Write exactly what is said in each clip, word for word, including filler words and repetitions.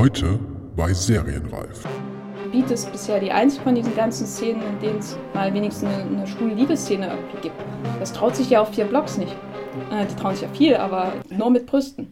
Heute bei Serienreif. Beat ist bisher die einzige von diesen ganzen Szenen, in denen es mal wenigstens eine, eine schwule Liebesszene irgendwie gibt. Das traut sich ja auf vier Blocks nicht. Äh, die trauen sich ja viel, aber nur mit Brüsten.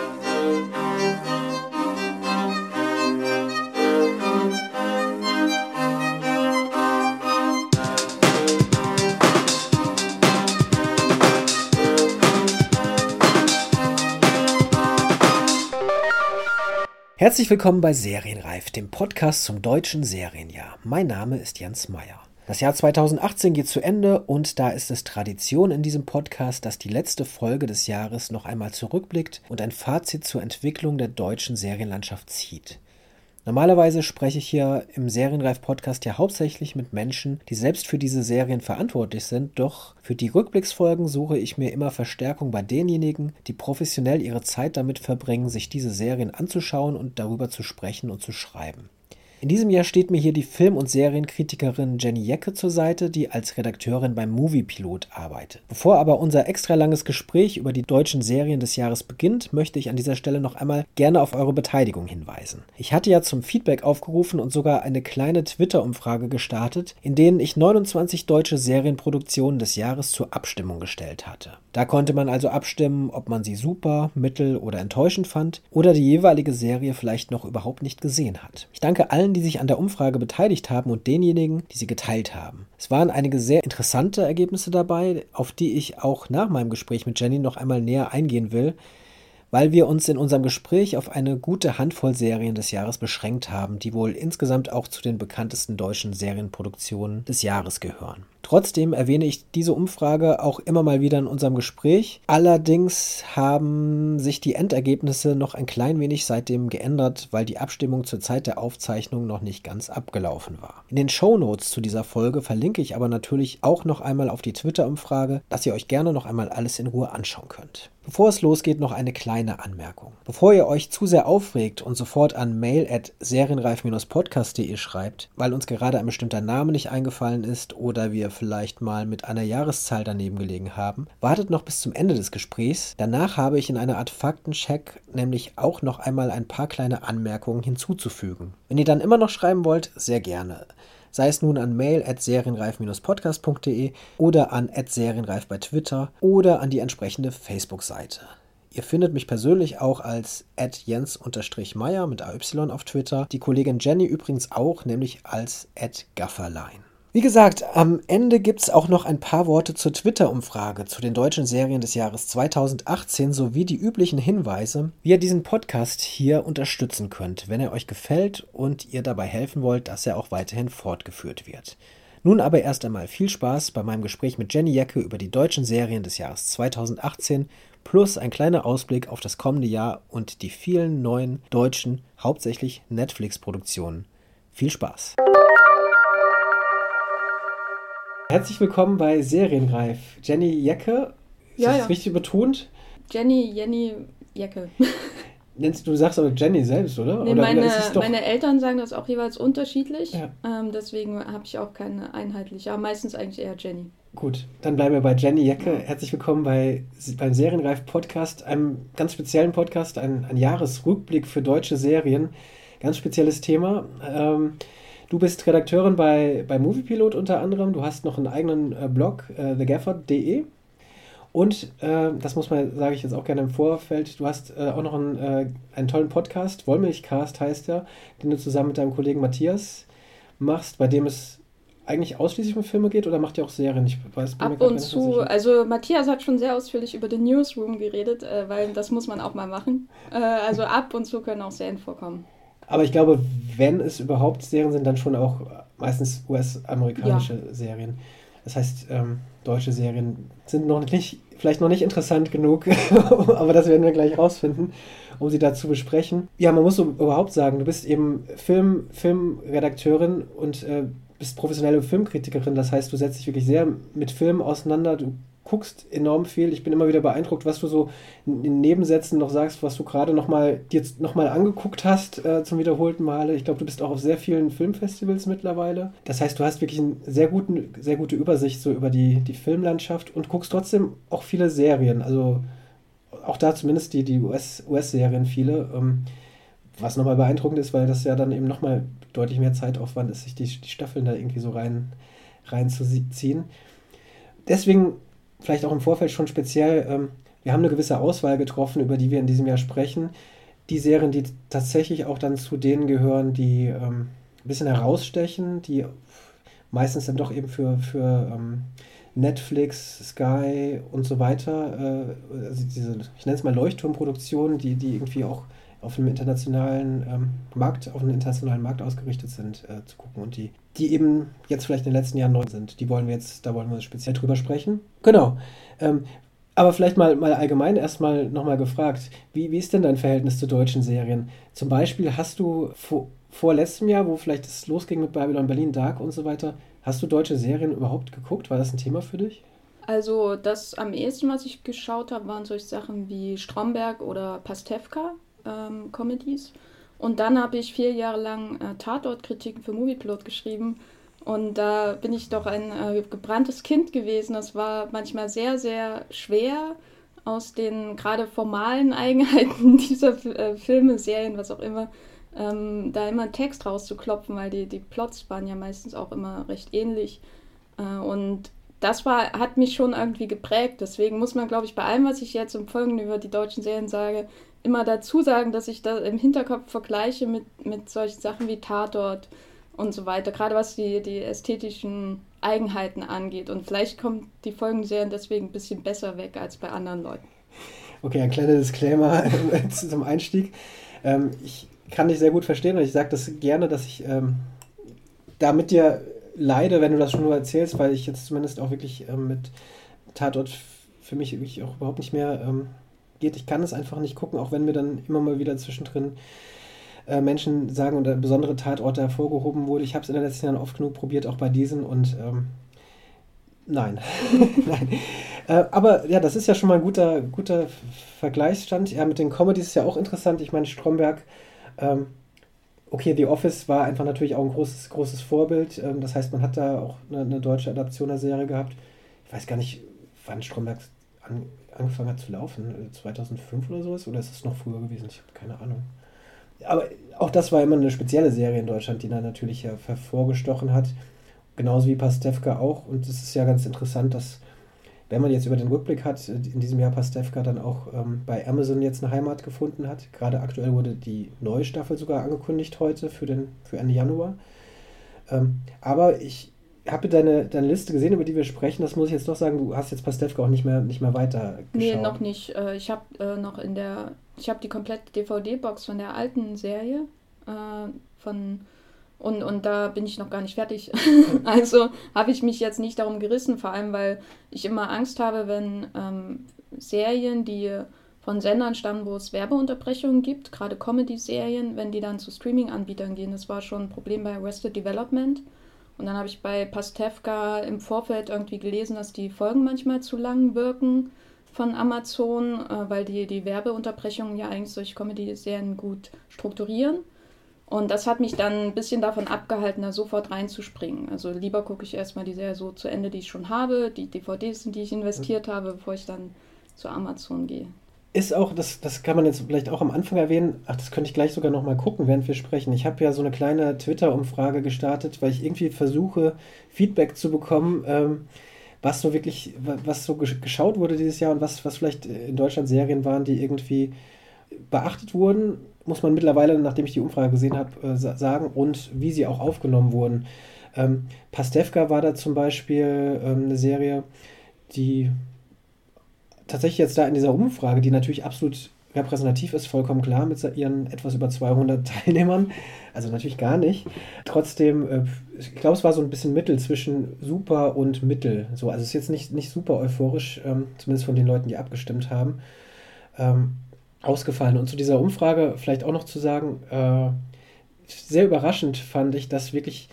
Herzlich willkommen bei Serienreif, dem Podcast zum deutschen Serienjahr. Mein Name ist Jens Meyer. Das Jahr zweitausendachtzehn geht zu Ende und da ist es Tradition in diesem Podcast, dass die letzte Folge des Jahres noch einmal zurückblickt und ein Fazit zur Entwicklung der deutschen Serienlandschaft zieht. Normalerweise spreche ich hier im Serienreif-Podcast ja hauptsächlich mit Menschen, die selbst für diese Serien verantwortlich sind, doch für die Rückblicksfolgen suche ich mir immer Verstärkung bei denjenigen, die professionell ihre Zeit damit verbringen, sich diese Serien anzuschauen und darüber zu sprechen und zu schreiben. In diesem Jahr steht mir hier die Film- und Serienkritikerin Jenny Jecke zur Seite, die als Redakteurin beim Moviepilot arbeitet. Bevor aber unser extra langes Gespräch über die deutschen Serien des Jahres beginnt, möchte ich an dieser Stelle noch einmal gerne auf eure Beteiligung hinweisen. Ich hatte ja zum Feedback aufgerufen und sogar eine kleine Twitter-Umfrage gestartet, in denen ich neunundzwanzig deutsche Serienproduktionen des Jahres zur Abstimmung gestellt hatte. Da konnte man also abstimmen, ob man sie super, mittel oder enttäuschend fand oder die jeweilige Serie vielleicht noch überhaupt nicht gesehen hat. Ich danke allen, die sich an der Umfrage beteiligt haben und denjenigen, die sie geteilt haben. Es waren einige sehr interessante Ergebnisse dabei, auf die ich auch nach meinem Gespräch mit Jenny noch einmal näher eingehen will, weil wir uns in unserem Gespräch auf eine gute Handvoll Serien des Jahres beschränkt haben, die wohl insgesamt auch zu den bekanntesten deutschen Serienproduktionen des Jahres gehören. Trotzdem erwähne ich diese Umfrage auch immer mal wieder in unserem Gespräch. Allerdings haben sich die Endergebnisse noch ein klein wenig seitdem geändert, weil die Abstimmung zur Zeit der Aufzeichnung noch nicht ganz abgelaufen war. In den Shownotes zu dieser Folge verlinke ich aber natürlich auch noch einmal auf die Twitter-Umfrage, dass ihr euch gerne noch einmal alles in Ruhe anschauen könnt. Bevor es losgeht, noch eine kleine Anmerkung. Bevor ihr euch zu sehr aufregt und sofort an mail at serienreif Bindestrich podcast punkt de schreibt, weil uns gerade ein bestimmter Name nicht eingefallen ist oder wir vielleicht mal mit einer Jahreszahl daneben gelegen haben, wartet noch bis zum Ende des Gesprächs. Danach habe ich in einer Art Faktencheck nämlich auch noch einmal ein paar kleine Anmerkungen hinzuzufügen. Wenn ihr dann immer noch schreiben wollt, sehr gerne. Sei es nun an mail at serienreif Bindestrich podcast punkt de oder an at serienreif bei Twitter oder an die entsprechende Facebook-Seite. Ihr findet mich persönlich auch als at jens-meyer mit A Y auf Twitter, die Kollegin Jenny übrigens auch, nämlich als at gafferlein. Wie gesagt, am Ende gibt es auch noch ein paar Worte zur Twitter-Umfrage zu den deutschen Serien des Jahres zweitausendachtzehn sowie die üblichen Hinweise, wie ihr diesen Podcast hier unterstützen könnt, wenn er euch gefällt und ihr dabei helfen wollt, dass er auch weiterhin fortgeführt wird. Nun aber erst einmal viel Spaß bei meinem Gespräch mit Jenny Jecke über die deutschen Serien des Jahres zweitausendachtzehn plus ein kleiner Ausblick auf das kommende Jahr und die vielen neuen deutschen, hauptsächlich Netflix-Produktionen. Viel Spaß! Herzlich willkommen bei Serienreif. Jenny Jecke, ist ja, das ja. richtig betont? Jenny, Jenny, Jecke. Nennst du sagst aber Jenny selbst, oder? Nee, oder meine, ist es doch... meine Eltern sagen das auch jeweils unterschiedlich. Ja. Ähm, deswegen habe ich auch keine einheitliche, aber meistens eigentlich eher Jenny. Gut, dann bleiben wir bei Jenny Jecke. Herzlich willkommen bei, beim Serienreif-Podcast, einem ganz speziellen Podcast, ein, ein Jahresrückblick für deutsche Serien. Ganz spezielles Thema. Ähm, Du bist Redakteurin bei, bei Moviepilot unter anderem. Du hast noch einen eigenen äh, Blog, äh, the gaffer punkt de. Und, äh, das muss man, sage ich jetzt auch gerne im Vorfeld, du hast äh, auch noch einen, äh, einen tollen Podcast, Wollmilchcast heißt der, den du zusammen mit deinem Kollegen Matthias machst, bei dem es eigentlich ausschließlich um Filme geht oder macht ihr auch Serien? Ich weiß, bin Ab und zu. Also Matthias hat schon sehr ausführlich über den Newsroom geredet, äh, weil das muss man auch mal machen. Äh, also ab und zu können auch Serien vorkommen. Aber ich glaube, wenn es überhaupt Serien sind, dann schon auch meistens U S-amerikanische ja. Serien. Das heißt, ähm, deutsche Serien sind noch nicht, vielleicht noch nicht interessant genug, aber das werden wir gleich rausfinden, um sie da zu besprechen. Ja, man muss so überhaupt sagen, du bist eben Film, Filmredakteurin und äh, bist professionelle Filmkritikerin. Das heißt, du setzt dich wirklich sehr mit Filmen auseinander. Du guckst enorm viel. Ich bin immer wieder beeindruckt, was du so in Nebensätzen noch sagst, was du gerade noch mal, dir jetzt nochmal angeguckt hast äh, zum wiederholten Male. Ich glaube, du bist auch auf sehr vielen Filmfestivals mittlerweile. Das heißt, du hast wirklich eine sehr, guten, sehr gute Übersicht so über die, die Filmlandschaft und guckst trotzdem auch viele Serien. Also auch da zumindest die, die U S, U S-Serien viele. Ähm, Was nochmal beeindruckend ist, weil das ja dann eben nochmal deutlich mehr Zeitaufwand ist, sich die, die Staffeln da irgendwie so rein, reinzuziehen. Deswegen vielleicht auch im Vorfeld schon speziell, ähm, wir haben eine gewisse Auswahl getroffen, über die wir in diesem Jahr sprechen. Die Serien, die tatsächlich auch dann zu denen gehören, die ähm, ein bisschen herausstechen, die meistens dann doch eben für, für ähm, Netflix, Sky und so weiter, äh, also diese, ich nenne es mal Leuchtturmproduktionen, die, die irgendwie auch auf einem internationalen ähm, Markt, auf einen internationalen Markt ausgerichtet sind, äh, zu gucken und die, die eben jetzt vielleicht in den letzten Jahren neu sind. Die wollen wir jetzt, da wollen wir speziell drüber sprechen. Genau. Ähm, aber vielleicht mal, mal allgemein erstmal nochmal gefragt, wie, wie ist denn dein Verhältnis zu deutschen Serien? Zum Beispiel hast du vor, vor letztem Jahr, wo vielleicht es losging mit Babylon Berlin, Dark und so weiter, hast du deutsche Serien überhaupt geguckt? War das ein Thema für dich? Also das am ehesten, was ich geschaut habe, waren solche Sachen wie Stromberg oder Pastewka, ähm, Comedies. Und dann habe ich vier Jahre lang äh, Tatortkritiken für Movieplot geschrieben. Und da bin ich doch ein äh, gebranntes Kind gewesen. Das war manchmal sehr, sehr schwer, aus den gerade formalen Eigenheiten dieser äh, Filme, Serien, was auch immer, ähm, da immer einen Text rauszuklopfen, weil die, die Plots waren ja meistens auch immer recht ähnlich. Äh, und das war, hat mich schon irgendwie geprägt. Deswegen muss man, glaube ich, bei allem, was ich jetzt im Folgenden über die deutschen Serien sage, immer dazu sagen, dass ich da im Hinterkopf vergleiche mit, mit solchen Sachen wie Tatort und so weiter, gerade was die, die ästhetischen Eigenheiten angeht. Und vielleicht kommt die Folgenserien deswegen ein bisschen besser weg als bei anderen Leuten. Okay, ein kleiner Disclaimer zum Einstieg. Ähm, ich kann dich sehr gut verstehen und ich sage das gerne, dass ich ähm, da mit dir leide, wenn du das schon nur erzählst, weil ich jetzt zumindest auch wirklich ähm, mit Tatort für mich wirklich auch überhaupt nicht mehr ähm, geht. Ich kann es einfach nicht gucken, auch wenn mir dann immer mal wieder zwischendrin äh, Menschen sagen oder besondere Tatorte hervorgehoben wurde. Ich habe es in den letzten Jahren oft genug probiert, auch bei diesen und ähm, nein. nein. Äh, aber ja, das ist ja schon mal ein guter, guter Vergleichsstand. Ja, mit den Comedies ist ja auch interessant. Ich meine, Stromberg, ähm, okay, The Office war einfach natürlich auch ein großes, großes Vorbild. Ähm, das heißt, man hat da auch eine, eine deutsche Adaption der Serie gehabt. Ich weiß gar nicht, wann Stromberg an, angefangen hat zu laufen. zweitausendfünf oder sowas? Oder ist es noch früher gewesen? Ich habe keine Ahnung. Aber auch das war immer eine spezielle Serie in Deutschland, die da natürlich ja hervorgestochen hat. Genauso wie Pastewka auch. Und es ist ja ganz interessant, dass, wenn man jetzt über den Rückblick hat, in diesem Jahr Pastewka dann auch ähm, bei Amazon jetzt eine Heimat gefunden hat. Gerade aktuell wurde die neue Staffel sogar angekündigt heute für, den, für Ende Januar. Ähm, aber ich habe deine, deine Liste gesehen, über die wir sprechen. Das muss ich jetzt doch sagen, du hast jetzt Pastewka auch nicht mehr, nicht mehr weiter geschaut. Nee, noch nicht. Äh, ich habe äh, noch in der, ich habe die komplette D V D-Box von der alten Serie äh, von Und, und da bin ich noch gar nicht fertig. Also habe ich mich jetzt nicht darum gerissen, vor allem weil ich immer Angst habe, wenn ähm, Serien, die von Sendern stammen, wo es Werbeunterbrechungen gibt, gerade Comedy-Serien, wenn die dann zu Streaming-Anbietern gehen. Das war schon ein Problem bei Arrested Development. Und dann habe ich bei Pastewka im Vorfeld irgendwie gelesen, dass die Folgen manchmal zu lang wirken von Amazon, äh, weil die, die Werbeunterbrechungen ja eigentlich solche Comedy-Serien gut strukturieren. Und das hat mich dann ein bisschen davon abgehalten, da sofort reinzuspringen. Also lieber gucke ich erstmal die Serie so zu Ende, die ich schon habe, die D V Ds, in die ich investiert habe, bevor ich dann zu Amazon gehe. Ist auch, das, das kann man jetzt vielleicht auch am Anfang erwähnen, ach, das könnte ich gleich sogar nochmal gucken, während wir sprechen. Ich habe ja so eine kleine Twitter-Umfrage gestartet, weil ich irgendwie versuche, Feedback zu bekommen, ähm, was so wirklich, was so geschaut wurde dieses Jahr und was, was vielleicht in Deutschland Serien waren, die irgendwie beachtet wurden, muss man mittlerweile, nachdem ich die Umfrage gesehen habe, äh, sagen, und wie sie auch aufgenommen wurden. Ähm, Pastewka war da zum Beispiel ähm, eine Serie, die tatsächlich jetzt da in dieser Umfrage, die natürlich absolut repräsentativ ist, vollkommen klar, mit ihren etwas über zweihundert Teilnehmern, also natürlich gar nicht. Trotzdem, äh, ich glaube, es war so ein bisschen Mittel zwischen super und mittel. So, also es ist jetzt nicht, nicht super euphorisch, ähm, zumindest von den Leuten, die abgestimmt haben. Ähm, ausgefallen. Und zu dieser Umfrage vielleicht auch noch zu sagen, äh, sehr überraschend fand ich, dass wirklich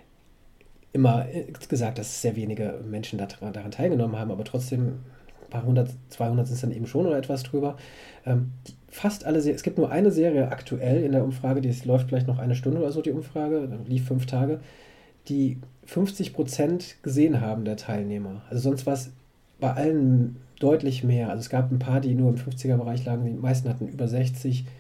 immer gesagt, dass sehr wenige Menschen daran, daran teilgenommen haben, aber trotzdem ein paar hundert, zweihundert sind es dann eben schon oder etwas drüber. Ähm, fast alle, es gibt nur eine Serie aktuell in der Umfrage, die läuft vielleicht noch eine Stunde oder so, die Umfrage, lief fünf Tage, die fünfzig Prozent gesehen haben der Teilnehmer. Also sonst war es bei allen deutlich mehr. Also es gab ein paar, die nur im fünfziger-Bereich lagen, die meisten hatten über sechzig,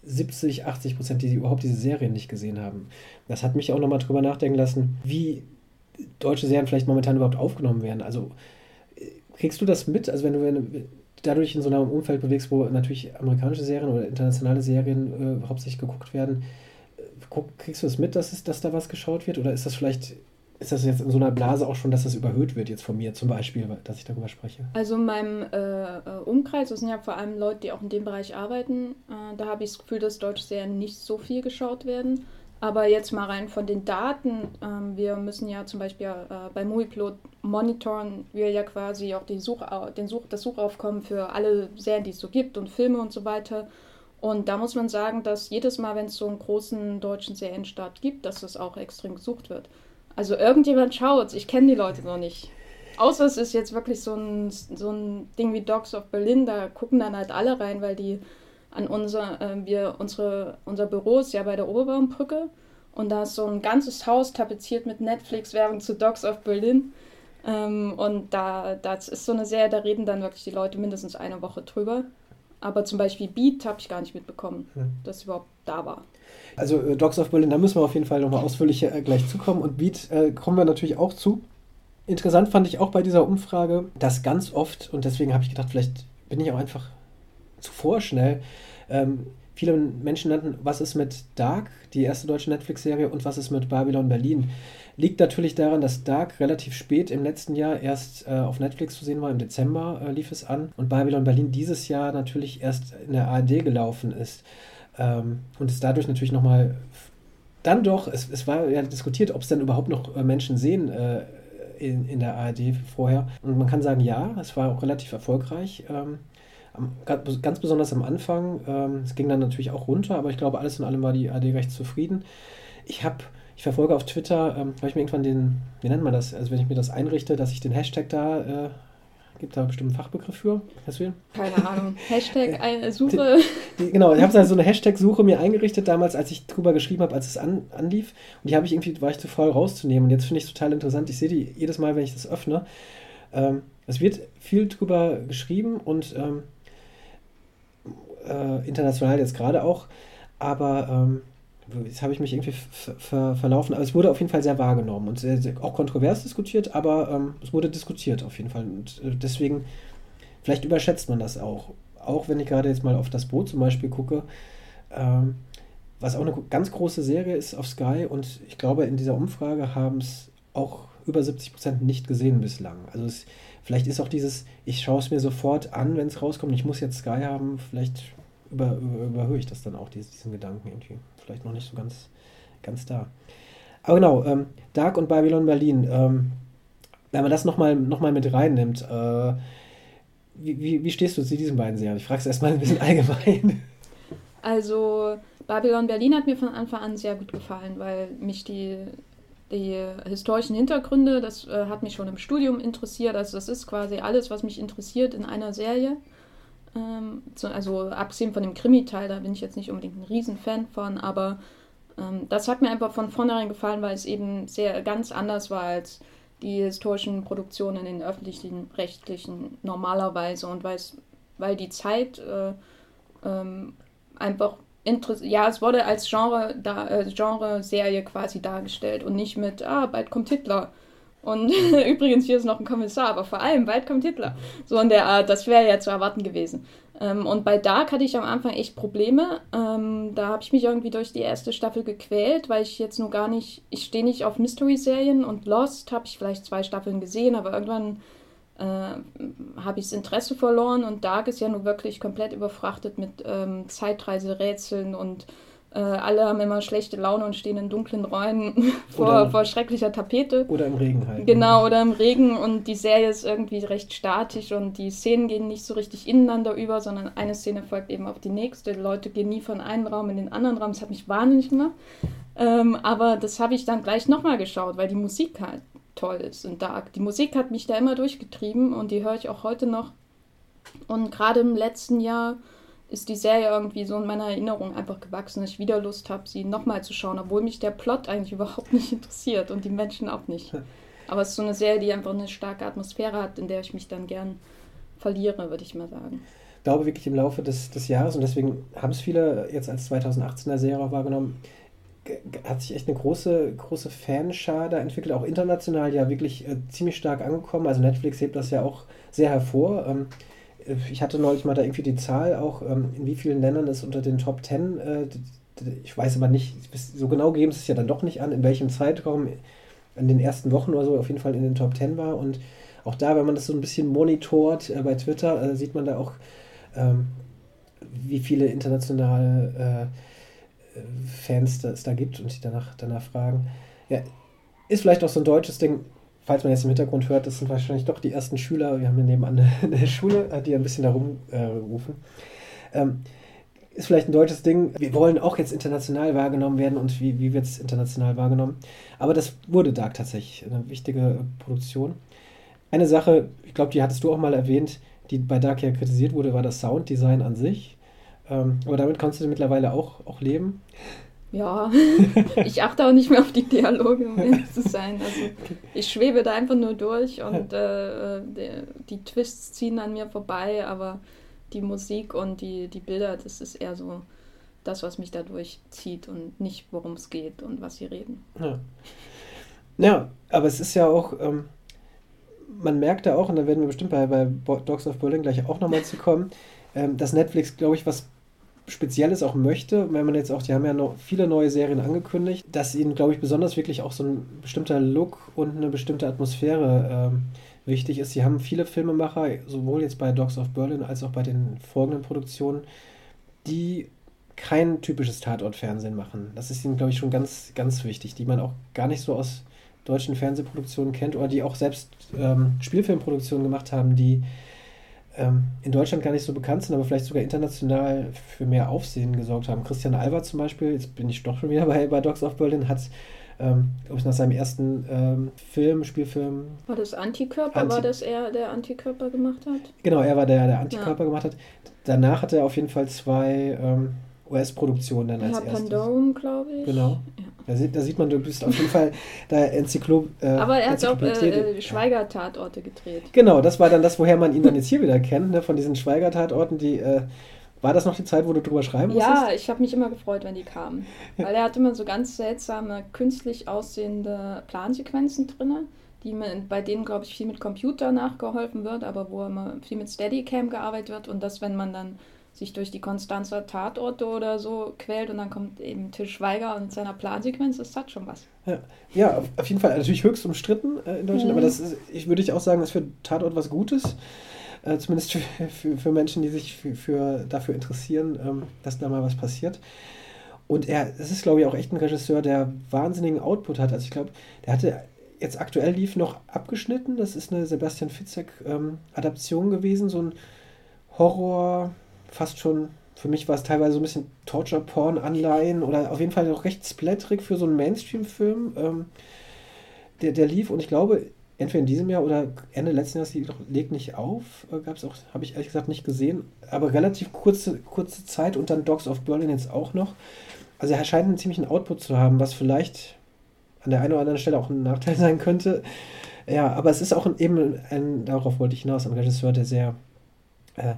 siebzig, achtzig Prozent, die überhaupt diese Serien nicht gesehen haben. Das hat mich auch nochmal drüber nachdenken lassen, wie deutsche Serien vielleicht momentan überhaupt aufgenommen werden. Also kriegst du das mit? Also wenn du, wenn du dadurch in so einem Umfeld bewegst, wo natürlich amerikanische Serien oder internationale Serien äh, hauptsächlich geguckt werden, guck, kriegst du das mit, dass, es, dass da was geschaut wird? Oder ist das vielleicht, ist das jetzt in so einer Blase auch schon, dass das überhöht wird, jetzt von mir zum Beispiel, dass ich darüber spreche? Also in meinem äh, Umkreis, das sind ja vor allem Leute, die auch in dem Bereich arbeiten, äh, da habe ich das Gefühl, dass deutsche Serien nicht so viel geschaut werden. Aber jetzt mal rein von den Daten, ähm, wir müssen ja zum Beispiel äh, bei Movieplot monitoren wir ja quasi auch die Such, den Such, das Suchaufkommen für alle Serien, die es so gibt und Filme und so weiter. Und da muss man sagen, dass jedes Mal, wenn es so einen großen deutschen Serienstart gibt, dass das auch extrem gesucht wird. Also irgendjemand schaut, ich kenne die Leute noch nicht. Außer es ist jetzt wirklich so ein, so ein Ding wie Dogs of Berlin, da gucken dann halt alle rein, weil die an unser, äh, wir, unsere, unser Büro ist ja bei der Oberbaumbrücke und da ist so ein ganzes Haus tapeziert mit Netflix-Werbung zu Dogs of Berlin. Ähm, und da das ist so eine Serie, da reden dann wirklich die Leute mindestens eine Woche drüber. Aber zum Beispiel Beat habe ich gar nicht mitbekommen, hm. dass es überhaupt da war. Also äh, Dogs of Berlin, da müssen wir auf jeden Fall nochmal ausführlich äh, gleich zukommen. Und Beat äh, kommen wir natürlich auch zu. Interessant fand ich auch bei dieser Umfrage, dass ganz oft, und deswegen habe ich gedacht, vielleicht bin ich auch einfach zu vorschnell, ähm, viele Menschen nannten, was ist mit Dark, die erste deutsche Netflix-Serie, und was ist mit Babylon Berlin. Liegt natürlich daran, dass Dark relativ spät im letzten Jahr erst äh, auf Netflix zu sehen war, im Dezember äh, lief es an, und Babylon Berlin dieses Jahr natürlich erst in der A R D gelaufen ist. Ähm, und es dadurch natürlich nochmal, dann doch, es, es war ja diskutiert, ob es denn überhaupt noch äh, Menschen sehen äh, in, in der A R D vorher. Und man kann sagen, ja, es war auch relativ erfolgreich. Ähm, am, ganz besonders am Anfang. Ähm, es ging dann natürlich auch runter, aber ich glaube, alles in allem war die A R D recht zufrieden. Ich habe Ich verfolge auf Twitter, ähm, habe ich mir irgendwann den, wie nennt man das, also wenn ich mir das einrichte, dass ich den Hashtag da, äh, gibt da bestimmt einen Fachbegriff für? Deswegen? Keine Ahnung. Hashtag äh, Suche. Die, die, genau, ich habe so eine Hashtag-Suche mir eingerichtet damals, als ich drüber geschrieben habe, als es an, anlief. Und die habe ich irgendwie, war ich zu faul rauszunehmen. Und jetzt finde ich es total interessant. Ich sehe die jedes Mal, wenn ich das öffne. Ähm, es wird viel drüber geschrieben und ähm, äh, international jetzt gerade auch. Aber ähm, jetzt habe ich mich irgendwie ver- ver- verlaufen, aber es wurde auf jeden Fall sehr wahrgenommen und sehr, sehr, auch kontrovers diskutiert, aber ähm, es wurde diskutiert auf jeden Fall und äh, deswegen, vielleicht überschätzt man das auch, auch wenn ich gerade jetzt mal auf das Boot zum Beispiel gucke, ähm, was auch eine ganz große Serie ist auf Sky, und ich glaube, in dieser Umfrage haben es auch über siebzig Prozent nicht gesehen bislang. Also es, vielleicht ist auch dieses, ich schaue es mir sofort an, wenn es rauskommt, ich muss jetzt Sky haben, vielleicht über, über, überhöhe ich das dann auch, diesen, diesen Gedanken irgendwie. Vielleicht noch nicht so ganz, ganz da. Aber genau, ähm, Dark und Babylon Berlin, ähm, wenn man das nochmal noch mal mit reinnimmt, äh, wie, wie, wie stehst du zu diesen beiden Serien? Ich frage es erstmal ein bisschen allgemein. Also Babylon Berlin hat mir von Anfang an sehr gut gefallen, weil mich die, die historischen Hintergründe, das äh, hat mich schon im Studium interessiert. Also das ist quasi alles, was mich interessiert in einer Serie. Ähm, so, also abgesehen von dem Krimi-Teil, da bin ich jetzt nicht unbedingt ein Riesenfan von, aber ähm, das hat mir einfach von vornherein gefallen, weil es eben sehr ganz anders war als die historischen Produktionen in den öffentlichen, rechtlichen normalerweise, und weil es, weil die Zeit äh, ähm, einfach interessiert, ja, es wurde als Genre, da, äh, Genre-Serie quasi dargestellt und nicht mit, ah, bald kommt Hitler. Und übrigens, hier ist noch ein Kommissar, aber vor allem, bald kommt Hitler. So in der Art, das wäre ja zu erwarten gewesen. Ähm, und bei Dark hatte ich am Anfang echt Probleme. Ähm, da habe ich mich irgendwie durch die erste Staffel gequält, weil ich jetzt nur gar nicht, ich stehe nicht auf Mystery-Serien, und Lost habe ich vielleicht zwei Staffeln gesehen, aber irgendwann äh, habe ich das Interesse verloren, und Dark ist ja nur wirklich komplett überfrachtet mit ähm, Zeitreiserätseln, und Äh, alle haben immer schlechte Laune und stehen in dunklen Räumen vor, vor schrecklicher Tapete. Oder im Regen halt. Genau, oder im Regen, und die Serie ist irgendwie recht statisch und die Szenen gehen nicht so richtig ineinander über, sondern eine Szene folgt eben auf die nächste. Die Leute gehen nie von einem Raum in den anderen Raum. Das hat mich wahnsinnig gemacht. Ähm, aber das habe ich dann gleich nochmal geschaut, weil die Musik halt toll ist und Dark. Die Musik hat mich da immer durchgetrieben, und die höre ich auch heute noch. Und gerade im letzten Jahr ist die Serie irgendwie so in meiner Erinnerung einfach gewachsen, dass ich wieder Lust habe, sie nochmal zu schauen, obwohl mich der Plot eigentlich überhaupt nicht interessiert und die Menschen auch nicht. Aber es ist so eine Serie, die einfach eine starke Atmosphäre hat, in der ich mich dann gern verliere, würde ich mal sagen. glaube wirklich im Laufe des, des Jahres, und deswegen haben es viele jetzt als zweitausendachtzehner Serie auch wahrgenommen, g- g- hat sich echt eine große, große Fanschar da entwickelt, auch international ja wirklich äh, ziemlich stark angekommen. Also Netflix hebt das ja auch sehr hervor. Ähm, äh, ich hatte neulich mal da irgendwie die Zahl auch, ähm, in wie vielen Ländern es unter den Top Ten, äh, d- d- ich weiß aber nicht, so genau geben sie es ja dann doch nicht an, in welchem Zeitraum in den ersten Wochen oder so auf jeden Fall in den Top Ten war. Und auch da, wenn man das so ein bisschen monitort äh, bei Twitter, äh, sieht man da auch, ähm, wie viele internationale äh, äh, Fans da, es da gibt und die danach, danach fragen. Ja, ist vielleicht auch so ein deutsches Ding, falls man jetzt im Hintergrund hört, das sind wahrscheinlich doch die ersten Schüler, wir haben hier nebenan eine, eine Schule, äh, die ein bisschen da rumrufen. Äh, rufen. ähm, ist vielleicht ein deutsches Ding. Wir wollen auch jetzt international wahrgenommen werden und wie, wie wird es international wahrgenommen? Aber das wurde Dark tatsächlich eine wichtige Produktion. Eine Sache, ich glaube, die hattest du auch mal erwähnt, die bei Dark ja kritisiert wurde, war das Sounddesign an sich. Ähm, aber damit kannst du mittlerweile auch, auch leben. Ja, ich achte auch nicht mehr auf die Dialoge, um ehrlich zu sein. Also ich schwebe da einfach nur durch und äh, die, die Twists ziehen an mir vorbei, aber die Musik und die, die Bilder, das ist eher so das, was mich da durchzieht und nicht, worum es geht und was sie reden. Ja. Ja, aber es ist ja auch, ähm, man merkt da auch, und da werden wir bestimmt bei, bei Dogs of Berlin gleich auch nochmal zu kommen, ähm, dass Netflix, glaube ich, was Spezielles auch möchte, wenn man jetzt auch, die haben ja noch viele neue Serien angekündigt, dass ihnen, glaube ich, besonders wirklich auch so ein bestimmter Look und eine bestimmte Atmosphäre ähm, wichtig ist. Sie haben viele Filmemacher, sowohl jetzt bei Dogs of Berlin als auch bei den folgenden Produktionen, die kein typisches Tatort-Fernsehen machen. Das ist ihnen, glaube ich, schon ganz, ganz wichtig, die man auch gar nicht so aus deutschen Fernsehproduktionen kennt oder die auch selbst ähm, Spielfilmproduktionen gemacht haben, die ähm, in Deutschland gar nicht so bekannt sind, aber vielleicht sogar international für mehr Aufsehen gesorgt haben. Christian Albert zum Beispiel, jetzt bin ich doch schon wieder bei, bei Dogs of Berlin, hat, ähm, glaube ich, nach seinem ersten ähm, Film, Spielfilm... War das Antikörper? Anti- War das er, der Antikörper gemacht hat? Genau, er war der, der Antikörper gemacht hat. Danach hat er auf jeden Fall zwei ähm, U S-Produktionen dann als Ja, erstes. Pandome, glaube ich. Genau. Ja. Da, sieht, da sieht man, du bist auf jeden Fall da Enzyklo äh, Aber er hat auch Enzyklopädie. äh, äh, Schweiger-Tatorte gedreht. Genau, das war dann das, woher man ihn dann jetzt hier wieder kennt, ne, von diesen Schweiger-Tatorten, die, äh, war das noch die Zeit, wo du drüber schreiben musstest? Ja, ich habe mich immer gefreut, wenn die kamen. Weil er hat immer so ganz seltsame, künstlich aussehende Plansequenzen drin, die man, bei denen, glaube ich, viel mit Computer nachgeholfen wird, aber wo immer viel mit Steadicam gearbeitet wird und das, wenn man dann sich durch die Konstanzer Tatorte oder so quält und dann kommt eben Til Schweiger und seiner Plansequenz, das hat schon was. Ja, ja, auf, auf jeden Fall natürlich höchst umstritten äh, in Deutschland, Mhm. aber das ist, ich würde ich auch sagen, ist für Tatort was Gutes. Äh, zumindest für, für, für Menschen, die sich für, für, dafür interessieren, ähm, dass da mal was passiert. Und er, es ist, glaube ich, auch echt ein Regisseur, der wahnsinnigen Output hat. Also ich glaube, der hatte jetzt aktuell lief noch abgeschnitten. Das ist eine Sebastian Fitzek-Adaption gewesen, so ein Horror, fast schon, für mich war es teilweise so ein bisschen Torture-Porn-Anleihen oder auf jeden Fall auch recht splatterig für so einen Mainstream-Film. Ähm, der, der lief und ich glaube, entweder in diesem Jahr oder Ende letzten Jahres, die legt nicht auf, äh, gab es auch, habe ich ehrlich gesagt nicht gesehen, aber relativ kurze, kurze Zeit und dann Dogs of Berlin jetzt auch noch. Also er scheint einen ziemlichen Output zu haben, was vielleicht an der einen oder anderen Stelle auch ein Nachteil sein könnte. Ja, aber es ist auch ein, eben ein, darauf wollte ich hinaus, ein Regisseur, der sehr äh,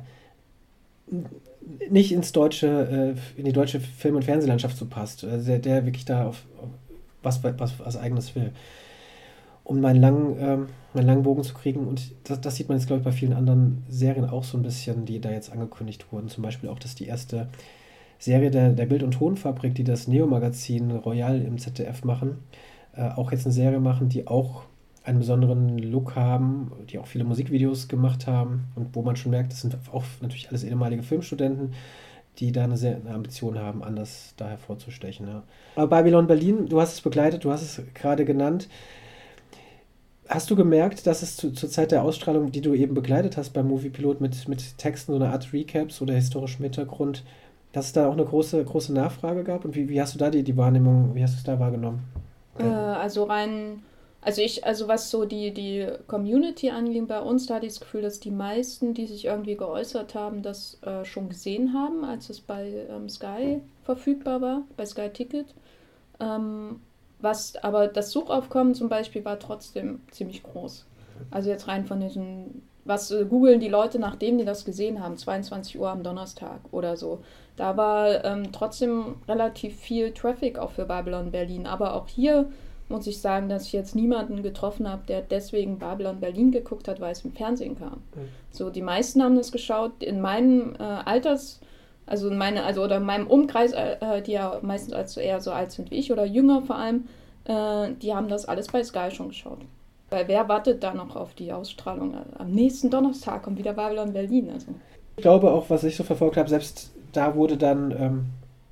nicht ins deutsche, äh, in die deutsche Film- und Fernsehlandschaft so passt. Also der, der wirklich da auf, auf was, was, was Eigenes will. Um meinen langen, ähm, meinen langen Bogen zu kriegen. Und das, das sieht man jetzt, glaube ich, bei vielen anderen Serien auch so ein bisschen, die da jetzt angekündigt wurden. Zum Beispiel auch, dass die erste Serie der, der Bild- und Tonfabrik, die das Neo-Magazin Royal im Z D F machen, äh, auch jetzt eine Serie machen, die auch einen besonderen Look haben, die auch viele Musikvideos gemacht haben und wo man schon merkt, das sind auch natürlich alles ehemalige Filmstudenten, die da eine sehr eine Ambition haben, anders da hervorzustechen. Ja. Aber Babylon Berlin, du hast es begleitet, du hast es gerade genannt. Hast du gemerkt, dass es zu, zur Zeit der Ausstrahlung, die du eben begleitet hast beim Moviepilot mit, mit Texten, so eine Art Recaps oder historischem Hintergrund, dass es da auch eine große, große Nachfrage gab? Und wie, wie hast du da die, die Wahrnehmung, wie hast du es da wahrgenommen? Äh, also rein, also ich, also was so die, die Community anging bei uns, da hatte ich das Gefühl, dass die meisten, die sich irgendwie geäußert haben, das äh, schon gesehen haben, als es bei ähm, Sky verfügbar war, bei Sky Ticket. Ähm, was, aber das Suchaufkommen zum Beispiel war trotzdem ziemlich groß. Also jetzt rein von diesen was äh, googeln die Leute, nachdem die das gesehen haben, zweiundzwanzig Uhr am Donnerstag oder so. Da war ähm, trotzdem relativ viel Traffic auch für Babylon Berlin. Aber auch hier muss ich sagen, dass ich jetzt niemanden getroffen habe, der deswegen Babylon Berlin geguckt hat, weil es im Fernsehen kam. Mhm. So, die meisten haben das geschaut. In meinem äh, Alters, also in meine, also oder in meinem Umkreis, äh, die ja meistens also eher so alt sind wie ich oder jünger vor allem, äh, die haben das alles bei Sky schon geschaut. Weil wer wartet da noch auf die Ausstrahlung? Am nächsten Donnerstag kommt wieder Babylon Berlin. Also. Ich glaube auch, was ich so verfolgt habe, selbst da wurde dann ähm,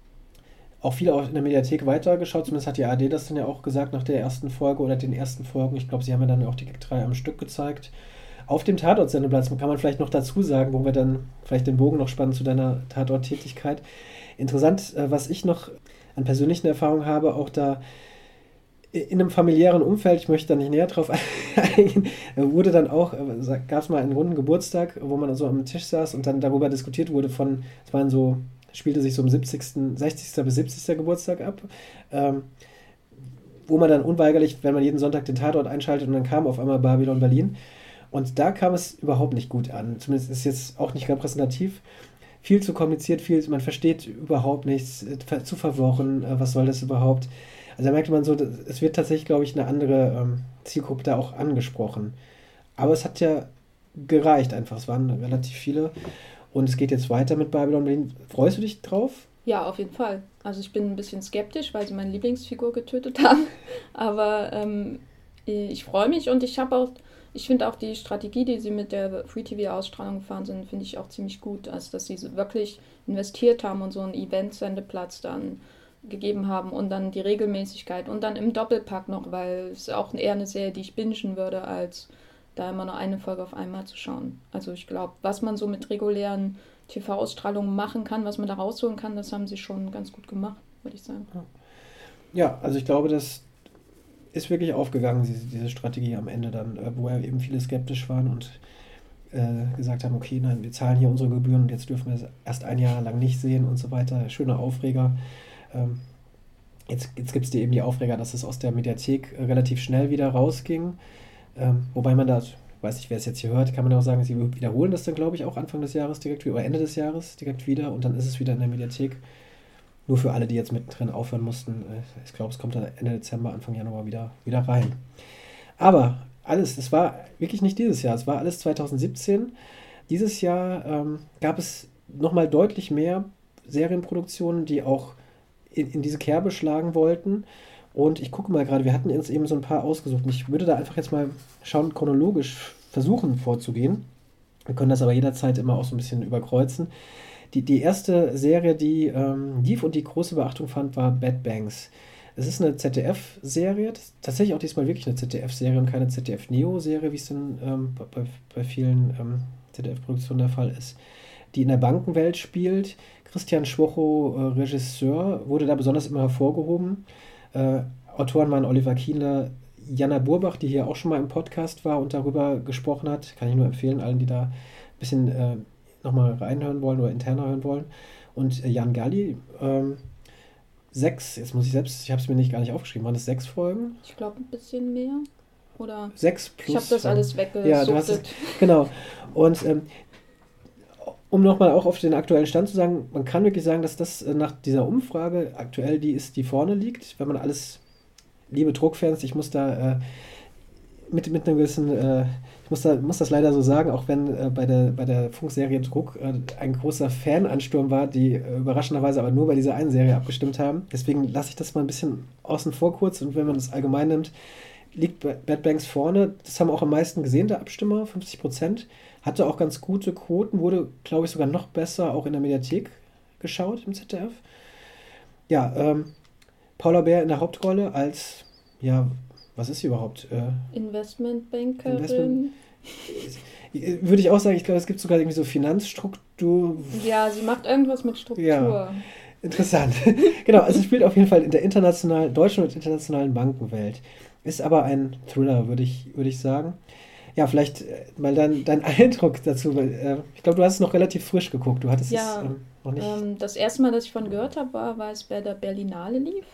auch viel auch in der Mediathek weitergeschaut. Zumindest hat die A R D das dann ja auch gesagt nach der ersten Folge oder den ersten Folgen. Ich glaube, sie haben ja dann auch die drei am Stück gezeigt. Auf dem Tatort-Sendeplatz kann man vielleicht noch dazu sagen, wo wir dann vielleicht den Bogen noch spannen zu deiner Tatort-Tätigkeit. Interessant, äh, was ich noch an persönlichen Erfahrungen habe, auch da in einem familiären Umfeld, ich möchte da nicht näher drauf eingehen, wurde dann auch, gab es mal einen runden Geburtstag, wo man so am Tisch saß und dann darüber diskutiert wurde von, es waren so, spielte sich so am siebzigsten, sechzigsten bis siebzigsten Geburtstag ab, ähm, wo man dann unweigerlich, wenn man jeden Sonntag den Tatort einschaltet und dann kam auf einmal Babylon Berlin und da kam es überhaupt nicht gut an, zumindest ist es jetzt auch nicht repräsentativ, viel zu kompliziert, viel, man versteht überhaupt nichts, zu verworren, was soll das überhaupt. Also da merkt man so, es wird tatsächlich, glaube ich, eine andere ähm, Zielgruppe da auch angesprochen. Aber es hat ja gereicht einfach. Es waren relativ viele. Und es geht jetzt weiter mit Babylon Berlin. Freust du dich drauf? Ja, auf jeden Fall. Also ich bin ein bisschen skeptisch, weil sie meine Lieblingsfigur getötet haben. Aber ähm, ich freue mich und ich habe auch, ich finde auch die Strategie, die sie mit der Free-T V-Ausstrahlung gefahren sind, finde ich auch ziemlich gut. Also dass sie wirklich investiert haben und so einen Event-Sendeplatz dann gegeben haben und dann die Regelmäßigkeit und dann im Doppelpack noch, weil es auch eher eine Serie, die ich bingen würde, als da immer nur eine Folge auf einmal zu schauen. Also ich glaube, was man so mit regulären T V-Ausstrahlungen machen kann, was man da rausholen kann, das haben sie schon ganz gut gemacht, würde ich sagen. Ja, also ich glaube, das ist wirklich aufgegangen, diese, diese Strategie am Ende dann, wo ja eben viele skeptisch waren und äh, gesagt haben, okay, nein, wir zahlen hier unsere Gebühren und jetzt dürfen wir es erst ein Jahr lang nicht sehen und so weiter. Schöner Aufreger. Ähm, jetzt jetzt gibt es eben die Aufreger, dass es aus der Mediathek äh, relativ schnell wieder rausging. Ähm, wobei man da, ich weiß nicht, wer es jetzt hier hört, kann man ja auch sagen, sie wiederholen das dann, glaube ich, auch Anfang des Jahres direkt wieder, oder Ende des Jahres direkt wieder und dann ist es wieder in der Mediathek. Nur für alle, die jetzt mittendrin aufhören mussten. Äh, ich glaube, es kommt dann Ende Dezember, Anfang Januar wieder, wieder rein. Aber alles, es war wirklich nicht dieses Jahr, es war alles zwanzig siebzehn. Dieses Jahr ähm, gab es nochmal deutlich mehr Serienproduktionen, die auch in, in diese Kerbe schlagen wollten. Und ich gucke mal gerade, wir hatten uns eben so ein paar ausgesucht. Und ich würde da einfach jetzt mal schauen, chronologisch versuchen vorzugehen. Wir können das aber jederzeit immer auch so ein bisschen überkreuzen. Die, die erste Serie, die ähm, lief und die große Beachtung fand, war Bad Banks. Es ist eine Z D F-Serie, tatsächlich auch diesmal wirklich eine Z D F-Serie und keine Z D F-Neo-Serie, wie es dann ähm, bei, bei vielen ähm, Z D F-Produktionen der Fall ist, die in der Bankenwelt spielt. Christian Schwocho, äh, Regisseur, wurde da besonders immer hervorgehoben. Äh, Autoren waren Oliver Kienle, Jana Burbach, die hier auch schon mal im Podcast war und darüber gesprochen hat. Kann ich nur empfehlen, allen, die da ein bisschen äh, nochmal reinhören wollen oder interner hören wollen. Und äh, Jan Galli, ähm, sechs, jetzt muss ich selbst, ich habe es mir nicht gar nicht aufgeschrieben, waren das sechs Folgen? Ich glaube ein bisschen mehr. Oder sechs plus. Ich habe das alles weggesuchtet. Ja, du hast es, genau. Und ähm, um nochmal auch auf den aktuellen Stand zu sagen, man kann wirklich sagen, dass das äh, nach dieser Umfrage aktuell die ist, die vorne liegt, wenn man alles, liebe Druckfans, ich muss da äh, mit, mit einem gewissen, äh, ich muss, da, muss das leider so sagen, auch wenn äh, bei, der, bei der Funkserie Druck äh, ein großer Fanansturm war, die äh, überraschenderweise aber nur bei dieser einen Serie abgestimmt haben. Deswegen lasse ich das mal ein bisschen außen vor kurz und wenn man das allgemein nimmt, liegt Bad Banks vorne. Das haben auch am meisten gesehen, der Abstimmer, fünfzig Prozent. Hatte auch ganz gute Quoten, wurde, glaube ich, sogar noch besser auch in der Mediathek geschaut im Z D F. Ja, ähm, Paula Bär in der Hauptrolle als, ja, was ist sie überhaupt? Äh, Investmentbankerin. Investment, würde ich auch sagen, ich glaube, es gibt sogar irgendwie so Finanzstruktur. Ja, sie macht irgendwas mit Struktur. Ja, interessant. Genau, also es spielt auf jeden Fall in der internationalen, deutschen und internationalen Bankenwelt. Ist aber ein Thriller, würde ich, würde ich sagen. Ja, vielleicht mal dein, dein Eindruck dazu, weil äh, ich glaube, du hast es noch relativ frisch geguckt. Du hattest ja, es ähm, noch nicht. Ähm, das erste Mal, dass ich von gehört habe, war, weil es bei der Berlinale lief.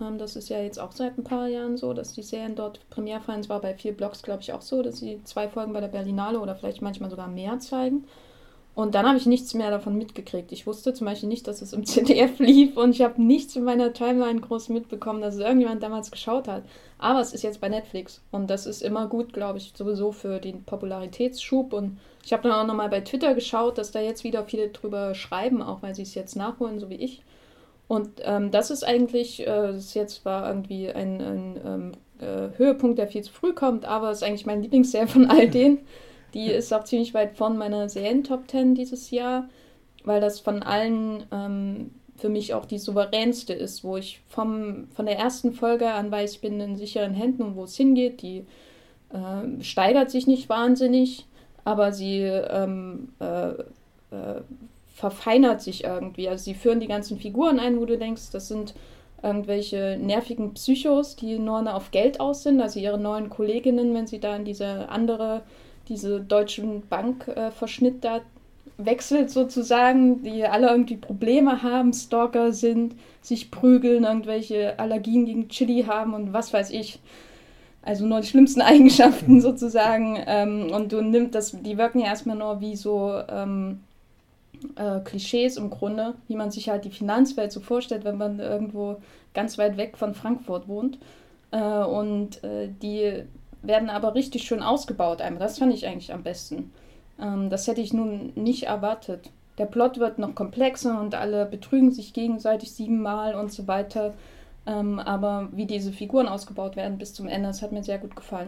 Ähm, das ist ja jetzt auch seit ein paar Jahren so, dass die Serien dort Premiere feiern. Es war bei vier Blogs, glaube ich, auch so, dass sie zwei Folgen bei der Berlinale oder vielleicht manchmal sogar mehr zeigen. Und dann habe ich nichts mehr davon mitgekriegt. Ich wusste zum Beispiel nicht, dass es im Z D F lief und ich habe nichts in meiner Timeline groß mitbekommen, dass es irgendjemand damals geschaut hat. Aber es ist jetzt bei Netflix und das ist immer gut, glaube ich, sowieso für den Popularitätsschub. Und ich habe dann auch nochmal bei Twitter geschaut, dass da jetzt wieder viele drüber schreiben, auch weil sie es jetzt nachholen, so wie ich. Und ähm, das ist eigentlich, äh, das jetzt war irgendwie ein, ein ähm, äh, Höhepunkt, der viel zu früh kommt, aber es ist eigentlich mein Lieblingsserie von all denen. Die ist auch ziemlich weit von meiner Serien-Top zehn dieses Jahr, weil das von allen ähm, für mich auch die souveränste ist, wo ich vom, von der ersten Folge an weiß, ich bin in sicheren Händen und wo es hingeht. Die äh, steigert sich nicht wahnsinnig, aber sie ähm, äh, äh, verfeinert sich irgendwie. Also sie führen die ganzen Figuren ein, wo du denkst, das sind irgendwelche nervigen Psychos, die nur auf Geld aus sind, also ihre neuen Kolleginnen, wenn sie da in diese andere diese deutschen Bankverschnitt äh, da wechselt sozusagen, die alle irgendwie Probleme haben, Stalker sind, sich prügeln, irgendwelche Allergien gegen Chili haben und was weiß ich. Also nur die schlimmsten Eigenschaften sozusagen. Ähm, und du nimmst das, die wirken ja erstmal nur wie so ähm, äh, Klischees im Grunde, wie man sich halt die Finanzwelt so vorstellt, wenn man irgendwo ganz weit weg von Frankfurt wohnt. Äh, und äh, die werden aber richtig schön ausgebaut. Das fand ich eigentlich am besten. Ähm, das hätte ich nun nicht erwartet. Der Plot wird noch komplexer und alle betrügen sich gegenseitig siebenmal und so weiter. Ähm, aber wie diese Figuren ausgebaut werden bis zum Ende, das hat mir sehr gut gefallen.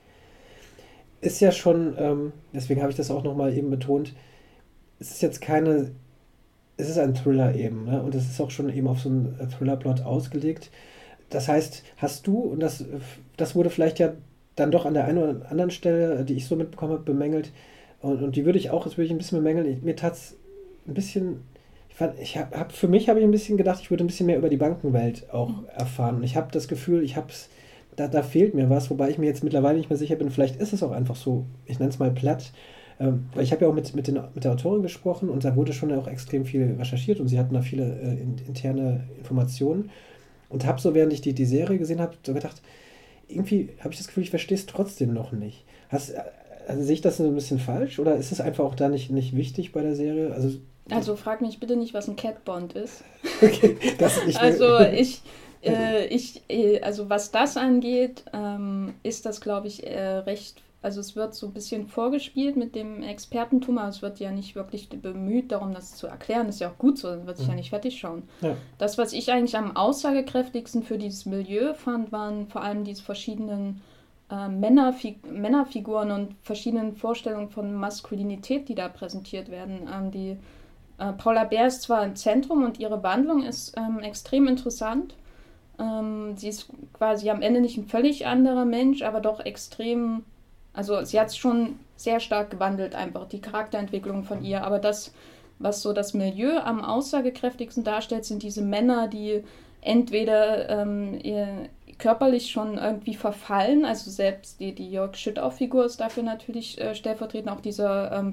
Ist ja schon, ähm, deswegen habe ich das auch nochmal eben betont, es ist jetzt keine, es ist ein Thriller eben, ne? Und es ist auch schon eben auf so einen Thriller-Plot ausgelegt. Das heißt, hast du, und das, das wurde vielleicht ja dann doch an der einen oder anderen Stelle, die ich so mitbekommen habe, bemängelt. Und, und die würde ich auch, das würde ich ein bisschen bemängeln. Ich, mir tat es ein bisschen, ich, fand, ich habe hab, für mich habe ich ein bisschen gedacht, ich würde ein bisschen mehr über die Bankenwelt auch erfahren. Und ich habe das Gefühl, ich habe es, da, da fehlt mir was, wobei ich mir jetzt mittlerweile nicht mehr sicher bin, vielleicht ist es auch einfach so, ich nenne es mal platt. Ähm, weil ich habe ja auch mit, mit, den, mit der Autorin gesprochen und da wurde schon auch extrem viel recherchiert und sie hatten da viele äh, in, interne Informationen. Und habe so, während ich die, die Serie gesehen habe, so gedacht, irgendwie habe ich das Gefühl, ich verstehe es trotzdem noch nicht. Hast, also sehe ich das so ein bisschen falsch oder ist es einfach auch da nicht, nicht wichtig bei der Serie? Also, also frag mich bitte nicht, was ein Cat Bond ist. Okay, das nicht. Also ich, äh, ich, äh, also was das angeht, ähm, ist das, glaube ich, äh, recht, also es wird so ein bisschen vorgespielt mit dem Expertentum, aber es wird ja nicht wirklich bemüht darum, das zu erklären. Das ist ja auch gut so, dann wird sich mhm. ja nicht fertig schauen. Ja. Das, was ich eigentlich am aussagekräftigsten für dieses Milieu fand, waren vor allem diese verschiedenen äh, Männerfig- Männerfiguren und verschiedenen Vorstellungen von Maskulinität, die da präsentiert werden. Ähm, die äh, Paula Bär ist zwar im Zentrum und ihre Wandlung ist ähm, extrem interessant. Ähm, sie ist quasi am Ende nicht ein völlig anderer Mensch, aber doch extrem. Also sie hat es schon sehr stark gewandelt, einfach die Charakterentwicklung von ihr. Aber das, was so das Milieu am aussagekräftigsten darstellt, sind diese Männer, die entweder ähm, körperlich schon irgendwie verfallen, also selbst die, die Jörg Schüttauf-Figur ist dafür natürlich äh, stellvertretend auch dieser ähm,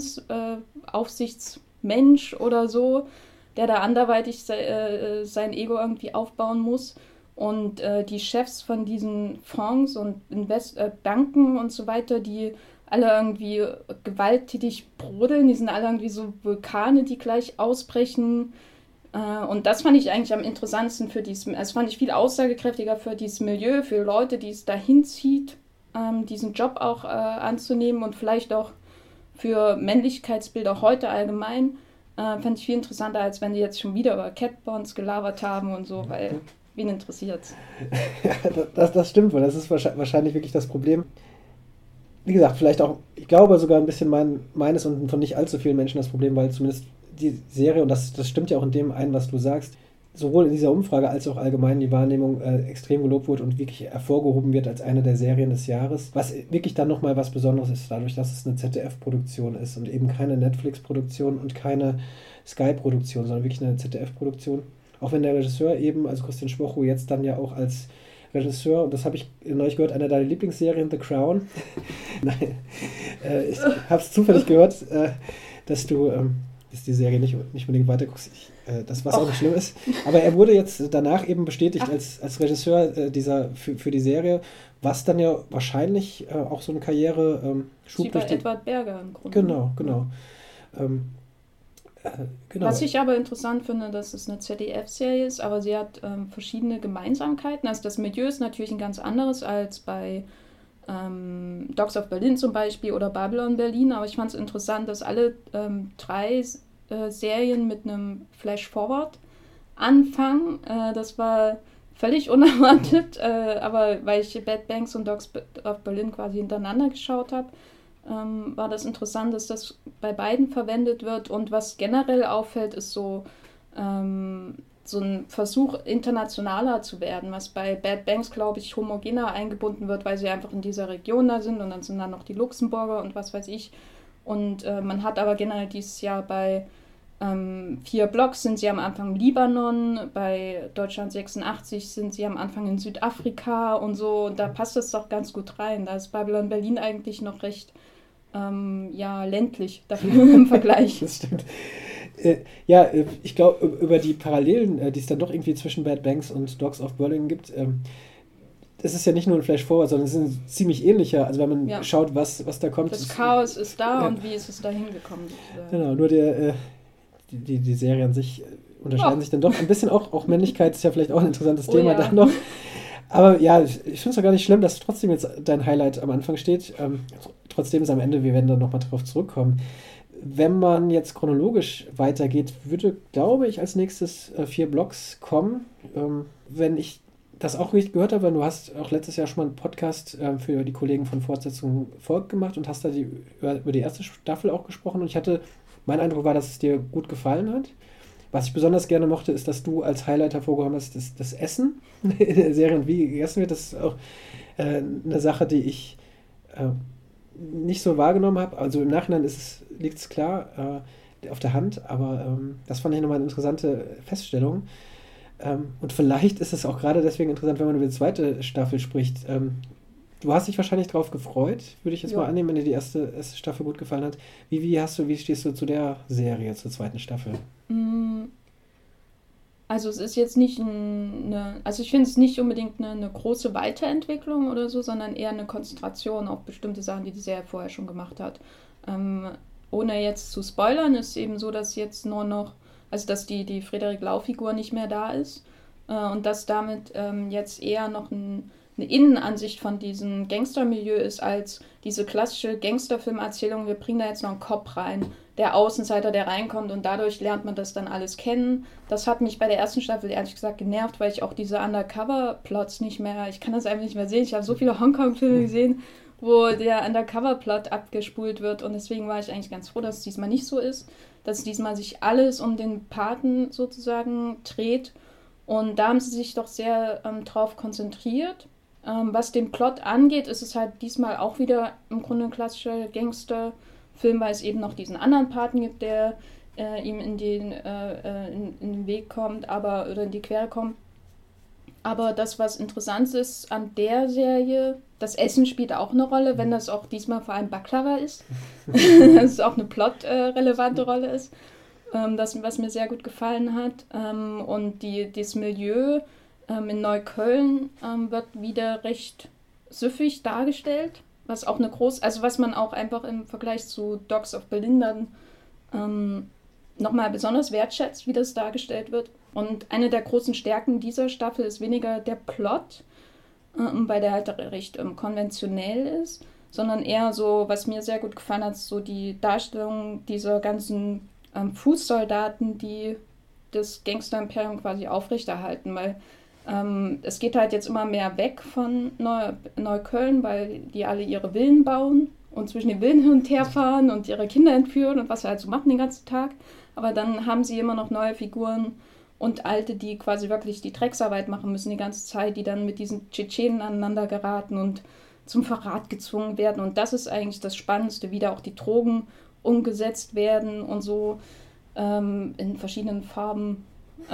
Finanzaufsichtsmensch äh, oder so, der da anderweitig se- äh, sein Ego irgendwie aufbauen muss. Und äh, die Chefs von diesen Fonds und Invest- äh, Banken und so weiter, die alle irgendwie gewalttätig brodeln, die sind alle irgendwie so Vulkane, die gleich ausbrechen. Äh, und das fand ich eigentlich am interessantesten für dieses, also fand ich viel aussagekräftiger für dieses Milieu, für Leute, die es dahin zieht, ähm, diesen Job auch äh, anzunehmen und vielleicht auch für Männlichkeitsbilder heute allgemein, äh, fand ich viel interessanter, als wenn die jetzt schon wieder über Cat Bonds gelabert haben und so, weil wen interessiert's? Ja, das, das stimmt wohl. Das ist wahrscheinlich wirklich das Problem. Wie gesagt, vielleicht auch, ich glaube sogar ein bisschen mein, meines und von nicht allzu vielen Menschen das Problem, weil zumindest die Serie, und das, das stimmt ja auch in dem ein, was du sagst, sowohl in dieser Umfrage als auch allgemein die Wahrnehmung äh, extrem gelobt wurde und wirklich hervorgehoben wird als eine der Serien des Jahres. Was wirklich dann nochmal was Besonderes ist, dadurch, dass es eine Z D F-Produktion ist und eben keine Netflix-Produktion und keine Sky-Produktion, sondern wirklich eine Z D F-Produktion. Auch wenn der Regisseur eben, also Christian Schwocho, jetzt dann ja auch als Regisseur, und das habe ich neulich gehört, einer deiner Lieblingsserien, The Crown. Nein, äh, ich habe es zufällig gehört, äh, dass du ähm, dass die Serie nicht, nicht unbedingt weiterguckst, ich, äh, das was Och. auch nicht schlimm ist. Aber er wurde jetzt danach eben bestätigt als, als Regisseur äh, dieser für, für die Serie, was dann ja wahrscheinlich äh, auch so eine Karriere ähm, schub. Wie bei durch die, Edward Berger im Grunde. Genau, genau. Ähm, äh, genau. Was ich aber interessant finde, dass es eine Z D F-Serie ist, aber sie hat ähm, verschiedene Gemeinsamkeiten. Also das Milieu ist natürlich ein ganz anderes als bei ähm, Dogs of Berlin zum Beispiel oder Babylon Berlin, aber ich fand es interessant, dass alle ähm, drei äh, Serien mit einem Flash-Forward anfangen. Äh, das war völlig unerwartet, äh, aber weil ich Bad Banks und Dogs of Berlin quasi hintereinander geschaut habe, ähm, war das interessant, dass das bei beiden verwendet wird. Und was generell auffällt, ist so ähm, so ein Versuch, internationaler zu werden, was bei Bad Banks, glaube ich, homogener eingebunden wird, weil sie einfach in dieser Region da sind und dann sind da noch die Luxemburger und was weiß ich. Und äh, man hat aber generell dieses Jahr bei ähm, vier Blocks sind sie am Anfang im Libanon, bei Deutschland sechsundachtzig sind sie am Anfang in Südafrika und so. Und da passt das doch ganz gut rein. Da ist Babylon Berlin eigentlich noch recht ähm, ja, ländlich dafür im Vergleich. Das stimmt. Äh, ja, ich glaube, über die Parallelen, äh, die es dann doch irgendwie zwischen Bad Banks und Dogs of Berlin gibt, ähm, es ist ja nicht nur ein Flash-Forward, sondern es ist ziemlich ähnlicher. Also wenn man ja. schaut, was, was da kommt. Das Chaos ist da ja. und wie ist es da hingekommen. Genau, nur der, äh, die, die, die Serie an sich unterscheiden oh. sich dann doch ein bisschen. Auch, auch Männlichkeit ist ja vielleicht auch ein interessantes oh, Thema ja. da noch. Aber ja, ich finde es doch gar nicht schlimm, dass trotzdem jetzt dein Highlight am Anfang steht. Ähm, trotzdem ist am Ende, wir werden dann nochmal drauf zurückkommen. Wenn man jetzt chronologisch weitergeht, würde, glaube ich, als nächstes äh, vier Blocks kommen. Ähm, wenn ich das auch richtig gehört habe, weil du hast auch letztes Jahr schon mal einen Podcast äh, für die Kollegen von Fortsetzung Volk gemacht und hast da die, über, über die erste Staffel auch gesprochen. Und ich hatte, mein Eindruck war, dass es dir gut gefallen hat. Was ich besonders gerne mochte, ist, dass du als Highlight hervorgehoben hast, das, das Essen in der Serie und wie gegessen wird. Das ist auch äh, eine Sache, die ich äh, nicht so wahrgenommen habe. Also im Nachhinein ist es, liegt es klar äh, auf der Hand, aber ähm, das fand ich nochmal eine interessante Feststellung. Ähm, und vielleicht ist es auch gerade deswegen interessant, wenn man über die zweite Staffel spricht. Ähm, du hast dich wahrscheinlich drauf gefreut, würde ich jetzt ja. mal annehmen, wenn dir die erste, erste Staffel gut gefallen hat. Wie, wie hast du, wie stehst du zu der Serie, zur zweiten Staffel? Also es ist jetzt nicht eine, also ich finde es nicht unbedingt eine, eine große Weiterentwicklung oder so, sondern eher eine Konzentration auf bestimmte Sachen, die die Serie vorher schon gemacht hat. Ähm, ohne jetzt zu spoilern, ist es eben so, dass jetzt nur noch, also dass die, die Frederik Lau-Figur nicht mehr da ist äh, und dass damit ähm, jetzt eher noch ein, eine Innenansicht von diesem Gangstermilieu ist, als diese klassische Gangsterfilmerzählung, wir bringen da jetzt noch einen Cop rein, der Außenseiter, der reinkommt und dadurch lernt man das dann alles kennen. Das hat mich bei der ersten Staffel ehrlich gesagt genervt, weil ich auch diese Undercover-Plots nicht mehr, ich kann das einfach nicht mehr sehen. Ich habe so viele Hongkong-Filme gesehen, wo der Undercover-Plot abgespult wird und deswegen war ich eigentlich ganz froh, dass es diesmal nicht so ist, dass diesmal sich alles um den Paten sozusagen dreht und da haben sie sich doch sehr ähm, drauf konzentriert. Ähm, was den Plot angeht, ist es halt diesmal auch wieder im Grunde ein klassischer Gangster- Film, weil es eben noch diesen anderen Paten gibt, der äh, ihm in den, äh, in, in den Weg kommt, aber oder in die Quere kommt. Aber das, was interessant ist an der Serie, das Essen spielt auch eine Rolle, wenn das auch diesmal vor allem Baklava ist. Dass es auch eine plot-relevante äh, Rolle ist. Ähm, das, was mir sehr gut gefallen hat. Ähm, und die, das Milieu ähm, in Neukölln ähm, wird wieder recht süffig dargestellt. Was auch eine große, also was man auch einfach im Vergleich zu Dogs of Berlin dann ähm, nochmal besonders wertschätzt, wie das dargestellt wird. Und eine der großen Stärken dieser Staffel ist weniger der Plot, ähm, weil der halt recht ähm, konventionell ist, sondern eher so, was mir sehr gut gefallen hat, so die Darstellung dieser ganzen ähm, Fußsoldaten, die das Gangster-Imperium quasi aufrechterhalten, weil Ähm, es geht halt jetzt immer mehr weg von Neu- Neukölln, weil die alle ihre Villen bauen und zwischen den Villen hin und her fahren und ihre Kinder entführen und was sie halt so machen den ganzen Tag. Aber dann haben sie immer noch neue Figuren und alte, die quasi wirklich die Drecksarbeit machen müssen die ganze Zeit, die dann mit diesen Tschetschenen aneinander geraten und zum Verrat gezwungen werden. Und das ist eigentlich das Spannendste, wie da auch die Drogen umgesetzt werden und so ähm, in verschiedenen Farben.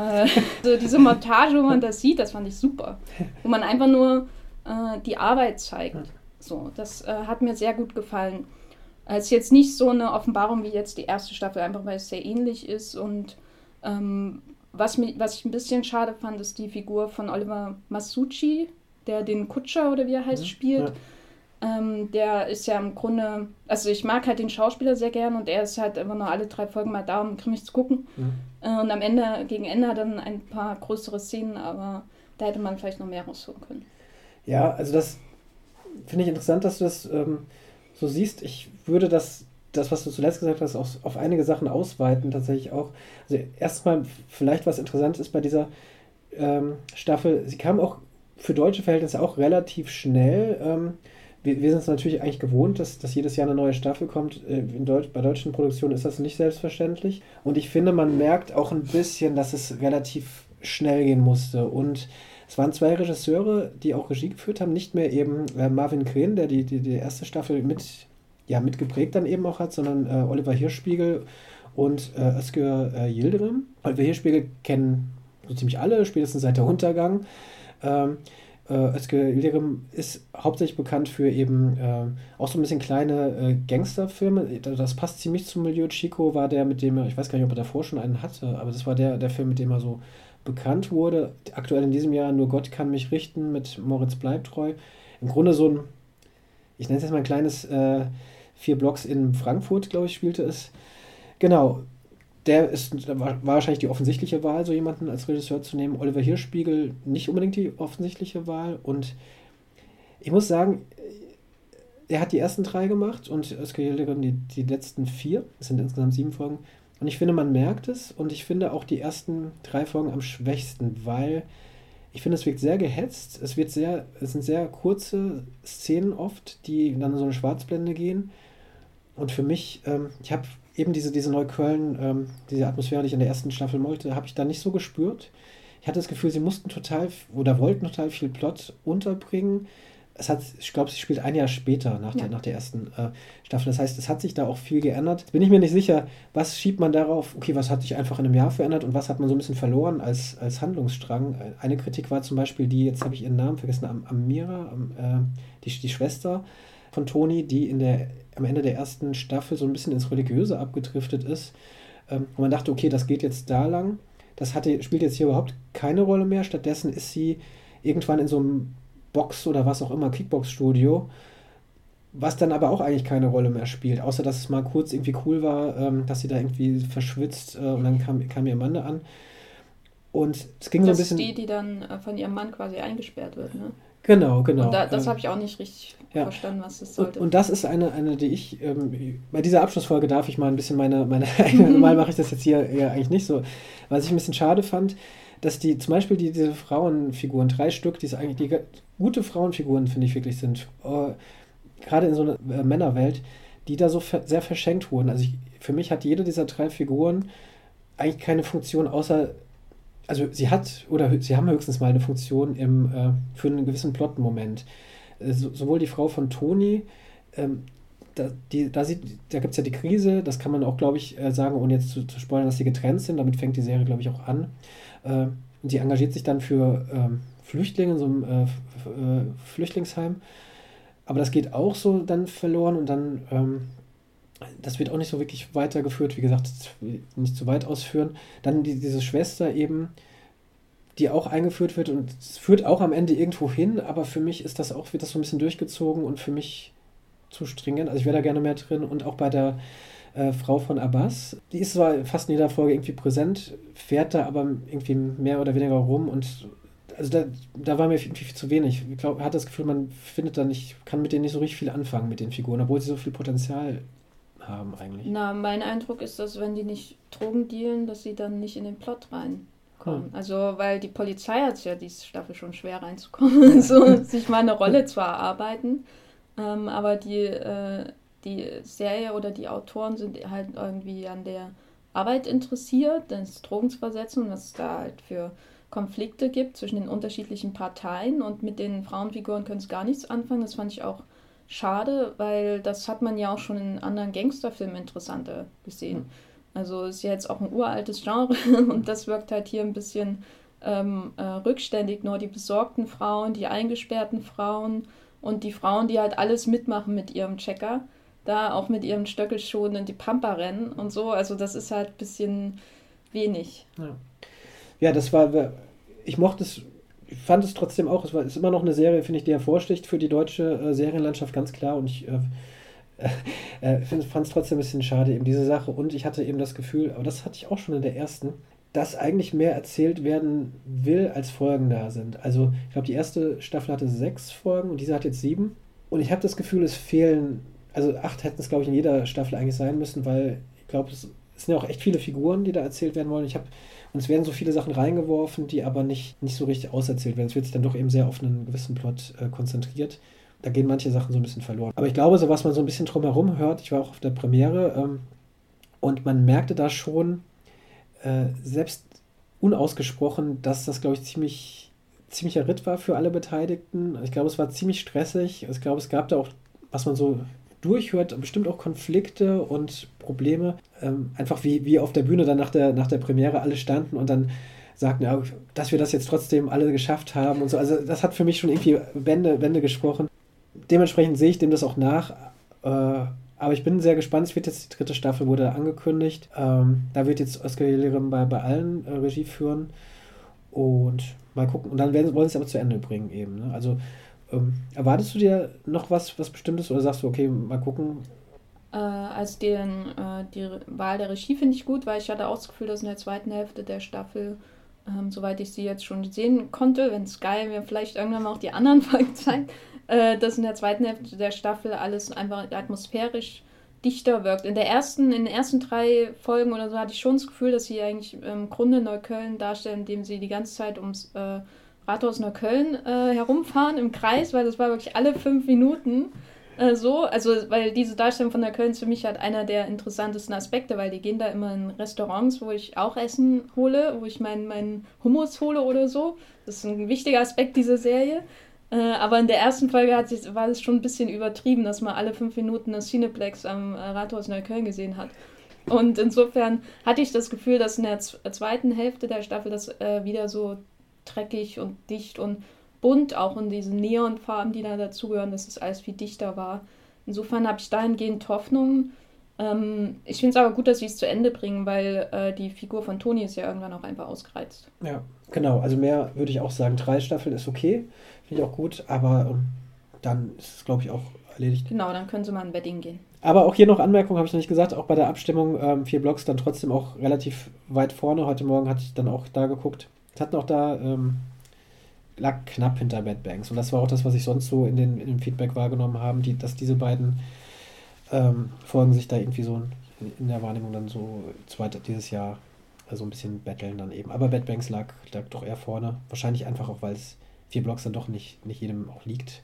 Also diese Montage, wo man das sieht, das fand ich super. Wo man einfach nur äh, die Arbeit zeigt. So, das äh, hat mir sehr gut gefallen. Es ist jetzt nicht so eine Offenbarung wie jetzt die erste Staffel, einfach weil es sehr ähnlich ist. Und ähm, was, mich, was ich ein bisschen schade fand, ist die Figur von Oliver Masucci, der den Kutscher oder wie er heißt, Mhm. spielt. Ja. Ähm, der ist ja im Grunde, also ich mag halt den Schauspieler sehr gern und er ist halt immer nur alle drei Folgen mal da, um grimmig zu gucken. Mhm. Äh, und am Ende, gegen Ende hat er dann ein paar größere Szenen, aber da hätte man vielleicht noch mehr rausholen können. Ja, also das finde ich interessant, dass du das ähm, so siehst. Ich würde das, das, was du zuletzt gesagt hast, auf, auf einige Sachen ausweiten tatsächlich auch. Also erstmal vielleicht was Interessantes ist bei dieser ähm, Staffel, sie kam auch für deutsche Verhältnisse auch relativ schnell. Ähm, wir, wir sind es natürlich eigentlich gewohnt, dass, dass jedes Jahr eine neue Staffel kommt. Äh, in Deutsch, bei deutschen Produktionen ist das nicht selbstverständlich. Und ich finde, man merkt auch ein bisschen, dass es relativ schnell gehen musste. Und es waren zwei Regisseure, die auch Regie geführt haben, nicht mehr eben äh, Marvin Kren, der die, die, die erste Staffel mit, ja, mitgeprägt dann eben auch hat, sondern äh, Oliver Hirschspiegel und äh, Özgür äh, Yildirim. Oliver Hirschspiegel kennen so ziemlich alle, spätestens seit der Untergang. Ähm, äh, Özgür Yildirim ist hauptsächlich bekannt für eben äh, auch so ein bisschen kleine äh, Gangsterfilme. Das passt ziemlich zum Milieu. Chico war der, mit dem er, ich weiß gar nicht, ob er davor schon einen hatte, aber das war der, der Film, mit dem er so bekannt wurde. Aktuell in diesem Jahr Nur Gott kann mich richten mit Moritz Bleibtreu. Im Grunde so ein, ich nenne es jetzt mal ein kleines äh, vier Blocks in Frankfurt, glaube ich, spielte es. Genau, der ist, war, war wahrscheinlich die offensichtliche Wahl, so jemanden als Regisseur zu nehmen. Oliver Hirschspiegel nicht unbedingt die offensichtliche Wahl. Und ich muss sagen, er hat die ersten drei gemacht und Özgür Yildirim die, die letzten vier. Es sind insgesamt sieben Folgen. Und ich finde, man merkt es und ich finde auch die ersten drei Folgen am schwächsten, weil ich finde, es wirkt sehr gehetzt. Es wird sehr, es sind sehr kurze Szenen oft, die dann in so eine Schwarzblende gehen. Und für mich, ähm, ich habe eben diese, diese Neukölln, ähm, diese Atmosphäre, die ich in der ersten Staffel wollte, habe ich da nicht so gespürt. Ich hatte das Gefühl, sie mussten total oder wollten total viel Plot unterbringen. Es hat, ich glaube, sie spielt ein Jahr später nach, Ja. der, nach der ersten äh, Staffel. Das heißt, es hat sich da auch viel geändert. Jetzt bin ich mir nicht sicher, was schiebt man darauf, okay, was hat sich einfach in einem Jahr verändert und was hat man so ein bisschen verloren als, als Handlungsstrang. Eine Kritik war zum Beispiel die, jetzt habe ich ihren Namen vergessen, Am, Amira, Am, äh, die, die Schwester von Toni, die in der, am Ende der ersten Staffel so ein bisschen ins Religiöse abgedriftet ist. Ähm, und man dachte, okay, das geht jetzt da lang. Das hatte, spielt jetzt hier überhaupt keine Rolle mehr. Stattdessen ist sie irgendwann in so einem Box oder was auch immer, Kickbox-Studio, was dann aber auch eigentlich keine Rolle mehr spielt, außer dass es mal kurz irgendwie cool war, ähm, dass sie da irgendwie verschwitzt äh, und dann kam, kam ihr Mann an. Und es ging Das so ein bisschen. ist die, die dann äh, von ihrem Mann quasi eingesperrt wird, ne? Genau, genau. Und da, das äh, habe ich auch nicht richtig ja. verstanden, was das Und, sollte. und das ist eine, eine die ich, ähm, bei dieser Abschlussfolge darf ich mal ein bisschen meine, meine normal mache ich das jetzt hier ja eigentlich nicht so, was ich ein bisschen schade fand, dass die, zum Beispiel die, diese Frauenfiguren, drei Stück, die es eigentlich, die gute Frauenfiguren, finde ich wirklich sind, äh, gerade in so einer äh, Männerwelt, die da so ver- sehr verschenkt wurden. Also ich, für mich hat jede dieser drei Figuren eigentlich keine Funktion, außer, also sie hat, oder sie haben höchstens mal eine Funktion im, äh, für einen gewissen Plot-Moment. Äh, so, sowohl die Frau von Toni, ähm, da, die, da, sieht, da gibt es ja die Krise, das kann man auch, glaube ich, äh, sagen, ohne jetzt zu, zu spoilern, dass sie getrennt sind, damit fängt die Serie, glaube ich, auch an. Äh, und sie engagiert sich dann für ähm, Flüchtlinge in so einem äh, F- äh, Flüchtlingsheim. Aber das geht auch so dann verloren und dann, ähm, das wird auch nicht so wirklich weitergeführt. Wie gesagt, das will ich nicht zu weit ausführen. Dann die, diese Schwester eben, die auch eingeführt wird und es führt auch am Ende irgendwo hin, aber für mich ist das auch, wird das so ein bisschen durchgezogen und für mich zu stringent. Also ich wäre da gerne mehr drin und auch bei der äh, Frau von Abbas, die ist zwar fast in jeder Folge irgendwie präsent, fährt da aber irgendwie mehr oder weniger rum und also da, da war mir irgendwie viel zu wenig. Ich glaube, hat das Gefühl, man findet da nicht, kann mit denen nicht so richtig viel anfangen mit den Figuren, obwohl sie so viel Potenzial haben eigentlich. Na, mein Eindruck ist, dass wenn die nicht Drogen dealen, dass sie dann nicht in den Plot reinkommen. Hm. Also, weil die Polizei hat es ja diese Staffel schon schwer reinzukommen, so sich mal eine Rolle zu erarbeiten. Ähm, aber die, äh, die Serie oder die Autoren sind halt irgendwie an der Arbeit interessiert, das Drogen zu versetzen und was es da halt für Konflikte gibt zwischen den unterschiedlichen Parteien und mit den Frauenfiguren können es gar nichts anfangen. Das fand ich auch schade, weil das hat man ja auch schon in anderen Gangsterfilmen interessanter gesehen. Hm. Also ist ja jetzt auch ein uraltes Genre und das wirkt halt hier ein bisschen ähm, äh, rückständig. Nur die besorgten Frauen, die eingesperrten Frauen und die Frauen, die halt alles mitmachen mit ihrem Checker. da auch mit ihrem Stöckelschuhen in die Pampa rennen und so. Also das ist halt ein bisschen wenig. Ja, ja das war, ich mochte es, ich fand es trotzdem auch, es war, ist immer noch eine Serie, finde ich, die hervorsticht für die deutsche äh, Serienlandschaft, ganz klar. Und ich äh, äh, fand es trotzdem ein bisschen schade, eben diese Sache. Und ich hatte eben das Gefühl, aber das hatte ich auch schon in der ersten, dass eigentlich mehr erzählt werden will, als Folgen da sind. Also ich glaube, die erste Staffel hatte sechs Folgen und diese hat jetzt sieben. Und ich habe das Gefühl, es fehlen, also acht hätten es, glaube ich, in jeder Staffel eigentlich sein müssen, weil ich glaube, es, es sind ja auch echt viele Figuren, die da erzählt werden wollen. Ich habe Und es werden so viele Sachen reingeworfen, die aber nicht, nicht so richtig auserzählt werden. Es wird sich dann doch eben sehr auf einen gewissen Plot äh, konzentriert. Da gehen manche Sachen so ein bisschen verloren. Aber ich glaube, so was man so ein bisschen drumherum hört, ich war auch auf der Premiere ähm, und man merkte da schon, äh, selbst unausgesprochen, dass das, glaube ich, ziemlich ziemlicher Ritt war für alle Beteiligten. Ich glaube, es war ziemlich stressig. Ich glaube, es gab da auch, was man so durchhört, bestimmt auch Konflikte und Probleme. Ähm, einfach wie, wie auf der Bühne dann nach der, nach der Premiere alle standen und dann sagten, ja, dass wir das jetzt trotzdem alle geschafft haben und so. Also das hat für mich schon irgendwie Bände, Bände gesprochen. Dementsprechend sehe ich dem das auch nach. Äh, aber ich bin sehr gespannt. Es wird jetzt die dritte Staffel, wurde angekündigt. Ähm, da wird jetzt Oscar Hillerim bei, bei allen äh, Regie führen. Und mal gucken. Und dann werden, wollen sie es aber zu Ende bringen eben. Ne? Also ähm, erwartest du dir noch was, was Bestimmtes oder sagst du, okay, mal gucken? Äh, also den, äh, die Wahl der Regie finde ich gut, weil ich hatte auch das Gefühl, dass in der zweiten Hälfte der Staffel, ähm, soweit ich sie jetzt schon sehen konnte, wenn Sky mir vielleicht irgendwann mal auch die anderen Folgen zeigt, äh, dass in der zweiten Hälfte der Staffel alles einfach atmosphärisch dichter wirkt. In der ersten, in den ersten drei Folgen oder so hatte ich schon das Gefühl, dass sie eigentlich im Grunde Neukölln darstellen, indem sie die ganze Zeit ums äh, Rathaus Neukölln äh, herumfahren im Kreis, weil das war wirklich alle fünf Minuten äh, so. Also, weil diese Darstellung von Neukölln ist für mich halt einer der interessantesten Aspekte, weil die gehen da immer in Restaurants, wo ich auch Essen hole, wo ich meinen mein Hummus hole oder so. Das ist ein wichtiger Aspekt dieser Serie. Äh, aber in der ersten Folge hat sich, war es schon ein bisschen übertrieben, dass man alle fünf Minuten das Cineplex am äh, Rathaus Neukölln gesehen hat. Und insofern hatte ich das Gefühl, dass in der z- zweiten Hälfte der Staffel das äh, wieder so dreckig und dicht und bunt, auch in diesen Neonfarben, die da dazugehören, dass es alles viel dichter war. Insofern habe ich dahingehend Hoffnung. Ähm, ich finde es aber gut, dass sie es zu Ende bringen, weil äh, die Figur von Toni ist ja irgendwann auch einfach ausgereizt. Ja, genau. Also mehr würde ich auch sagen. Drei Staffeln ist okay. Finde ich auch gut. Aber ähm, dann ist es, glaube ich, auch erledigt. Genau, dann können sie mal ein Wedding gehen. Aber auch hier noch Anmerkung, habe ich noch nicht gesagt, auch bei der Abstimmung, ähm, vier Blocks dann trotzdem auch relativ weit vorne. Heute Morgen hatte ich dann auch da geguckt. Es hatten auch da, ähm, lag knapp hinter Bad Banks. Und das war auch das, was ich sonst so in, den, in dem Feedback wahrgenommen habe, die, dass diese beiden ähm, Folgen sich da irgendwie so in, in der Wahrnehmung dann so zweite, dieses Jahr so also ein bisschen betteln dann eben. Aber Bad Banks lag, lag doch eher vorne. Wahrscheinlich einfach auch, weil es vier Blocks dann doch nicht, nicht jedem auch liegt.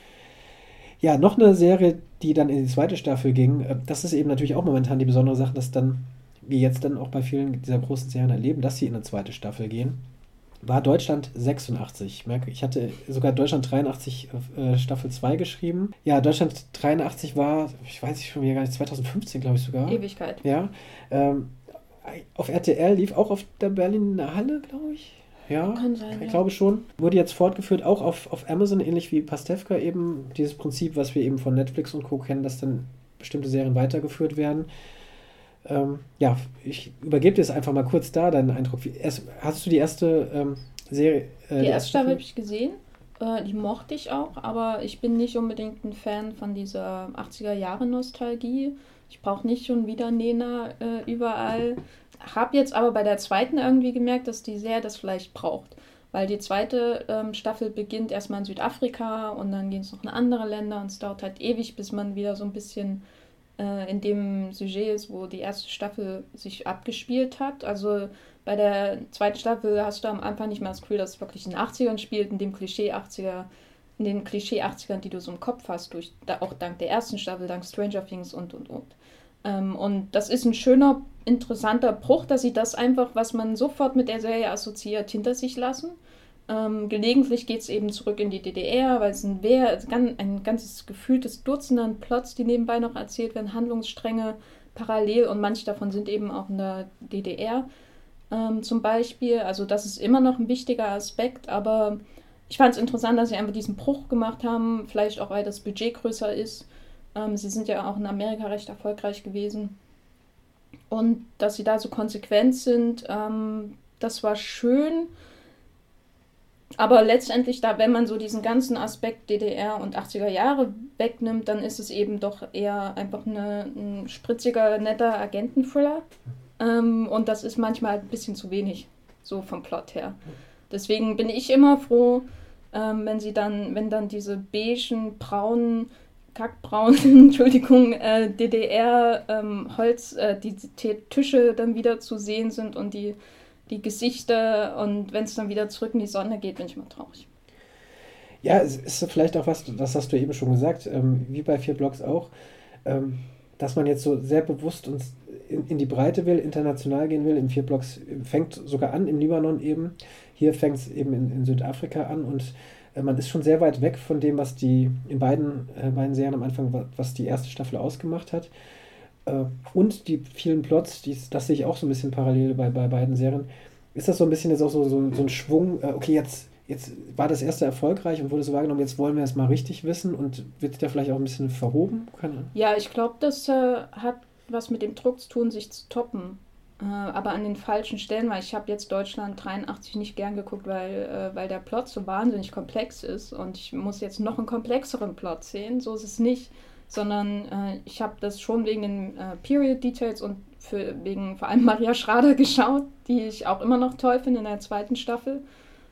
Ja, noch eine Serie, die dann in die zweite Staffel ging. Das ist eben natürlich auch momentan die besondere Sache, dass dann, wie jetzt dann auch bei vielen dieser großen Serien erleben, dass sie in eine zweite Staffel gehen. War Deutschland sechsundachtzig. Ich merke, ich hatte sogar Deutschland dreiundachtzig äh, Staffel zwei geschrieben. Ja, Deutschland dreiundachtzig war, ich weiß nicht schon wieder gar nicht, zwanzig fünfzehn glaube ich sogar. Ewigkeit. Ja. Ähm, auf R T L lief auch auf der Berliner Halle, glaube ich. Ja, kann sein, ich ja. glaube schon. Wurde jetzt fortgeführt, auch auf, auf Amazon, ähnlich wie Pastewka eben. Dieses Prinzip, was wir eben von Netflix und Co. kennen, dass dann bestimmte Serien weitergeführt werden. Ähm, ja, ich übergebe dir es einfach mal kurz da, deinen Eindruck. Wie, erst, hast du die erste ähm, Serie? Äh, die erste Staffel habe ich gesehen. Äh, die mochte ich auch, aber ich bin nicht unbedingt ein Fan von dieser achtziger-Jahre-Nostalgie. Ich brauche nicht schon wieder Nena äh, überall. Habe jetzt aber bei der zweiten irgendwie gemerkt, dass die Serie das vielleicht braucht. Weil die zweite ähm, Staffel beginnt erstmal in Südafrika und dann gehen es noch in andere Länder und es dauert halt ewig, bis man wieder so ein bisschen äh, in dem Sujet ist, wo die erste Staffel sich abgespielt hat. Also bei der zweiten Staffel hast du am Anfang nicht mal das Gefühl, dass es wirklich in den achtzigern spielt, in dem Klischee achtziger, in den Klischee achtzigern, die du so im Kopf hast, durch, da, auch dank der ersten Staffel, dank Stranger Things und und und. Ähm, und das ist ein schöner, interessanter Bruch, dass sie das einfach, was man sofort mit der Serie assoziiert, hinter sich lassen. Ähm, gelegentlich geht es eben zurück in die D D R, weil es ein, Wehr, ein ganzes gefühltes Dutzend an Plots, die nebenbei noch erzählt werden, Handlungsstränge parallel und manche davon sind eben auch in der D D R ähm, zum Beispiel. Also das ist immer noch ein wichtiger Aspekt, aber ich fand es interessant, dass sie einfach diesen Bruch gemacht haben, vielleicht auch, weil das Budget größer ist. Ähm, sie sind ja auch in Amerika recht erfolgreich gewesen. Und dass sie da so konsequent sind, ähm, das war schön. Aber letztendlich, da, wenn man so diesen ganzen Aspekt D D R und achtziger Jahre wegnimmt, dann ist es eben doch eher einfach eine, ein spritziger, netter Agenten-Thriller. Ähm, und das ist manchmal ein bisschen zu wenig, so vom Plot her. Deswegen bin ich immer froh, ähm, wenn sie dann, wenn dann diese beigen, braunen, kackbraunen, Entschuldigung, äh, D D R-Holz, ähm, äh, die, die Tische dann wieder zu sehen sind und die die Gesichter, und wenn es dann wieder zurück in die Sonne geht, bin ich mal traurig. Ja, es ist vielleicht auch was, das hast du eben schon gesagt, ähm, wie bei vier Blocks auch, ähm, dass man jetzt so sehr bewusst uns in, in die Breite will, international gehen will. In vier Blocks fängt sogar an im Libanon eben, hier fängt es eben in, in Südafrika an und äh, man ist schon sehr weit weg von dem, was die in beiden, äh, beiden Serien am Anfang, was die erste Staffel ausgemacht hat. Äh, und die vielen Plots, die, das sehe ich auch so ein bisschen parallel bei, bei beiden Serien. Ist das so ein bisschen jetzt auch so, so, so ein Schwung, äh, okay, jetzt, jetzt war das erste erfolgreich und wurde so wahrgenommen, jetzt wollen wir es mal richtig wissen und wird der vielleicht auch ein bisschen verhoben? Keine Ahnung. Ja, ich glaube, das äh, hat was mit dem Druck zu tun, sich zu toppen. Äh, aber an den falschen Stellen, weil ich habe jetzt Deutschland dreiundachtzig nicht gern geguckt, weil, äh, weil der Plot so wahnsinnig komplex ist und ich muss jetzt noch einen komplexeren Plot sehen, so ist es nicht. Sondern äh, ich habe das schon wegen den äh, Period-Details und für, wegen vor allem Maria Schrader geschaut, die ich auch immer noch toll finde in der zweiten Staffel.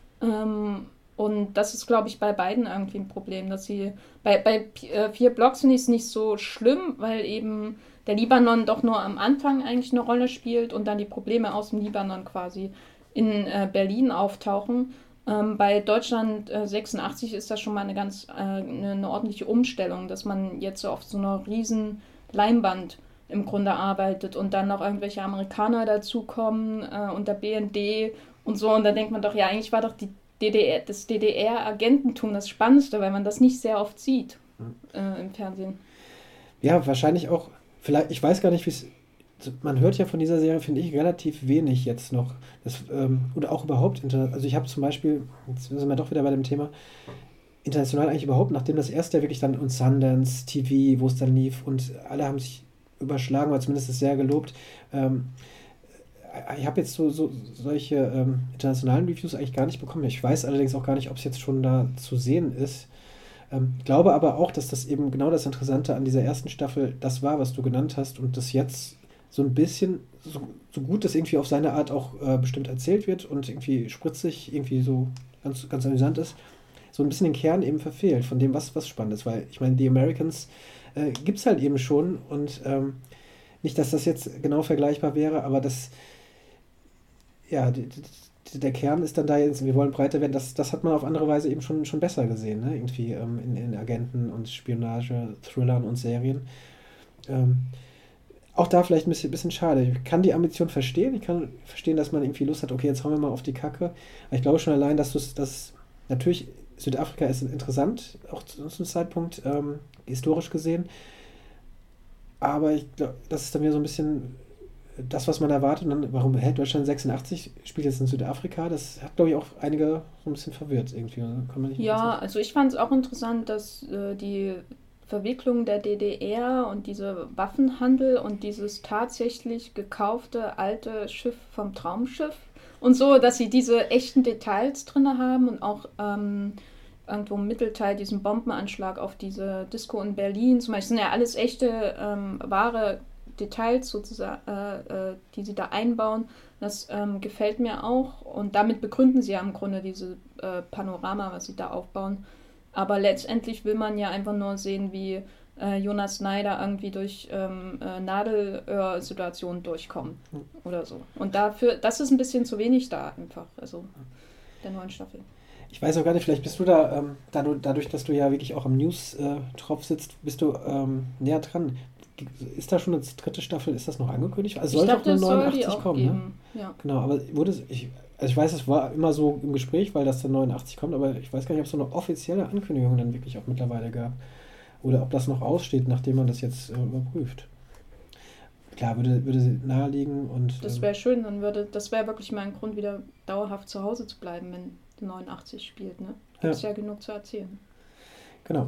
Ähm, und das ist, glaube ich, bei beiden irgendwie ein Problem, dass sie, bei, bei äh, vier Blocks finde ich es nicht so schlimm, weil eben der Libanon doch nur am Anfang eigentlich eine Rolle spielt und dann die Probleme aus dem Libanon quasi in äh, Berlin auftauchen. Ähm, bei Deutschland äh, sechsundachtzig ist das schon mal eine ganz äh, eine, eine ordentliche Umstellung, dass man jetzt so auf so einer riesen Leinwand im Grunde arbeitet und dann noch irgendwelche Amerikaner dazukommen äh, und der B N D und so. Und da denkt man doch, ja, eigentlich war doch die D D R, das D D R-Agententum das Spannendste, weil man das nicht sehr oft sieht äh, im Fernsehen. Ja, wahrscheinlich auch, vielleicht, ich weiß gar nicht, wie es, man hört ja von dieser Serie, finde ich, relativ wenig jetzt noch. Das, ähm, oder auch überhaupt, interna- also ich habe zum Beispiel, jetzt sind wir doch wieder bei dem Thema, international eigentlich überhaupt, nachdem das erste wirklich dann und Sundance, T V, wo es dann lief und alle haben sich überschlagen, oder zumindest ist sehr gelobt. Ähm, ich habe jetzt so, so solche ähm, internationalen Reviews eigentlich gar nicht bekommen. Ich weiß allerdings auch gar nicht, ob es jetzt schon da zu sehen ist. Ähm, glaube aber auch, dass das eben genau das Interessante an dieser ersten Staffel das war, was du genannt hast und das jetzt so ein bisschen, so, so gut das irgendwie auf seine Art auch äh, bestimmt erzählt wird und irgendwie spritzig, irgendwie so ganz, ganz amüsant ist, so ein bisschen den Kern eben verfehlt von dem, was, was spannend ist. Weil ich meine, The Americans äh, gibt es halt eben schon und ähm, nicht, dass das jetzt genau vergleichbar wäre, aber das, ja, die, die, der Kern ist dann da jetzt, wir wollen breiter werden, das, das hat man auf andere Weise eben schon, schon besser gesehen, ne? Irgendwie ähm, in, in Agenten und Spionage, Thrillern und Serien. Ähm, auch da vielleicht ein bisschen, bisschen schade. Ich kann die Ambition verstehen, ich kann verstehen, dass man irgendwie Lust hat, okay, jetzt hauen wir mal auf die Kacke. Aber ich glaube schon allein, dass du das, natürlich, Südafrika ist interessant, auch zu diesem Zeitpunkt, ähm, historisch gesehen. Aber ich glaube, das ist dann wieder so ein bisschen das, was man erwartet. Und dann, warum hält Deutschland sechsundachtzig, spielt jetzt in Südafrika? Das hat, glaube ich, auch einige so ein bisschen verwirrt irgendwie. Kann man nicht Ja, also ich fand es auch interessant, dass äh, die Verwicklung der D D R und diese Waffenhandel und dieses tatsächlich gekaufte alte Schiff vom Traumschiff und so, dass sie diese echten Details drin haben und auch ähm, irgendwo im Mittelteil diesen Bombenanschlag auf diese Disco in Berlin zum Beispiel, sind ja alles echte, ähm, wahre Details sozusagen, äh, äh, die sie da einbauen. Das ähm, gefällt mir auch und damit begründen sie ja im Grunde diese äh, Panorama, was sie da aufbauen. Aber letztendlich will man ja einfach nur sehen, wie äh, Jonas Snyder irgendwie durch ähm, äh, Nadelöhr-Situationen durchkommt oder so. Und dafür, das ist ein bisschen zu wenig da einfach, also der neuen Staffel. Ich weiß auch gar nicht, vielleicht bist du da, ähm, dadurch, dadurch, dass du ja wirklich auch am News-Tropf sitzt, bist du ähm, näher dran. Ist da schon eine dritte Staffel, ist das noch angekündigt? Also soll doch eine neunundachtzig kommen, geben. Ne? Ja. Genau, aber wurde es, ich, also ich weiß, es war immer so im Gespräch, weil das dann neunundachtzig kommt, aber ich weiß gar nicht, ob es so eine offizielle Ankündigung dann wirklich auch mittlerweile gab. Oder ob das noch aussteht, nachdem man das jetzt äh, überprüft. Klar, würde, würde sie naheliegen und... Das wäre schön, dann würde, das wäre wirklich mal ein Grund, wieder dauerhaft zu Hause zu bleiben, wenn die neunundachtzig spielt, ne? Gibt es ja. ja genug zu erzählen. Genau.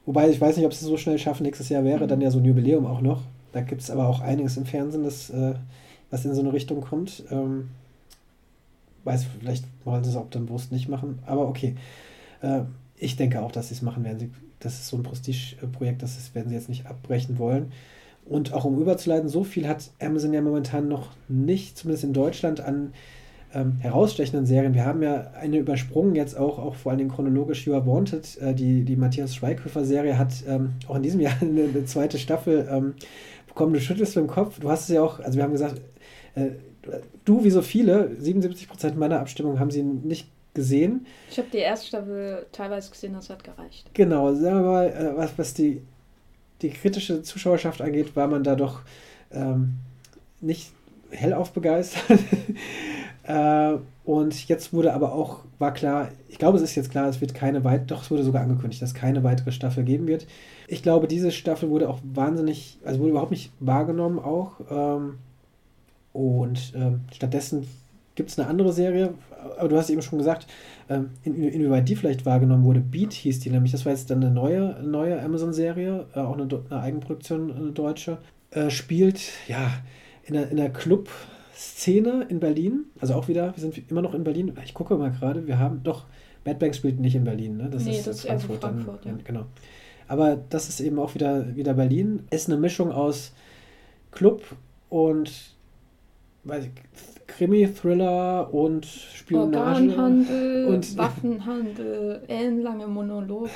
Wobei ich weiß nicht, ob sie es so schnell schaffen. Nächstes Jahr wäre dann ja so ein Jubiläum auch noch. Da gibt es aber auch einiges im Fernsehen, das, äh, was in so eine Richtung kommt. Ähm, weiß, vielleicht wollen sie es auch dann bewusst nicht machen. Aber okay. Äh, ich denke auch, dass sie es machen werden. Sie, das ist so ein Prestigeprojekt, das ist, werden sie jetzt nicht abbrechen wollen. Und auch um überzuleiten, so viel hat Amazon ja momentan noch nicht, zumindest in Deutschland, an ähm, herausstechenden Serien. Wir haben ja eine übersprungen, jetzt auch, auch vor allen Dingen chronologisch You Are Wanted. Äh, die, die Matthias Schweighöfer-Serie hat ähm, auch in diesem Jahr eine, eine zweite Staffel ähm, bekommen. Du schüttelst mit dem Kopf. Du hast es ja auch, also wir haben gesagt, äh, du wie so viele, siebenundsiebzig Prozent meiner Abstimmung haben sie nicht gesehen. Ich habe die erste Staffel teilweise gesehen, das hat gereicht. Genau, sagen wir mal, äh, was, was die, die kritische Zuschauerschaft angeht, war man da doch ähm, nicht hellauf begeistert. äh, und jetzt wurde aber auch, war klar, ich glaube, es ist jetzt klar, es wird keine weitere, doch es wurde sogar angekündigt, dass es keine weitere Staffel geben wird. Ich glaube, diese Staffel wurde auch wahnsinnig, also wurde überhaupt nicht wahrgenommen auch. Ähm, und ähm, stattdessen gibt es eine andere Serie, aber du hast eben schon gesagt, ähm, in, inwieweit die vielleicht wahrgenommen wurde. Beat hieß die nämlich, das war jetzt dann eine neue, neue Amazon-Serie, äh, auch eine, eine Eigenproduktion, eine deutsche, äh, spielt ja in der, in der Club-Szene in Berlin, also auch wieder, wir sind immer noch in Berlin, ich gucke mal gerade, wir haben, doch, Mad Banks spielt nicht in Berlin, ne? Das nee, ist das ist Frankfurt, Frankfurt dann, ja. Genau. Aber das ist eben auch wieder, wieder Berlin, ist eine Mischung aus Club und weiß ich, Krimi, Thriller und Spionage. Organhandel, und Waffenhandel, ellenlange Monologe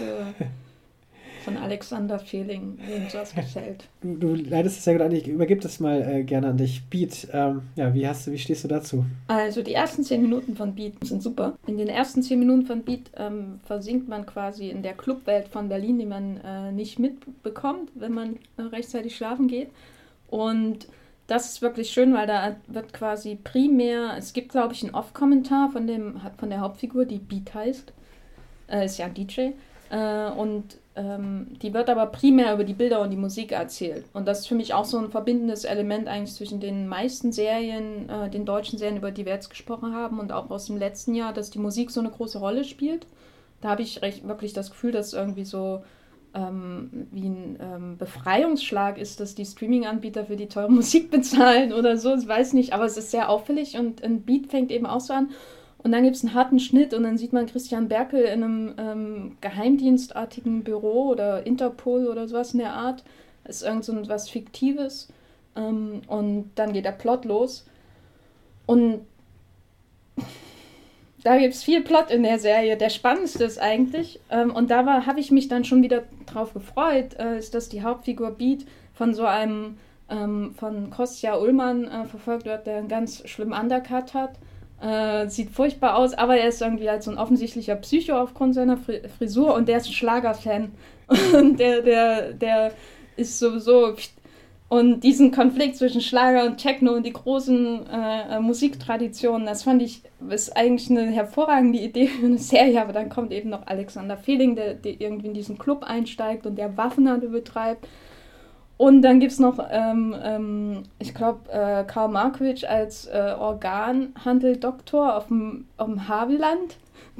von Alexander Fehling, wem das gefällt. Du, du leitest es ja gut an, ich übergebe das mal äh, gerne an dich. Beat, ähm, ja, wie hast du, wie stehst du dazu? Also die ersten zehn Minuten von Beat sind super. In den ersten zehn Minuten von Beat ähm, versinkt man quasi in der Clubwelt von Berlin, die man äh, nicht mitbekommt, wenn man äh, rechtzeitig schlafen geht. Und das ist wirklich schön, weil da wird quasi primär, es gibt glaube ich einen Off-Kommentar von, dem, von der Hauptfigur, die Beat heißt, äh, ist ja ein D J, äh, und ähm, die wird aber primär über die Bilder und die Musik erzählt. Und das ist für mich auch so ein verbindendes Element eigentlich zwischen den meisten Serien, äh, den deutschen Serien, über die wir jetzt gesprochen haben, und auch aus dem letzten Jahr, dass die Musik so eine große Rolle spielt. Da habe ich recht, wirklich das Gefühl, dass irgendwie so Ähm, wie ein ähm, Befreiungsschlag ist, dass die Streaming-Anbieter für die teure Musik bezahlen oder so, ich weiß nicht, aber es ist sehr auffällig und ein Beat fängt eben auch so an und dann gibt es einen harten Schnitt und dann sieht man Christian Berkel in einem ähm, geheimdienstartigen Büro oder Interpol oder sowas in der Art, das ist irgend so was Fiktives, ähm, und dann geht der Plot los und da gibt es viel Plot in der Serie. Der spannendste ist eigentlich, ähm, und da habe ich mich dann schon wieder drauf gefreut, äh, ist, dass die Hauptfigur Beat von so einem, ähm, von Kostja Ullmann äh, verfolgt wird, der einen ganz schlimmen Undercut hat. Äh, sieht furchtbar aus, aber er ist irgendwie halt so ein offensichtlicher Psycho aufgrund seiner Fri- Frisur und der ist ein Schlagerfan. Und der, der, der ist sowieso... Und diesen Konflikt zwischen Schlager und Techno und die großen äh, Musiktraditionen, das fand ich, ist eigentlich eine hervorragende Idee für eine Serie, aber dann kommt eben noch Alexander Fehling, der, der irgendwie in diesen Club einsteigt und der Waffenhandel betreibt. Und dann gibt es noch, ähm, ähm, ich glaube, äh, Karl Markovic als äh, Organhandeldoktor auf dem, auf dem Havelland.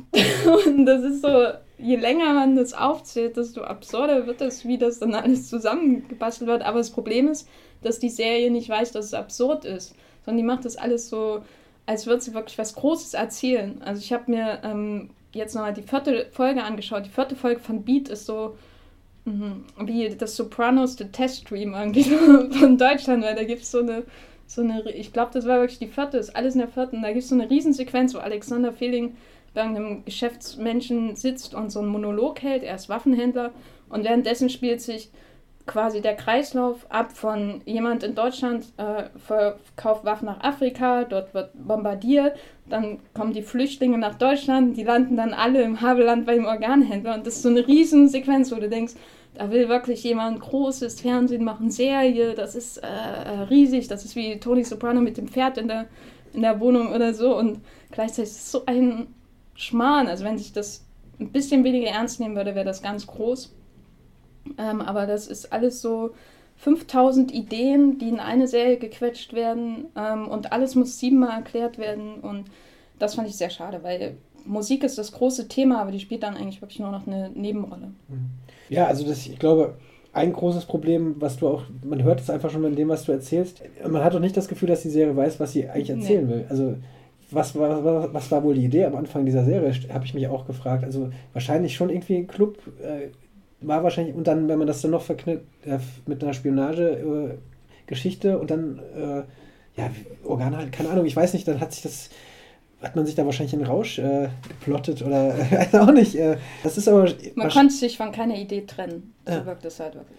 Und das ist so, je länger man das aufzählt, desto absurder wird es, wie das dann alles zusammengebastelt wird. Aber das Problem ist, dass die Serie nicht weiß, dass es absurd ist, sondern die macht das alles so, als würde sie wirklich was Großes erzählen. Also ich habe mir ähm, jetzt nochmal die vierte Folge angeschaut. Die vierte Folge von Beat ist so mh, wie das Sopranos The Test Stream irgendwie von Deutschland, weil da gibt es so eine, so eine, ich glaube, das war wirklich die vierte, ist alles in der vierten, da gibt es so eine Riesensequenz, wo Alexander Fehling bei einem Geschäftsmenschen sitzt und so einen Monolog hält, er ist Waffenhändler und währenddessen spielt sich quasi der Kreislauf ab von jemand in Deutschland äh, verkauft Waffen nach Afrika, dort wird bombardiert, dann kommen die Flüchtlinge nach Deutschland, die landen dann alle im Havelland bei dem Organhändler und das ist so eine Riesensequenz, wo du denkst, da will wirklich jemand großes Fernsehen machen, Serie, das ist äh, riesig, das ist wie Tony Soprano mit dem Pferd in der, in der Wohnung oder so und gleichzeitig ist es so ein Schmarrn, also wenn sich das ein bisschen weniger ernst nehmen würde, wäre das ganz groß. Ähm, aber das ist alles so fünftausend Ideen, die in eine Serie gequetscht werden ähm, und alles muss siebenmal erklärt werden und das fand ich sehr schade, weil Musik ist das große Thema, aber die spielt dann eigentlich wirklich nur noch eine Nebenrolle. Ja, also das, ich glaube, ein großes Problem, was du auch, man hört es einfach schon in dem, was du erzählst, man hat doch nicht das Gefühl, dass die Serie weiß, was sie eigentlich erzählen nee. will. Also was war, was, was war wohl die Idee am Anfang dieser Serie, habe ich mich auch gefragt. Also wahrscheinlich schon irgendwie ein Club, äh, war wahrscheinlich, und dann, wenn man das dann noch verknüpft äh, mit einer Spionage-Geschichte äh, und dann, äh, ja, Organe halt, keine Ahnung, ich weiß nicht, dann hat sich das, hat man sich da wahrscheinlich in Rausch äh, geplottet oder weiß auch nicht. Äh, das ist aber... Man konnte sich von keiner Idee trennen. So ja. wirkt es halt wirklich.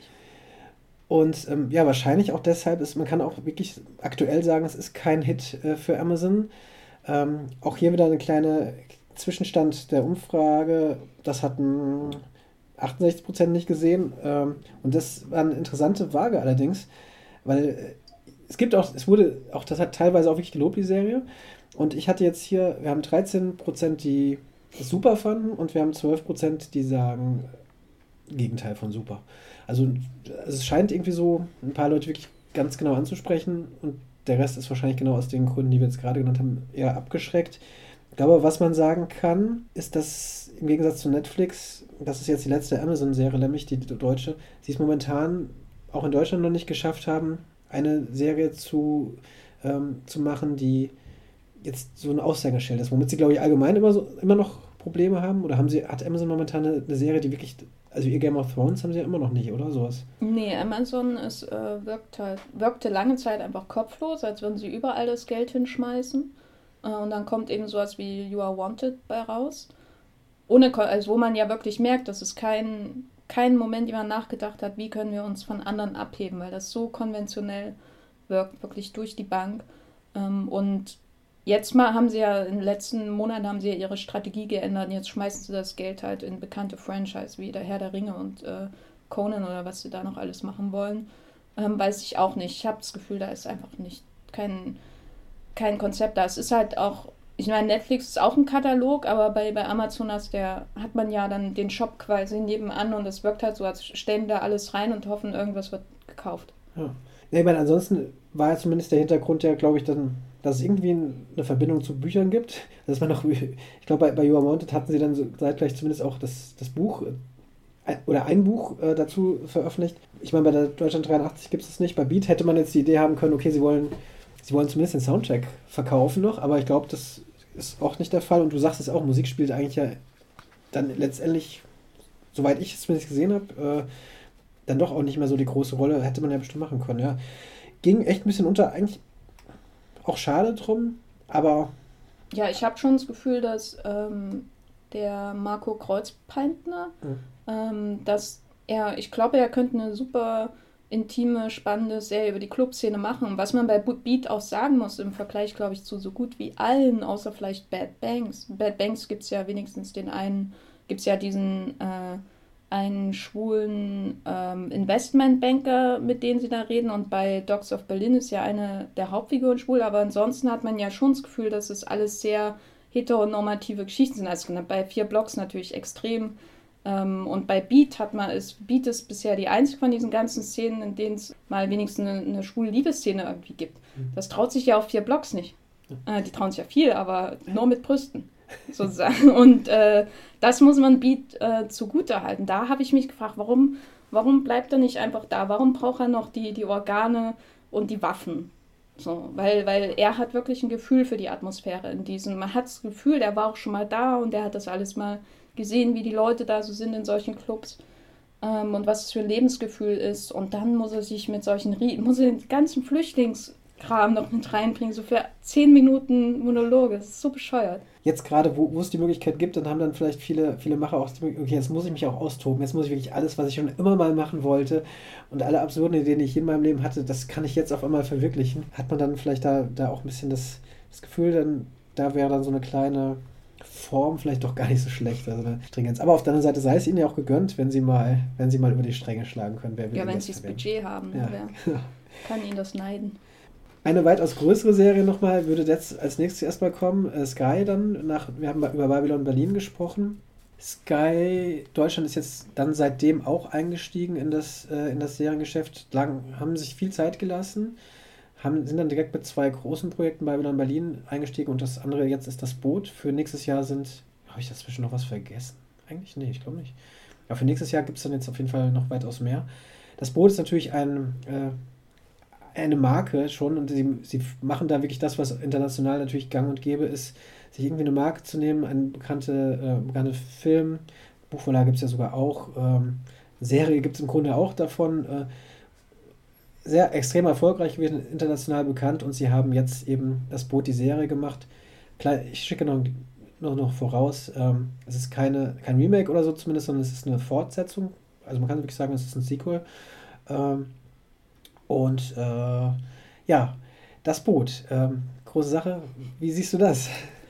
Und ähm, ja, wahrscheinlich auch deshalb ist, man kann auch wirklich aktuell sagen, es ist kein Hit äh, für Amazon. Ähm, auch hier wieder eine kleine Zwischenstand der Umfrage. Das hatten achtundsechzig Prozent nicht gesehen. Ähm, und das war eine interessante Waage allerdings, weil äh, es gibt auch, es wurde auch, das hat teilweise auch wirklich gelobt, die Serie. Und ich hatte jetzt hier, wir haben dreizehn Prozent, die es super fanden und wir haben zwölf Prozent, die sagen Gegenteil von super. Also es scheint irgendwie so ein paar Leute wirklich ganz genau anzusprechen und der Rest ist wahrscheinlich genau aus den Gründen, die wir jetzt gerade genannt haben, eher abgeschreckt. Ich glaube, was man sagen kann, ist, dass im Gegensatz zu Netflix, das ist jetzt die letzte Amazon-Serie, nämlich die deutsche, sie es momentan auch in Deutschland noch nicht geschafft haben, eine Serie zu, ähm, zu machen, die jetzt so ein Aushängeschild ist, womit sie, glaube ich, allgemein immer, so, immer noch Probleme haben. Oder haben sie, hat Amazon momentan eine, eine Serie, die wirklich, also ihr Game of Thrones haben sie ja immer noch nicht, oder sowas? Nee, Amazon ist, äh, wirkt halt, wirkte lange Zeit einfach kopflos, als würden sie überall das Geld hinschmeißen. Äh, und dann kommt eben sowas wie You Are Wanted bei raus. Ohne, also wo man ja wirklich merkt, dass es kein, kein Moment, jemand nachgedacht hat, wie können wir uns von anderen abheben, weil das so konventionell wirkt, wirklich durch die Bank. Ähm, und jetzt mal haben sie ja, in den letzten Monaten haben sie ja ihre Strategie geändert und jetzt schmeißen sie das Geld halt in bekannte Franchise wie der Herr der Ringe und äh, Conan oder was sie da noch alles machen wollen. Ähm, weiß ich auch nicht. Ich habe das Gefühl, da ist einfach nicht kein, kein Konzept da. Es ist halt auch, ich meine, Netflix ist auch ein Katalog, aber bei, bei Amazon hast der, hat man ja dann den Shop quasi nebenan und es wirkt halt so, als stellen da alles rein und hoffen, irgendwas wird gekauft. Ja. Nee, ich meine, ansonsten war ja zumindest der Hintergrund ja, glaube ich, dann, dass es irgendwie eine Verbindung zu Büchern gibt. Dass man noch, ich glaube, bei, bei You Are Wanted hatten sie dann so zeitgleich zumindest auch das, das Buch ein, oder ein Buch äh, dazu veröffentlicht. Ich meine, bei der Deutschland dreiundachtzig gibt es das nicht. Bei Beat hätte man jetzt die Idee haben können, okay, sie wollen, sie wollen zumindest den Soundtrack verkaufen noch, aber ich glaube, das ist auch nicht der Fall. Und du sagst es auch, Musik spielt eigentlich ja dann letztendlich, soweit ich es zumindest gesehen habe, äh, dann doch auch nicht mehr so die große Rolle. Hätte man ja bestimmt machen können, ja. Ging echt ein bisschen unter, eigentlich auch schade drum, aber... Ja, ich habe schon das Gefühl, dass ähm, der Marco Kreuzpeintner, mhm. ähm, dass er, ich glaube, er könnte eine super intime, spannende Serie über die Clubszene machen. Was man bei Beat auch sagen muss, im Vergleich, glaube ich, zu so gut wie allen, außer vielleicht Bad Banks. Bad Banks gibt es ja wenigstens den einen, gibt es ja diesen... Äh, einen schwulen ähm, Investmentbanker, mit denen sie da reden. Und bei Dogs of Berlin ist ja eine der Hauptfiguren schwul, aber ansonsten hat man ja schon das Gefühl, dass es alles sehr heteronormative Geschichten sind. Also bei vier Blocks natürlich extrem. Ähm, und bei Beat hat man es, Beat ist bisher die einzige von diesen ganzen Szenen, in denen es mal wenigstens eine, eine schwule Liebesszene irgendwie gibt. Das traut sich ja auf vier Blocks nicht. Äh, die trauen sich ja viel, aber nur mit Brüsten. Sozusagen. Und äh, das muss man Beat äh, zugute halten. Da habe ich mich gefragt, warum, warum bleibt er nicht einfach da? Warum braucht er noch die, die Organe und die Waffen? So, weil, weil er hat wirklich ein Gefühl für die Atmosphäre in diesem. Man hat das Gefühl, der war auch schon mal da und der hat das alles mal gesehen, wie die Leute da so sind in solchen Clubs ähm, und was es für ein Lebensgefühl ist. Und dann muss er sich mit solchen, muss er den ganzen Flüchtlingskram noch mit reinbringen, so für zehn Minuten Monologe. Das ist so bescheuert. Jetzt gerade, wo, wo es die Möglichkeit gibt, dann haben dann vielleicht viele, viele Macher auch die Möglichkeit, okay, jetzt muss ich mich auch austoben, jetzt muss ich wirklich alles, was ich schon immer mal machen wollte und alle absurden Ideen, die ich in meinem Leben hatte, das kann ich jetzt auf einmal verwirklichen. Hat man dann vielleicht da, da auch ein bisschen das, das Gefühl, dann, da wäre dann so eine kleine Form vielleicht doch gar nicht so schlecht, also eine Stringenz. Aber auf der anderen Seite sei es ihnen ja auch gegönnt, wenn sie mal, wenn sie mal über die Stränge schlagen können. Wer will ja, wenn sie das Budget haben, ja. Wer kann ihnen das neiden? Eine weitaus größere Serie nochmal würde jetzt als nächstes erstmal kommen. Äh, Sky dann, nach, wir haben über Babylon Berlin gesprochen. Sky Deutschland ist jetzt dann seitdem auch eingestiegen in das, äh, in das Seriengeschäft. Lang, haben sich viel Zeit gelassen, haben, sind dann direkt mit zwei großen Projekten Babylon Berlin eingestiegen und das andere jetzt ist das Boot. Für nächstes Jahr sind habe ich dazwischen noch was vergessen? Eigentlich nee, ich glaube nicht. Aber für nächstes Jahr gibt es dann jetzt auf jeden Fall noch weitaus mehr. Das Boot ist natürlich ein, äh, eine Marke schon und sie, sie machen da wirklich das, was international natürlich gang und gäbe ist, sich irgendwie eine Marke zu nehmen, eine bekannte, äh, bekannte Film, Buchvorlage gibt es ja sogar auch, ähm, Serie gibt es im Grunde auch davon, äh, sehr extrem erfolgreich gewesen, international bekannt und sie haben jetzt eben das Boot, die Serie gemacht. Klar, ich schicke noch, noch, noch voraus, ähm, es ist keine, kein Remake oder so zumindest, sondern es ist eine Fortsetzung. Also man kann wirklich sagen, es ist ein Sequel. Ähm, und äh, ja, das Boot, ähm, große Sache. Wie siehst du das?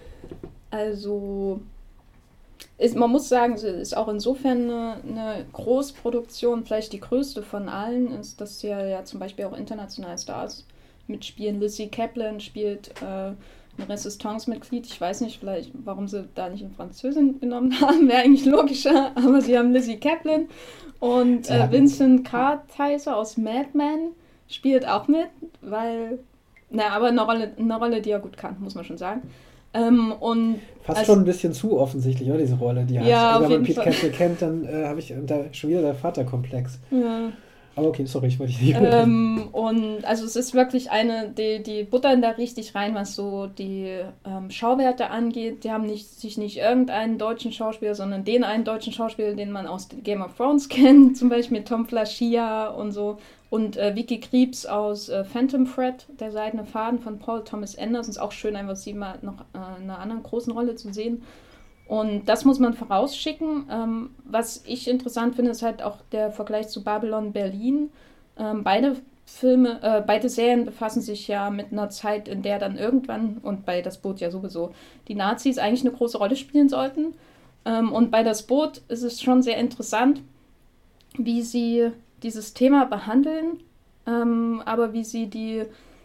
Also, ist, man muss sagen, es ist auch insofern eine, eine Großproduktion, vielleicht die größte von allen, ist, dass hier ja zum Beispiel auch internationale Stars mitspielen. Lizzie Kaplan spielt äh, ein Resistance-Mitglied. Ich weiß nicht, vielleicht, warum sie da nicht eine Französin genommen haben, wäre eigentlich logischer, aber sie haben Lizzie Kaplan und äh, Vincent Kartheiser aus Mad Men spielt auch mit, weil, naja, aber eine Rolle, eine Rolle, die er gut kann, muss man schon sagen. Ähm, und Fast also, schon ein bisschen zu offensichtlich, oder, diese Rolle, die ja, hat. Also, wenn man jeden Pete Fall. Campbell kennt, dann äh, habe ich da schon wieder der Vaterkomplex. Ja. Aber okay, sorry, ich wollte dich nicht Ähm, und also es ist wirklich eine, die, die buttern da richtig rein, was so die ähm, Schauwerte angeht. Die haben nicht, sich nicht irgendeinen deutschen Schauspieler, sondern den einen deutschen Schauspieler, den man aus Game of Thrones kennt, zum Beispiel mit Tom Flaschia und so. Und äh, Vicky Krieps aus äh, Phantom Thread, der Seidene Faden von Paul Thomas Anderson. Ist auch schön, einfach sie mal noch äh, in einer anderen großen Rolle zu sehen. Und das muss man vorausschicken. Ähm, was ich interessant finde, ist halt auch der Vergleich zu Babylon Berlin. Ähm, beide Filme, äh, beide Serien befassen sich ja mit einer Zeit, in der dann irgendwann, und bei Das Boot ja sowieso, die Nazis eigentlich eine große Rolle spielen sollten. Ähm, und bei Das Boot ist es schon sehr interessant, wie sie dieses Thema behandeln, ähm, aber wie sie die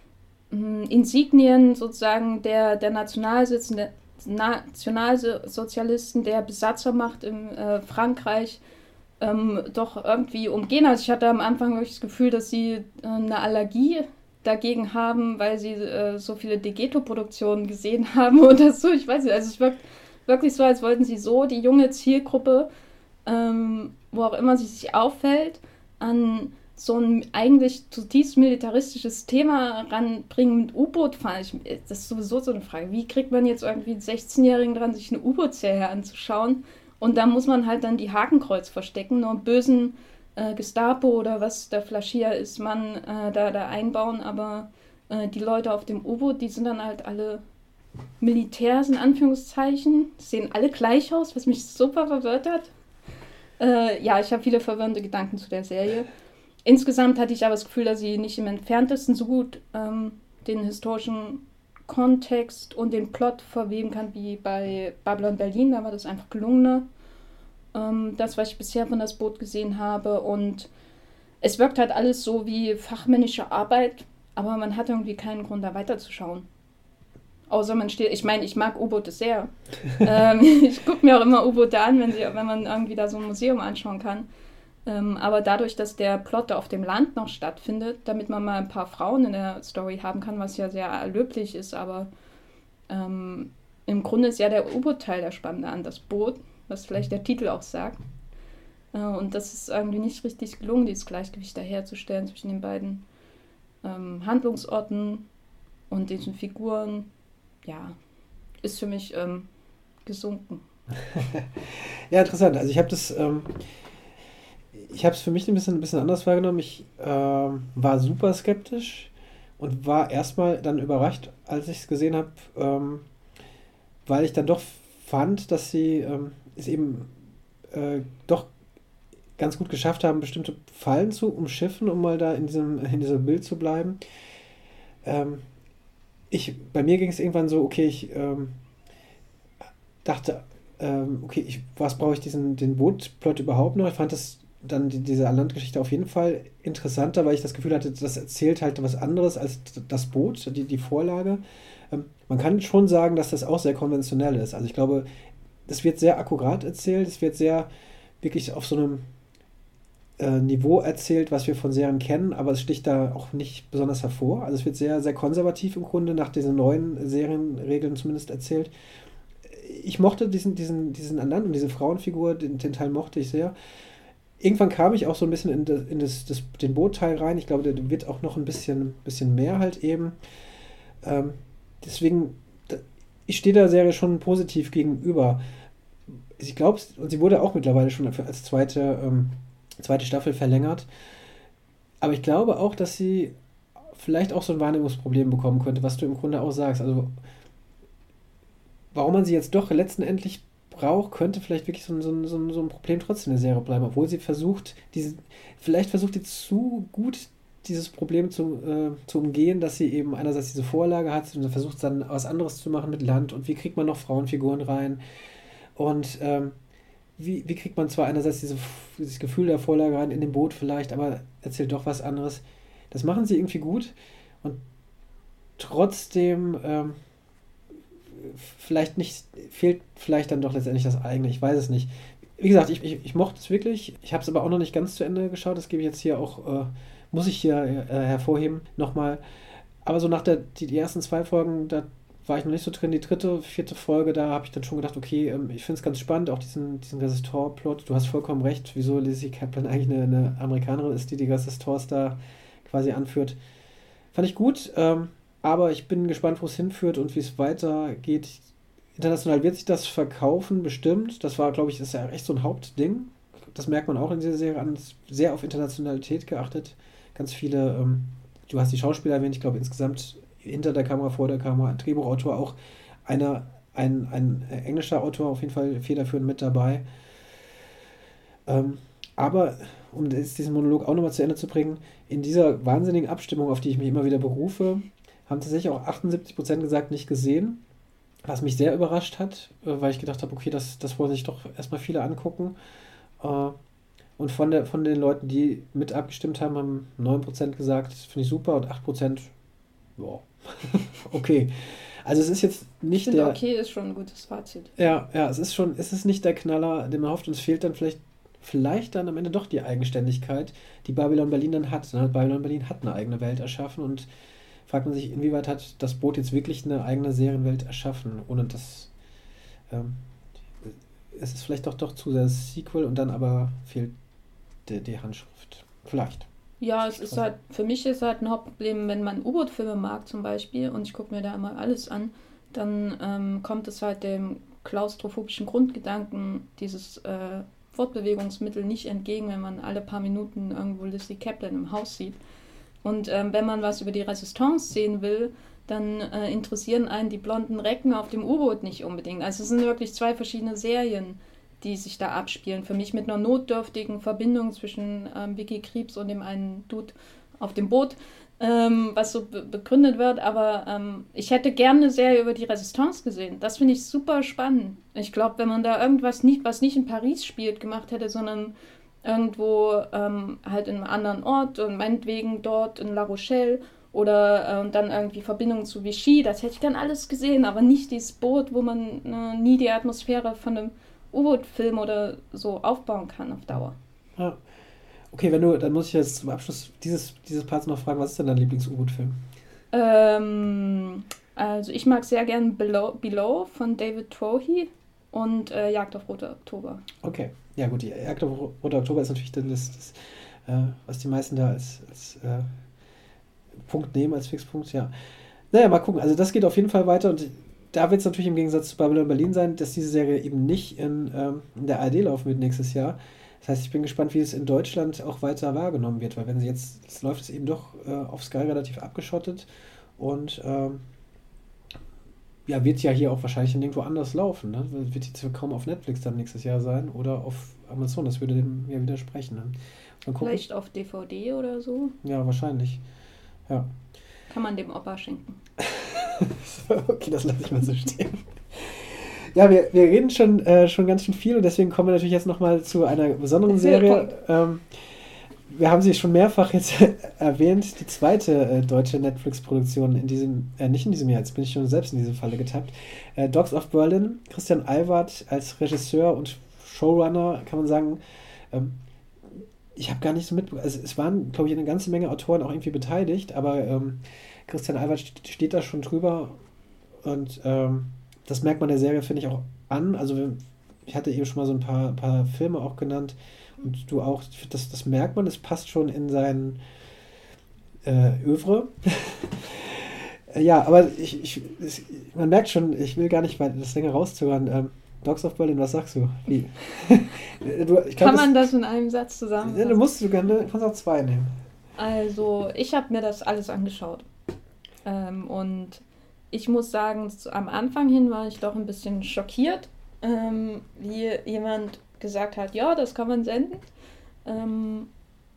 mh, Insignien sozusagen der, der Nationalsitze, der Nationalsozialisten, der Besatzermacht in äh, Frankreich ähm, doch irgendwie umgehen. Also ich hatte am Anfang wirklich das Gefühl, dass sie äh, eine Allergie dagegen haben, weil sie äh, so viele De-Ghetto-Produktionen gesehen haben oder so. Ich weiß nicht, also es wirkt wirklich so, als wollten sie so die junge Zielgruppe, ähm, wo auch immer sie sich auffällt, an so ein eigentlich zutiefst militaristisches Thema ranbringen mit U-Boot-Fahren. Das ist sowieso so eine Frage. Wie kriegt man jetzt irgendwie einen sechzehnjährigen dran, sich eine U-Boot-Serie anzuschauen? Und da muss man halt dann die Hakenkreuz verstecken, nur einen bösen äh, Gestapo oder was der Flaschia ist, man äh, da, da einbauen. Aber äh, die Leute auf dem U-Boot, die sind dann halt alle Militärs in Anführungszeichen, sehen alle gleich aus, was mich super verwirrt hat. Äh, ja, ich habe viele verwirrende Gedanken zu der Serie. Insgesamt hatte ich aber das Gefühl, dass sie nicht im Entferntesten so gut ähm, den historischen Kontext und den Plot verweben kann wie bei Babylon Berlin. Da war das einfach gelungener. Ähm, das, was ich bisher von Das Boot gesehen habe. Und es wirkt halt alles so wie fachmännische Arbeit, aber man hat irgendwie keinen Grund, da weiterzuschauen. Außer man steht, ich meine, ich mag U-Boote sehr. ähm, ich gucke mir auch immer U-Boote an, wenn, sie, wenn man irgendwie da so ein Museum anschauen kann. Ähm, aber dadurch, dass der Plot da auf dem Land noch stattfindet, damit man mal ein paar Frauen in der Story haben kann, was ja sehr löblich ist, aber ähm, im Grunde ist ja der U-Boot-Teil der Spannende an das Boot, was vielleicht der Titel auch sagt. Äh, und das ist irgendwie nicht richtig gelungen, dieses Gleichgewicht da herzustellen zwischen den beiden ähm, Handlungsorten und diesen Figuren. Ja, ist für mich ähm, gesunken. Ja, interessant. Also ich habe das... Ähm Ich habe es für mich ein bisschen, ein bisschen anders wahrgenommen. Ich äh, war super skeptisch und war erstmal dann überrascht, als ich es gesehen habe, ähm, weil ich dann doch fand, dass sie ähm, es eben äh, doch ganz gut geschafft haben, bestimmte Fallen zu umschiffen, um mal da in diesem, in diesem Bild zu bleiben. Ähm, ich, bei mir ging es irgendwann so, okay, ich ähm, dachte, ähm, okay, ich, was brauche ich diesen, den Bootplot überhaupt noch? Ich fand das dann die, diese Landgeschichte auf jeden Fall interessanter, weil ich das Gefühl hatte, das erzählt halt was anderes als das Boot, die, die Vorlage. Ähm, man kann schon sagen, dass das auch sehr konventionell ist. Also ich glaube, das wird sehr akkurat erzählt, es wird sehr wirklich auf so einem äh, Niveau erzählt, was wir von Serien kennen, aber es sticht da auch nicht besonders hervor. Also es wird sehr, sehr konservativ im Grunde nach diesen neuen Serienregeln zumindest erzählt. ich mochte diesen, diesen, diesen Anand und diese Frauenfigur, den, den Teil mochte ich sehr. Irgendwann kam ich auch so ein bisschen in, das, in das, das, den Bootteil rein. Ich glaube, der wird auch noch ein bisschen, bisschen mehr halt eben. Ähm, deswegen, da, ich stehe der Serie schon positiv gegenüber. Ich glaube, und sie wurde auch mittlerweile schon als zweite, ähm, zweite Staffel verlängert. Aber ich glaube auch, dass sie vielleicht auch so ein Wahrnehmungsproblem bekommen könnte, was du im Grunde auch sagst. Also, warum man sie jetzt doch letztendlich braucht, könnte vielleicht wirklich so ein, so ein, so ein, so ein Problem trotzdem in der Serie bleiben, obwohl sie versucht, diese, vielleicht versucht sie zu gut dieses Problem zu, äh, zu umgehen, dass sie eben einerseits diese Vorlage hat und versucht dann was anderes zu machen mit Land und wie kriegt man noch Frauenfiguren rein und ähm, wie, wie kriegt man zwar einerseits diese, dieses Gefühl der Vorlage rein in dem Boot vielleicht, aber erzählt doch was anderes. Das machen sie irgendwie gut und trotzdem ähm, vielleicht nicht, fehlt vielleicht dann doch letztendlich das eigene, ich weiß es nicht. Wie gesagt, ich, ich, ich mochte es wirklich, ich habe es aber auch noch nicht ganz zu Ende geschaut, das gebe ich jetzt hier auch, äh, muss ich hier äh, hervorheben, nochmal. Aber so nach der, die, die ersten zwei Folgen, da war ich noch nicht so drin, die dritte, vierte Folge, da habe ich dann schon gedacht, okay, ähm, ich finde es ganz spannend, auch diesen, diesen Resistor-Plot, du hast vollkommen recht, wieso Lizzie Kaplan eigentlich eine, eine Amerikanerin ist, die die Resistors da quasi anführt. Fand ich gut, ähm, aber ich bin gespannt, wo es hinführt und wie es weitergeht. International wird sich das verkaufen, bestimmt. Das war, glaube ich, das ist ja echt so ein Hauptding. Das merkt man auch in dieser Serie an. Sehr auf Internationalität geachtet. Ganz viele, ähm, du hast die Schauspieler erwähnt, ich glaube insgesamt hinter der Kamera, vor der Kamera, ein Drehbuchautor, auch einer, ein, ein englischer Autor auf jeden Fall federführend mit dabei. Ähm, aber, um jetzt diesen Monolog auch nochmal zu Ende zu bringen, in dieser wahnsinnigen Abstimmung, auf die ich mich immer wieder berufe, haben tatsächlich auch achtundsiebzig Prozent gesagt, nicht gesehen, was mich sehr überrascht hat, weil ich gedacht habe, okay, das, das wollen sich doch erstmal viele angucken. Und von, der, von den Leuten, die mit abgestimmt haben, haben neun Prozent gesagt, das finde ich super, und acht Prozent, boah, okay. Also es ist jetzt nicht ich finde, der... okay ist schon ein gutes Fazit. Ja, ja, es ist schon, es ist nicht der Knaller, den man hofft, und es fehlt dann vielleicht vielleicht dann am Ende doch die Eigenständigkeit, die Babylon Berlin dann hat. Dann hat Babylon Berlin hat eine eigene Welt erschaffen und fragt man sich, inwieweit hat das Boot jetzt wirklich eine eigene Serienwelt erschaffen, ohne dass ähm, es ist vielleicht doch doch zu sehr das Sequel und dann aber fehlt die, die Handschrift. Vielleicht. Ja, es ist halt, für mich ist halt ein Hauptproblem, wenn man U-Boot-Filme mag zum Beispiel und ich gucke mir da immer alles an, dann ähm, kommt es halt dem klaustrophobischen Grundgedanken dieses äh, Fortbewegungsmittel nicht entgegen, wenn man alle paar Minuten irgendwo Lizzie Kaplan im Haus sieht. Und ähm, wenn man was über die Resistance sehen will, dann äh, interessieren einen die blonden Recken auf dem U-Boot nicht unbedingt. Also es sind wirklich zwei verschiedene Serien, die sich da abspielen. Für mich mit einer notdürftigen Verbindung zwischen ähm, Vicky Krieps und dem einen Dude auf dem Boot, ähm, was so be- begründet wird. Aber ähm, ich hätte gerne eine Serie über die Resistance gesehen. Das finde ich super spannend. Ich glaube, wenn man da irgendwas nicht, was nicht in Paris spielt, gemacht hätte, sondern irgendwo ähm, halt in einem anderen Ort und meinetwegen dort in La Rochelle oder äh, dann irgendwie Verbindungen zu Vichy, das hätte ich gern alles gesehen, aber nicht dieses Boot, wo man äh, nie die Atmosphäre von einem U-Boot-Film oder so aufbauen kann auf Dauer. Ja. Okay, wenn du, dann muss ich jetzt zum Abschluss dieses, dieses Parts noch fragen, was ist denn dein Lieblings-U-Boot-Film? Ähm, also ich mag sehr gern Below, Below von David Twohy und äh, Jagd auf Roter Oktober. Okay, ja gut, die Jagd auf Roter Oktober ist natürlich das, das äh, was die meisten da als, als äh, Punkt nehmen, als Fixpunkt, ja. Naja, mal gucken, also das geht auf jeden Fall weiter und da wird es natürlich im Gegensatz zu Babylon Berlin sein, dass diese Serie eben nicht in, ähm, in der A R D laufen wird nächstes Jahr. Das heißt, ich bin gespannt, wie es in Deutschland auch weiter wahrgenommen wird, weil wenn sie jetzt, jetzt läuft es eben doch äh, auf Sky relativ abgeschottet und ähm, ja, wird ja hier auch wahrscheinlich nirgendwo anders laufen. Ne? Wird jetzt kaum auf Netflix dann nächstes Jahr sein oder auf Amazon, das würde dem ja widersprechen. Ne? Mal gucken. Vielleicht auf D V D oder so? Ja, wahrscheinlich. Ja. Kann man dem Opa schenken. Okay, das lasse ich mal so stehen. Ja, wir, wir reden schon, äh, schon ganz schön viel und deswegen kommen wir natürlich jetzt nochmal zu einer besonderen Serie. Ähm, wir haben sie schon mehrfach jetzt erwähnt, die zweite äh, deutsche Netflix-Produktion in diesem, äh, nicht in diesem Jahr, jetzt bin ich schon selbst in diese Falle getappt. Äh, Dogs of Berlin, Christian Alward als Regisseur und Showrunner, kann man sagen, ähm, ich habe gar nicht so mitbekommen, also es waren, glaube ich, eine ganze Menge Autoren auch irgendwie beteiligt, aber ähm, Christian Alward steht da schon drüber und ähm, das merkt man der Serie, finde ich, auch an. Also ich hatte eben schon mal so ein paar, paar Filme auch genannt und du auch, das, das merkt man, das passt schon in sein äh, Övre. Ja, aber ich, ich, es, man merkt schon, ich will gar nicht mal das länger rauszögern. Ähm, Dogs of Berlin, was sagst du? Wie? du ich glaub, Kann man das, das in einem Satz zusammenfassen? Ja, du musst du gerne, du kannst auch zwei nehmen. Also, ich habe mir das alles angeschaut. Ähm, und ich muss sagen, zu, am Anfang hin war ich doch ein bisschen schockiert, ähm, wie jemand gesagt hat, ja, das kann man senden. Ähm,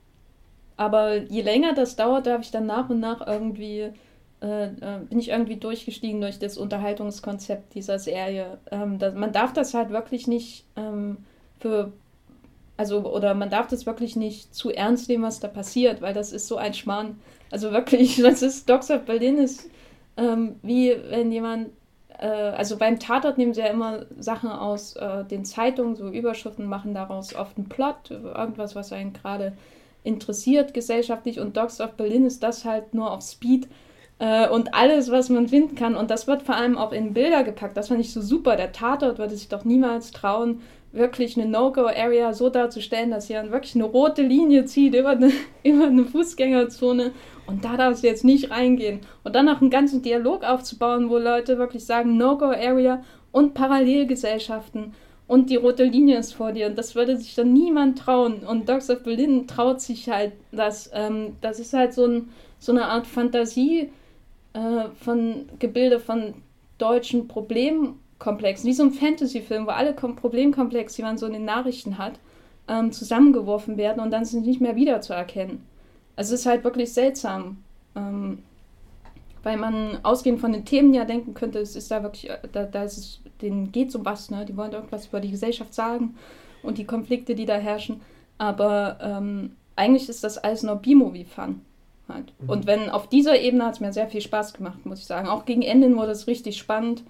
aber je länger das dauert, habe ich dann nach und nach irgendwie, äh, äh, bin ich irgendwie durchgestiegen durch das Unterhaltungskonzept dieser Serie. Ähm, das, man darf das halt wirklich nicht ähm, für, also, oder man darf das wirklich nicht zu ernst nehmen, was da passiert, weil das ist so ein Schmarrn. Also wirklich, das ist, Dogs of Berlin ist ähm, wie wenn jemand, äh, also beim Tatort nehmen sie ja immer Sachen aus äh, den Zeitungen, so Überschriften, machen daraus oft einen Plot, irgendwas, was einen gerade interessiert gesellschaftlich, und Dogs of Berlin ist das halt nur auf Speed äh, und alles, was man finden kann, und das wird vor allem auch in Bilder gepackt, das fand ich so super. Der Tatort würde sich doch niemals trauen, wirklich eine No-Go-Area so darzustellen, dass hier wirklich eine rote Linie zieht über eine, über eine Fußgängerzone, und da darfst du jetzt nicht reingehen. Und dann noch einen ganzen Dialog aufzubauen, wo Leute wirklich sagen, No-Go-Area und Parallelgesellschaften und die rote Linie ist vor dir. Und das würde sich dann niemand trauen. Und Dogs of Berlin traut sich halt das. Ähm, das ist halt so, ein, so eine Art Fantasie äh, von Gebilde von deutschen Problemkomplexen. Wie so ein Fantasy-Film, wo alle Kom- Problemkomplexe, die man so in den Nachrichten hat, ähm, zusammengeworfen werden und dann sind sie nicht mehr wiederzuerkennen. Also es ist halt wirklich seltsam, ähm, weil man ausgehend von den Themen ja denken könnte, es ist da wirklich, da, da ist es, denen geht es um was, ne? Die wollen irgendwas über die Gesellschaft sagen und die Konflikte, die da herrschen. Aber ähm, eigentlich ist das alles nur B-Movie-Fun. Halt. Mhm. Und wenn auf dieser Ebene hat es mir sehr viel Spaß gemacht, muss ich sagen. Auch gegen Ende wurde es richtig spannend.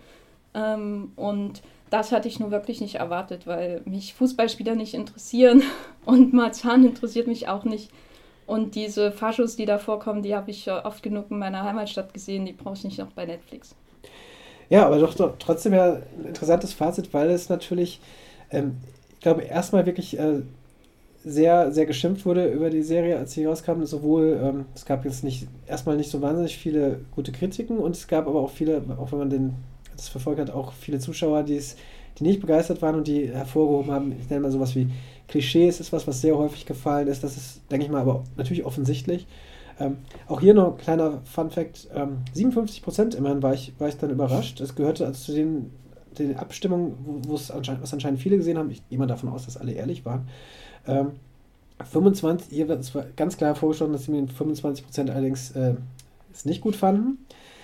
Ähm, und das hatte ich nur wirklich nicht erwartet, weil mich Fußballspieler nicht interessieren und Marzahn interessiert mich auch nicht. Und diese Faschos, die da vorkommen, die habe ich oft genug in meiner Heimatstadt gesehen, die brauche ich nicht noch bei Netflix. Ja, aber doch, doch trotzdem ja ein interessantes Fazit, weil es natürlich, ähm, ich glaube, erstmal wirklich äh, sehr, sehr geschimpft wurde über die Serie, als sie rauskam. Sowohl, ähm, es gab jetzt nicht erstmal nicht so wahnsinnig viele gute Kritiken und es gab aber auch viele, auch wenn man den, das verfolgt hat, auch viele Zuschauer, die es, die nicht begeistert waren und die hervorgehoben haben, ich nenne mal sowas wie Klischees, ist was, was sehr häufig gefallen ist. Das ist, denke ich mal, aber natürlich offensichtlich. Ähm, auch hier noch ein kleiner Fun-Fact: ähm, siebenundfünfzig Prozent immerhin war ich, war ich dann überrascht. Es gehörte also zu den, den Abstimmungen, wo es anscheinend, was anscheinend viele gesehen haben. Ich gehe mal davon aus, dass alle ehrlich waren. Ähm, fünfundzwanzig, hier wird es ganz klar vorgestellt, dass sie fünfundzwanzig Prozent allerdings äh, es nicht gut fanden.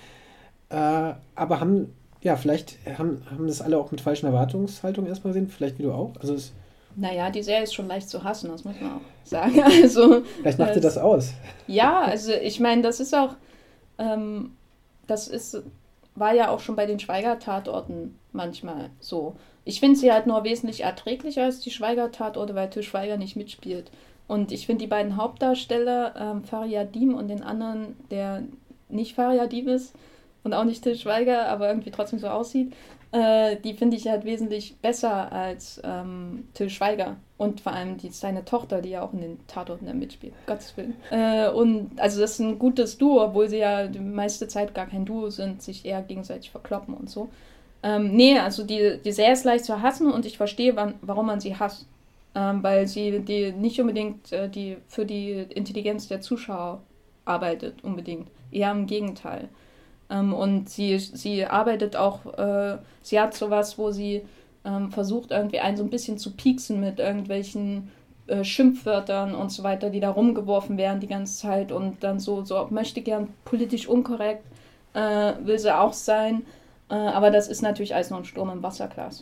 Äh, aber haben, ja, vielleicht haben, haben das alle auch mit falschen Erwartungshaltungen erstmal gesehen. Vielleicht wie du auch. Also es Naja, die Serie ist schon leicht zu hassen, das muss man auch sagen. Also, Vielleicht macht dir das aus. Ja, also ich meine, das ist auch, ähm, das ist, war ja auch schon bei den Schweiger-Tatorten manchmal so. Ich finde sie halt nur wesentlich erträglicher als die Schweiger-Tatorte, weil Til Schweiger nicht mitspielt. Und ich finde die beiden Hauptdarsteller, ähm, Fariadim und den anderen, der nicht Fariadim ist und auch nicht Til Schweiger, aber irgendwie trotzdem so aussieht, äh, die finde ich halt wesentlich besser als ähm, Til Schweiger. Und vor allem die, seine Tochter, die ja auch in den Tatorten mitspielt. Gottes Willen. Äh, und also das ist ein gutes Duo, obwohl sie ja die meiste Zeit gar kein Duo sind, sich eher gegenseitig verkloppen und so. Ähm, nee, also die, die Serie ist leicht zu hassen und ich verstehe, wann, warum man sie hasst. Ähm, weil sie die nicht unbedingt äh, die, für die Intelligenz der Zuschauer arbeitet, unbedingt. Eher im Gegenteil. Ähm, und sie, sie arbeitet auch, äh, sie hat sowas, wo sie ähm, versucht, irgendwie einen so ein bisschen zu pieksen mit irgendwelchen äh, Schimpfwörtern und so weiter, die da rumgeworfen werden die ganze Zeit und dann so, so möchte gern politisch unkorrekt, äh, will sie auch sein. Äh, aber das ist natürlich alles nur ein Sturm im Wasserglas.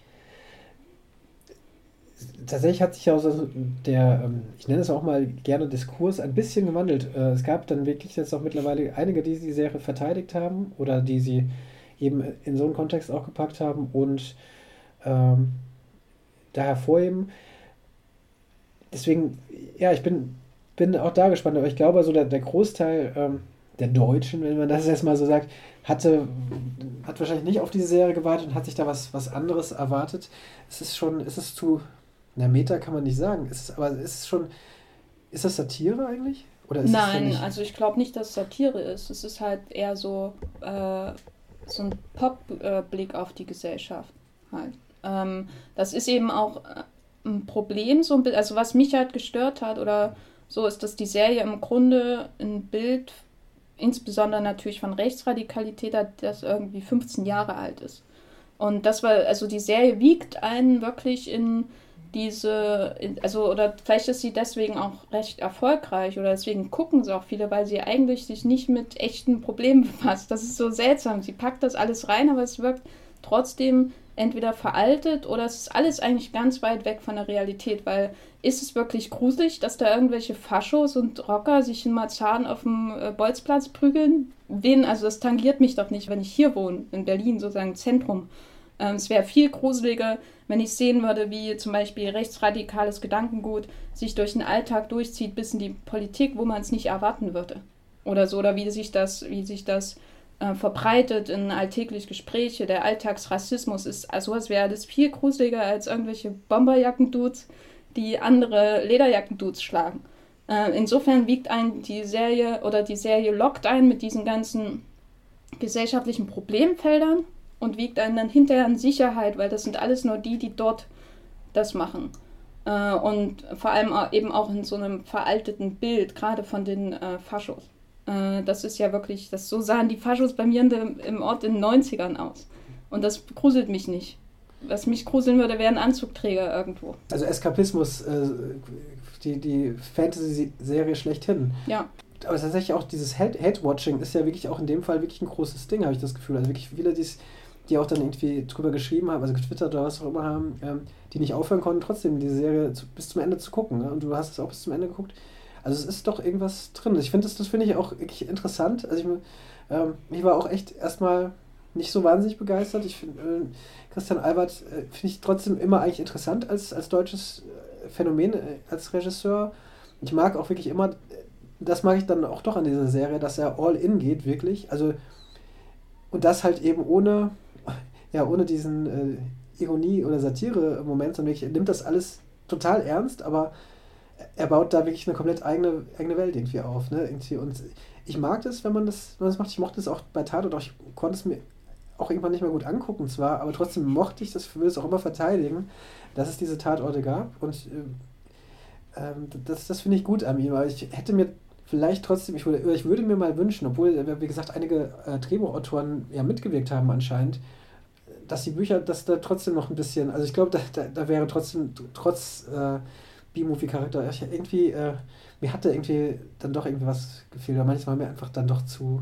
Tatsächlich hat sich auch so der, ähm, ich nenne es auch mal gerne Diskurs, ein bisschen gewandelt. Äh, Es gab dann wirklich jetzt auch mittlerweile einige, die die Serie verteidigt haben oder die sie eben in so einen Kontext auch gepackt haben und ähm, da hervorheben. Deswegen, ja, ich bin, bin auch da gespannt, aber ich glaube, so der, der Großteil ähm, der Deutschen, wenn man das jetzt mal so sagt, hatte, hat wahrscheinlich nicht auf diese Serie gewartet und hat sich da was, was anderes erwartet. Es ist schon, ist es zu, na, Meta kann man nicht sagen, ist es, aber ist es schon, ist das Satire eigentlich? Oder ist Nein, es also ich glaube nicht, dass es Satire ist. Es ist halt eher so, äh, so ein Pop-Blick auf die Gesellschaft halt. Ähm, das ist eben auch ein Problem, so ein Bild, also was mich halt gestört hat oder so, ist, dass die Serie im Grunde ein Bild, insbesondere natürlich von Rechtsradikalität hat, das irgendwie fünfzehn Jahre alt ist. Und das war, also die Serie wiegt einen wirklich in diese, in, also oder vielleicht ist sie deswegen auch recht erfolgreich oder deswegen gucken sie auch viele, weil sie eigentlich sich nicht mit echten Problemen befasst. Das ist so seltsam. Sie packt das alles rein, aber es wirkt trotzdem entweder veraltet oder es ist alles eigentlich ganz weit weg von der Realität, weil ist es wirklich gruselig, dass da irgendwelche Faschos und Rocker sich in Marzahn auf dem äh, Bolzplatz prügeln? Wen, also das tangiert mich doch nicht, wenn ich hier wohne, in Berlin, sozusagen Zentrum. Ähm, es wäre viel gruseliger, wenn ich sehen würde, wie zum Beispiel rechtsradikales Gedankengut sich durch den Alltag durchzieht bis in die Politik, wo man es nicht erwarten würde. Oder so, oder wie sich das, wie sich das äh, verbreitet in alltägliche Gespräche. Der Alltagsrassismus ist, also es wäre das viel gruseliger als irgendwelche Bomberjackendudes, die andere Lederjackendudes schlagen. Äh, insofern wiegt ein die Serie, oder die Serie lockt einen mit diesen ganzen gesellschaftlichen Problemfeldern und wiegt einen dann hinterher in Sicherheit, weil das sind alles nur die, die dort das machen. Äh, und vor allem eben auch in so einem veralteten Bild, gerade von den äh, Faschos. Äh, das ist ja wirklich, das, so sahen die Faschos bei mir in dem, im Ort in den neunzigern aus. Und das gruselt mich nicht. Was mich gruseln würde, wäre ein Anzugträger irgendwo. Also Eskapismus, äh, die, die Fantasy-Serie schlechthin. Ja. Aber tatsächlich auch dieses Hate-Watching ist ja wirklich auch in dem Fall wirklich ein großes Ding, habe ich das Gefühl. Also wirklich viele, die's, die auch dann irgendwie drüber geschrieben haben, also getwittert oder was auch immer haben, ähm, die nicht aufhören konnten, trotzdem diese Serie zu, bis zum Ende zu gucken. Ne? Und du hast es auch bis zum Ende geguckt. Also es ist doch irgendwas drin. Ich finde, das, das finde ich auch wirklich interessant. Also ich, ähm, ich war auch echt erstmal nicht so wahnsinnig begeistert. Ich finde, äh, Christian Albert äh, finde ich trotzdem immer eigentlich interessant als, als deutsches äh, Phänomen, äh, als Regisseur. Ich mag auch wirklich immer, das mag ich dann auch doch an dieser Serie, dass er all in geht, wirklich. Also, und das halt eben ohne, ja, ohne diesen äh, Ironie- oder Satire-Moment, sondern wirklich, er nimmt das alles total ernst, aber er baut da wirklich eine komplett eigene, eigene Welt irgendwie auf. Ne? Irgendwie. Und ich mag das, wenn man das, wenn man das macht. Ich mochte es auch bei Tatort, auch ich konnte es mir auch irgendwann nicht mehr gut angucken zwar, aber trotzdem mochte ich das, will es auch immer verteidigen, dass es diese Tatorte gab. Und äh, äh, das, das finde ich gut an ihm. Aber ich hätte mir vielleicht trotzdem, ich würde, ich würde mir mal wünschen, obwohl, wie gesagt, einige äh, Drehbuchautoren ja mitgewirkt haben anscheinend, dass die Bücher, dass da trotzdem noch ein bisschen, also ich glaube, da, da, da wäre trotzdem, trotz äh, B-Movie-Charakter, irgendwie, äh, mir hatte irgendwie dann doch irgendwie was gefehlt, aber manchmal war mir einfach dann doch zu...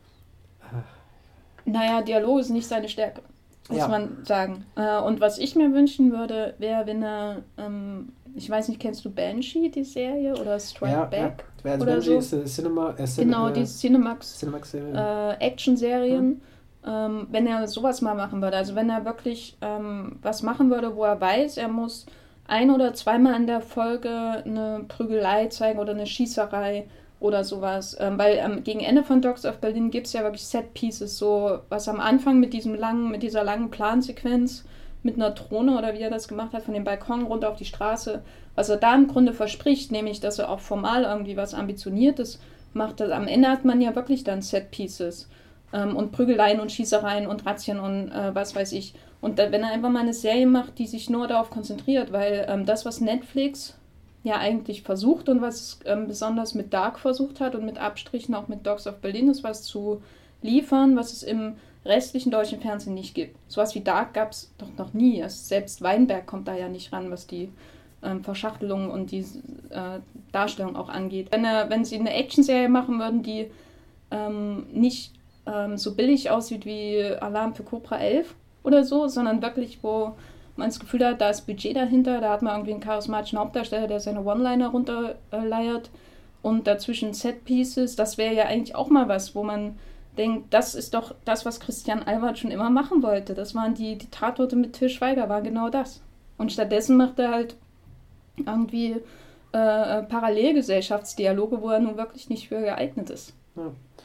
Äh, Naja, Dialog ist nicht seine Stärke, muss ja. man sagen. Äh, und was ich mir wünschen würde, wäre, wenn er, ähm, ich weiß nicht, kennst du Banshee, die Serie, oder Strike ja, Back? Ja. Also oder Banshee so? ist äh, Cinema... Äh, Cin Genau, äh, die Cinemax, Cinemax äh, Action-Serien. Mhm. Ähm, wenn er sowas mal machen würde, also wenn er wirklich ähm, was machen würde, wo er weiß, er muss ein- oder zweimal in der Folge eine Prügelei zeigen oder eine Schießerei oder sowas. Ähm, weil ähm, gegen Ende von Dogs of Berlin gibt es ja wirklich Set-Pieces, so was am Anfang mit diesem langen, mit dieser langen Plansequenz mit einer Drohne oder wie er das gemacht hat, von dem Balkon runter auf die Straße, was er da im Grunde verspricht, nämlich, dass er auch formal irgendwie was Ambitioniertes macht. Am Ende hat man ja wirklich dann Set-Pieces. Ähm, und Prügeleien und Schießereien und Razzien und äh, was weiß ich. Und da, wenn er einfach mal eine Serie macht, die sich nur darauf konzentriert, weil ähm, das, was Netflix ja eigentlich versucht und was ähm, besonders mit Dark versucht hat und mit Abstrichen auch mit Dogs of Berlin ist, was zu liefern, was es im restlichen deutschen Fernsehen nicht gibt. Sowas wie Dark gab es doch noch nie. Also selbst Weinberg kommt da ja nicht ran, was die ähm, Verschachtelung und die äh, Darstellung auch angeht. Wenn, er, wenn sie eine Actionserie machen würden, die ähm, nicht so billig aussieht wie Alarm für Cobra elf oder so, sondern wirklich, wo man das Gefühl hat, da ist Budget dahinter, da hat man irgendwie einen charismatischen Hauptdarsteller, der seine One-Liner runterleiert und dazwischen Set-Pieces, das wäre ja eigentlich auch mal was, wo man denkt, das ist doch das, was Christian Albert schon immer machen wollte. Das waren die, die Tatorte mit Til Schweiger, war genau das. Und stattdessen macht er halt irgendwie äh, Parallelgesellschaftsdialoge, wo er nun wirklich nicht für geeignet ist. Ja.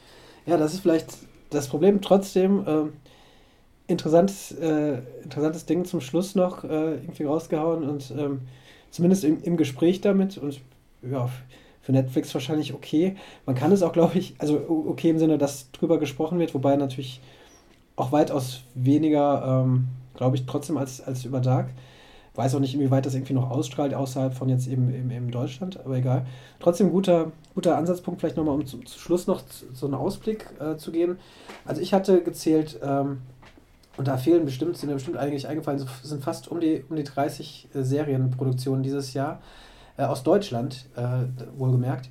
Ja, das ist vielleicht das Problem. Trotzdem, äh, interessantes, äh, interessantes Ding zum Schluss noch äh, irgendwie rausgehauen und ähm, zumindest im, im Gespräch damit und ja, für Netflix wahrscheinlich okay. Man kann es auch, glaube ich, also okay im Sinne, dass drüber gesprochen wird, wobei natürlich auch weitaus weniger, ähm, glaube ich, trotzdem als, als über Dark. Weiß auch nicht, inwieweit das irgendwie noch ausstrahlt, außerhalb von jetzt eben, eben, eben Deutschland, aber egal. Trotzdem guter, guter Ansatzpunkt, vielleicht nochmal, um zu, zu Schluss noch zu, so einen Ausblick äh, zu geben. Also ich hatte gezählt, ähm, und da fehlen bestimmt, sind mir bestimmt eigentlich eingefallen, so sind fast um die, um die dreißig äh, Serienproduktionen dieses Jahr, äh, aus Deutschland, äh, wohlgemerkt.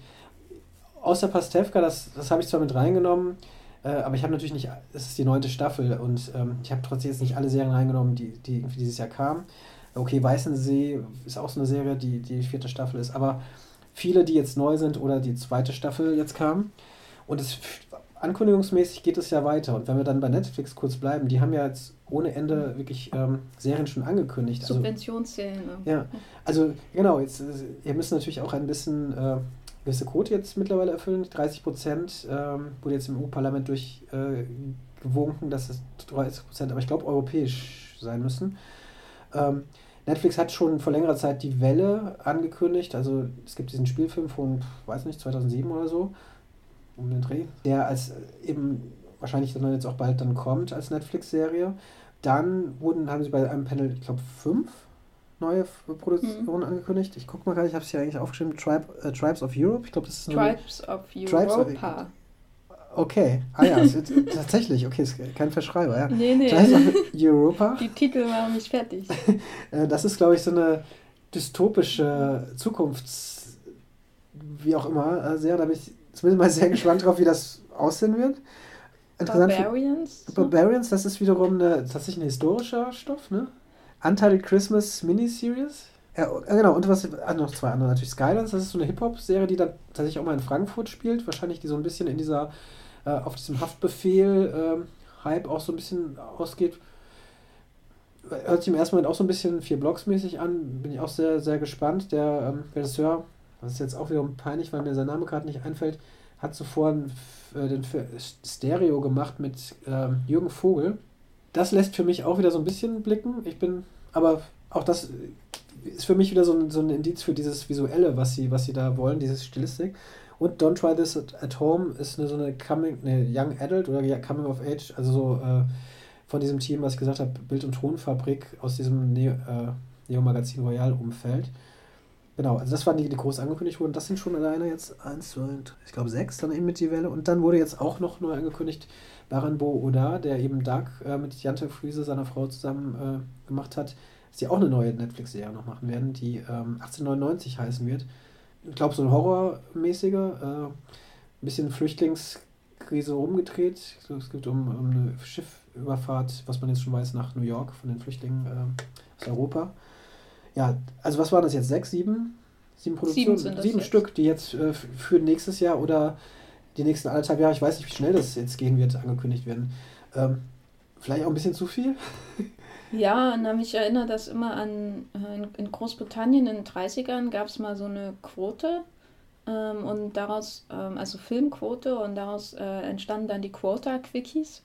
Außer Pastewka, das, das habe ich zwar mit reingenommen, äh, aber ich habe natürlich nicht, es ist die neunte Staffel und ähm, ich habe trotzdem jetzt nicht alle Serien reingenommen, die, die irgendwie dieses Jahr kamen. Okay, Weißensee ist auch so eine Serie, die die vierte Staffel ist, aber viele, die jetzt neu sind oder die zweite Staffel jetzt kamen. Und es, ankündigungsmäßig geht es ja weiter. Und wenn wir dann bei Netflix kurz bleiben, die haben ja jetzt ohne Ende wirklich ähm, Serien schon angekündigt. Also, Subventionsserien. ja, also genau, jetzt, äh, ihr müsst natürlich auch ein bisschen äh, gewisse Quote jetzt mittlerweile erfüllen. dreißig Prozent ähm, wurde jetzt im E U-Parlament durchgewunken, äh, dass es dreißig Prozent, aber ich glaube europäisch sein müssen. Ähm, Netflix hat schon vor längerer Zeit Die Welle angekündigt, also es gibt diesen Spielfilm von, weiß nicht, zweitausendsieben oder so, um den Dreh, der als eben wahrscheinlich dann jetzt auch bald dann kommt als Netflix-Serie. Dann wurden, haben sie bei einem Panel, ich glaube, fünf neue Produktionen mhm. angekündigt. Ich gucke mal gerade, ich habe es hier eigentlich aufgeschrieben, Tribe, äh, Tribes of Europe, ich glaube, das ist Tribes of Tribes Europa. Of, okay, ah ja, es, tatsächlich, okay, ist kein Verschreiber, ja. Nee, nee. Tribes of Europa. Die Titel waren nicht fertig. Das ist, glaube ich, so eine dystopische Zukunfts-, wie auch immer, Serie. Da bin ich zumindest mal sehr gespannt drauf, wie das aussehen wird. Barbarians? Für, Barbarians, das ist wiederum eine, tatsächlich ein historischer Stoff, ne? Untitled Christmas Miniseries. Ja, genau, und was, ah, noch zwei andere natürlich. Skylines, das ist so eine Hip-Hop-Serie, die dann tatsächlich auch mal in Frankfurt spielt. Wahrscheinlich die so ein bisschen in dieser, äh, auf diesem Haftbefehl-Hype ähm, auch so ein bisschen ausgeht. Hört sich im ersten Moment auch so ein bisschen vier Blocks-mäßig an. Bin ich auch sehr, sehr gespannt. Der ähm, Regisseur, das ist jetzt auch wiederum peinlich, weil mir sein Name gerade nicht einfällt, hat zuvor ein, äh, den Stereo gemacht mit ähm, Jürgen Vogel. Das lässt für mich auch wieder so ein bisschen blicken. Ich bin, aber auch das ist für mich wieder so ein, so ein Indiz für dieses Visuelle, was sie, was sie da wollen, diese Stilistik. Und Don't Try This at, at Home ist eine, so eine Coming, eine Young Adult oder Coming of Age, also so äh, von diesem Team, was ich gesagt habe, Bild- und Tonfabrik aus diesem Neo, äh, Neo-Magazin Royal-Umfeld. Genau, also das waren die, die groß angekündigt wurden. Das sind schon alleine jetzt eins, zwei, ich glaube sechs, dann eben mit die Welle. Und dann wurde jetzt auch noch neu angekündigt, Baranbo Oda, der eben Dark äh, mit Jante Friese, seiner Frau, zusammen äh, gemacht hat, dass die auch eine neue Netflix-Serie noch machen werden, die ähm, achtzehnhundertneunundneunzig heißen wird. Ich glaube, so ein horrormäßiger, äh, ein bisschen Flüchtlingskrise rumgedreht. Ich glaube, es geht um, um eine Schiffüberfahrt, was man jetzt schon weiß, nach New York von den Flüchtlingen äh, aus Europa. Ja, also was waren das jetzt? Sechs, sieben? Sieben Produktionen? Sieben, sieben Stück, die jetzt äh, für nächstes Jahr oder die nächsten anderthalb Jahre, ich weiß nicht, wie schnell das jetzt gehen wird, angekündigt werden. Ähm, vielleicht auch ein bisschen zu viel? Ja, und mich erinnert das immer an, in Großbritannien in den dreißigern gab es mal so eine Quote ähm, und daraus, ähm, also Filmquote, und daraus äh, entstanden dann die Quota-Quickies,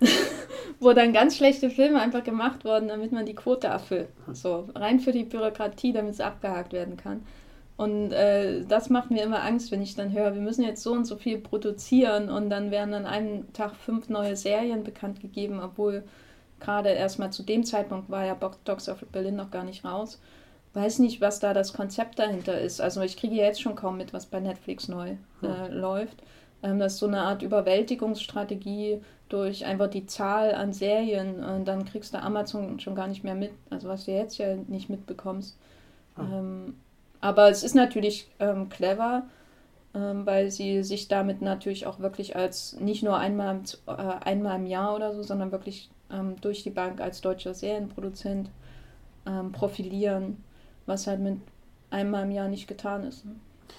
wo dann ganz schlechte Filme einfach gemacht wurden, damit man die Quote erfüllt. So, rein für die Bürokratie, damit es abgehakt werden kann. Und äh, das macht mir immer Angst, wenn ich dann höre, wir müssen jetzt so und so viel produzieren und dann werden an einem Tag fünf neue Serien bekannt gegeben, obwohl gerade erstmal zu dem Zeitpunkt war ja Dogs of Berlin noch gar nicht raus. Weiß nicht, was da das Konzept dahinter ist. Also ich kriege jetzt schon kaum mit, was bei Netflix neu äh, hm. läuft. Ähm, das ist so eine Art Überwältigungsstrategie durch einfach die Zahl an Serien. Und dann kriegst du Amazon schon gar nicht mehr mit. Also was du jetzt ja nicht mitbekommst. Hm. Ähm, aber es ist natürlich ähm, clever, ähm, weil sie sich damit natürlich auch wirklich als nicht nur einmal, äh, einmal im Jahr oder so, sondern wirklich ähm, durch die Bank als deutscher Serienproduzent ähm, profilieren, was halt mit einmal im Jahr nicht getan ist. Ne?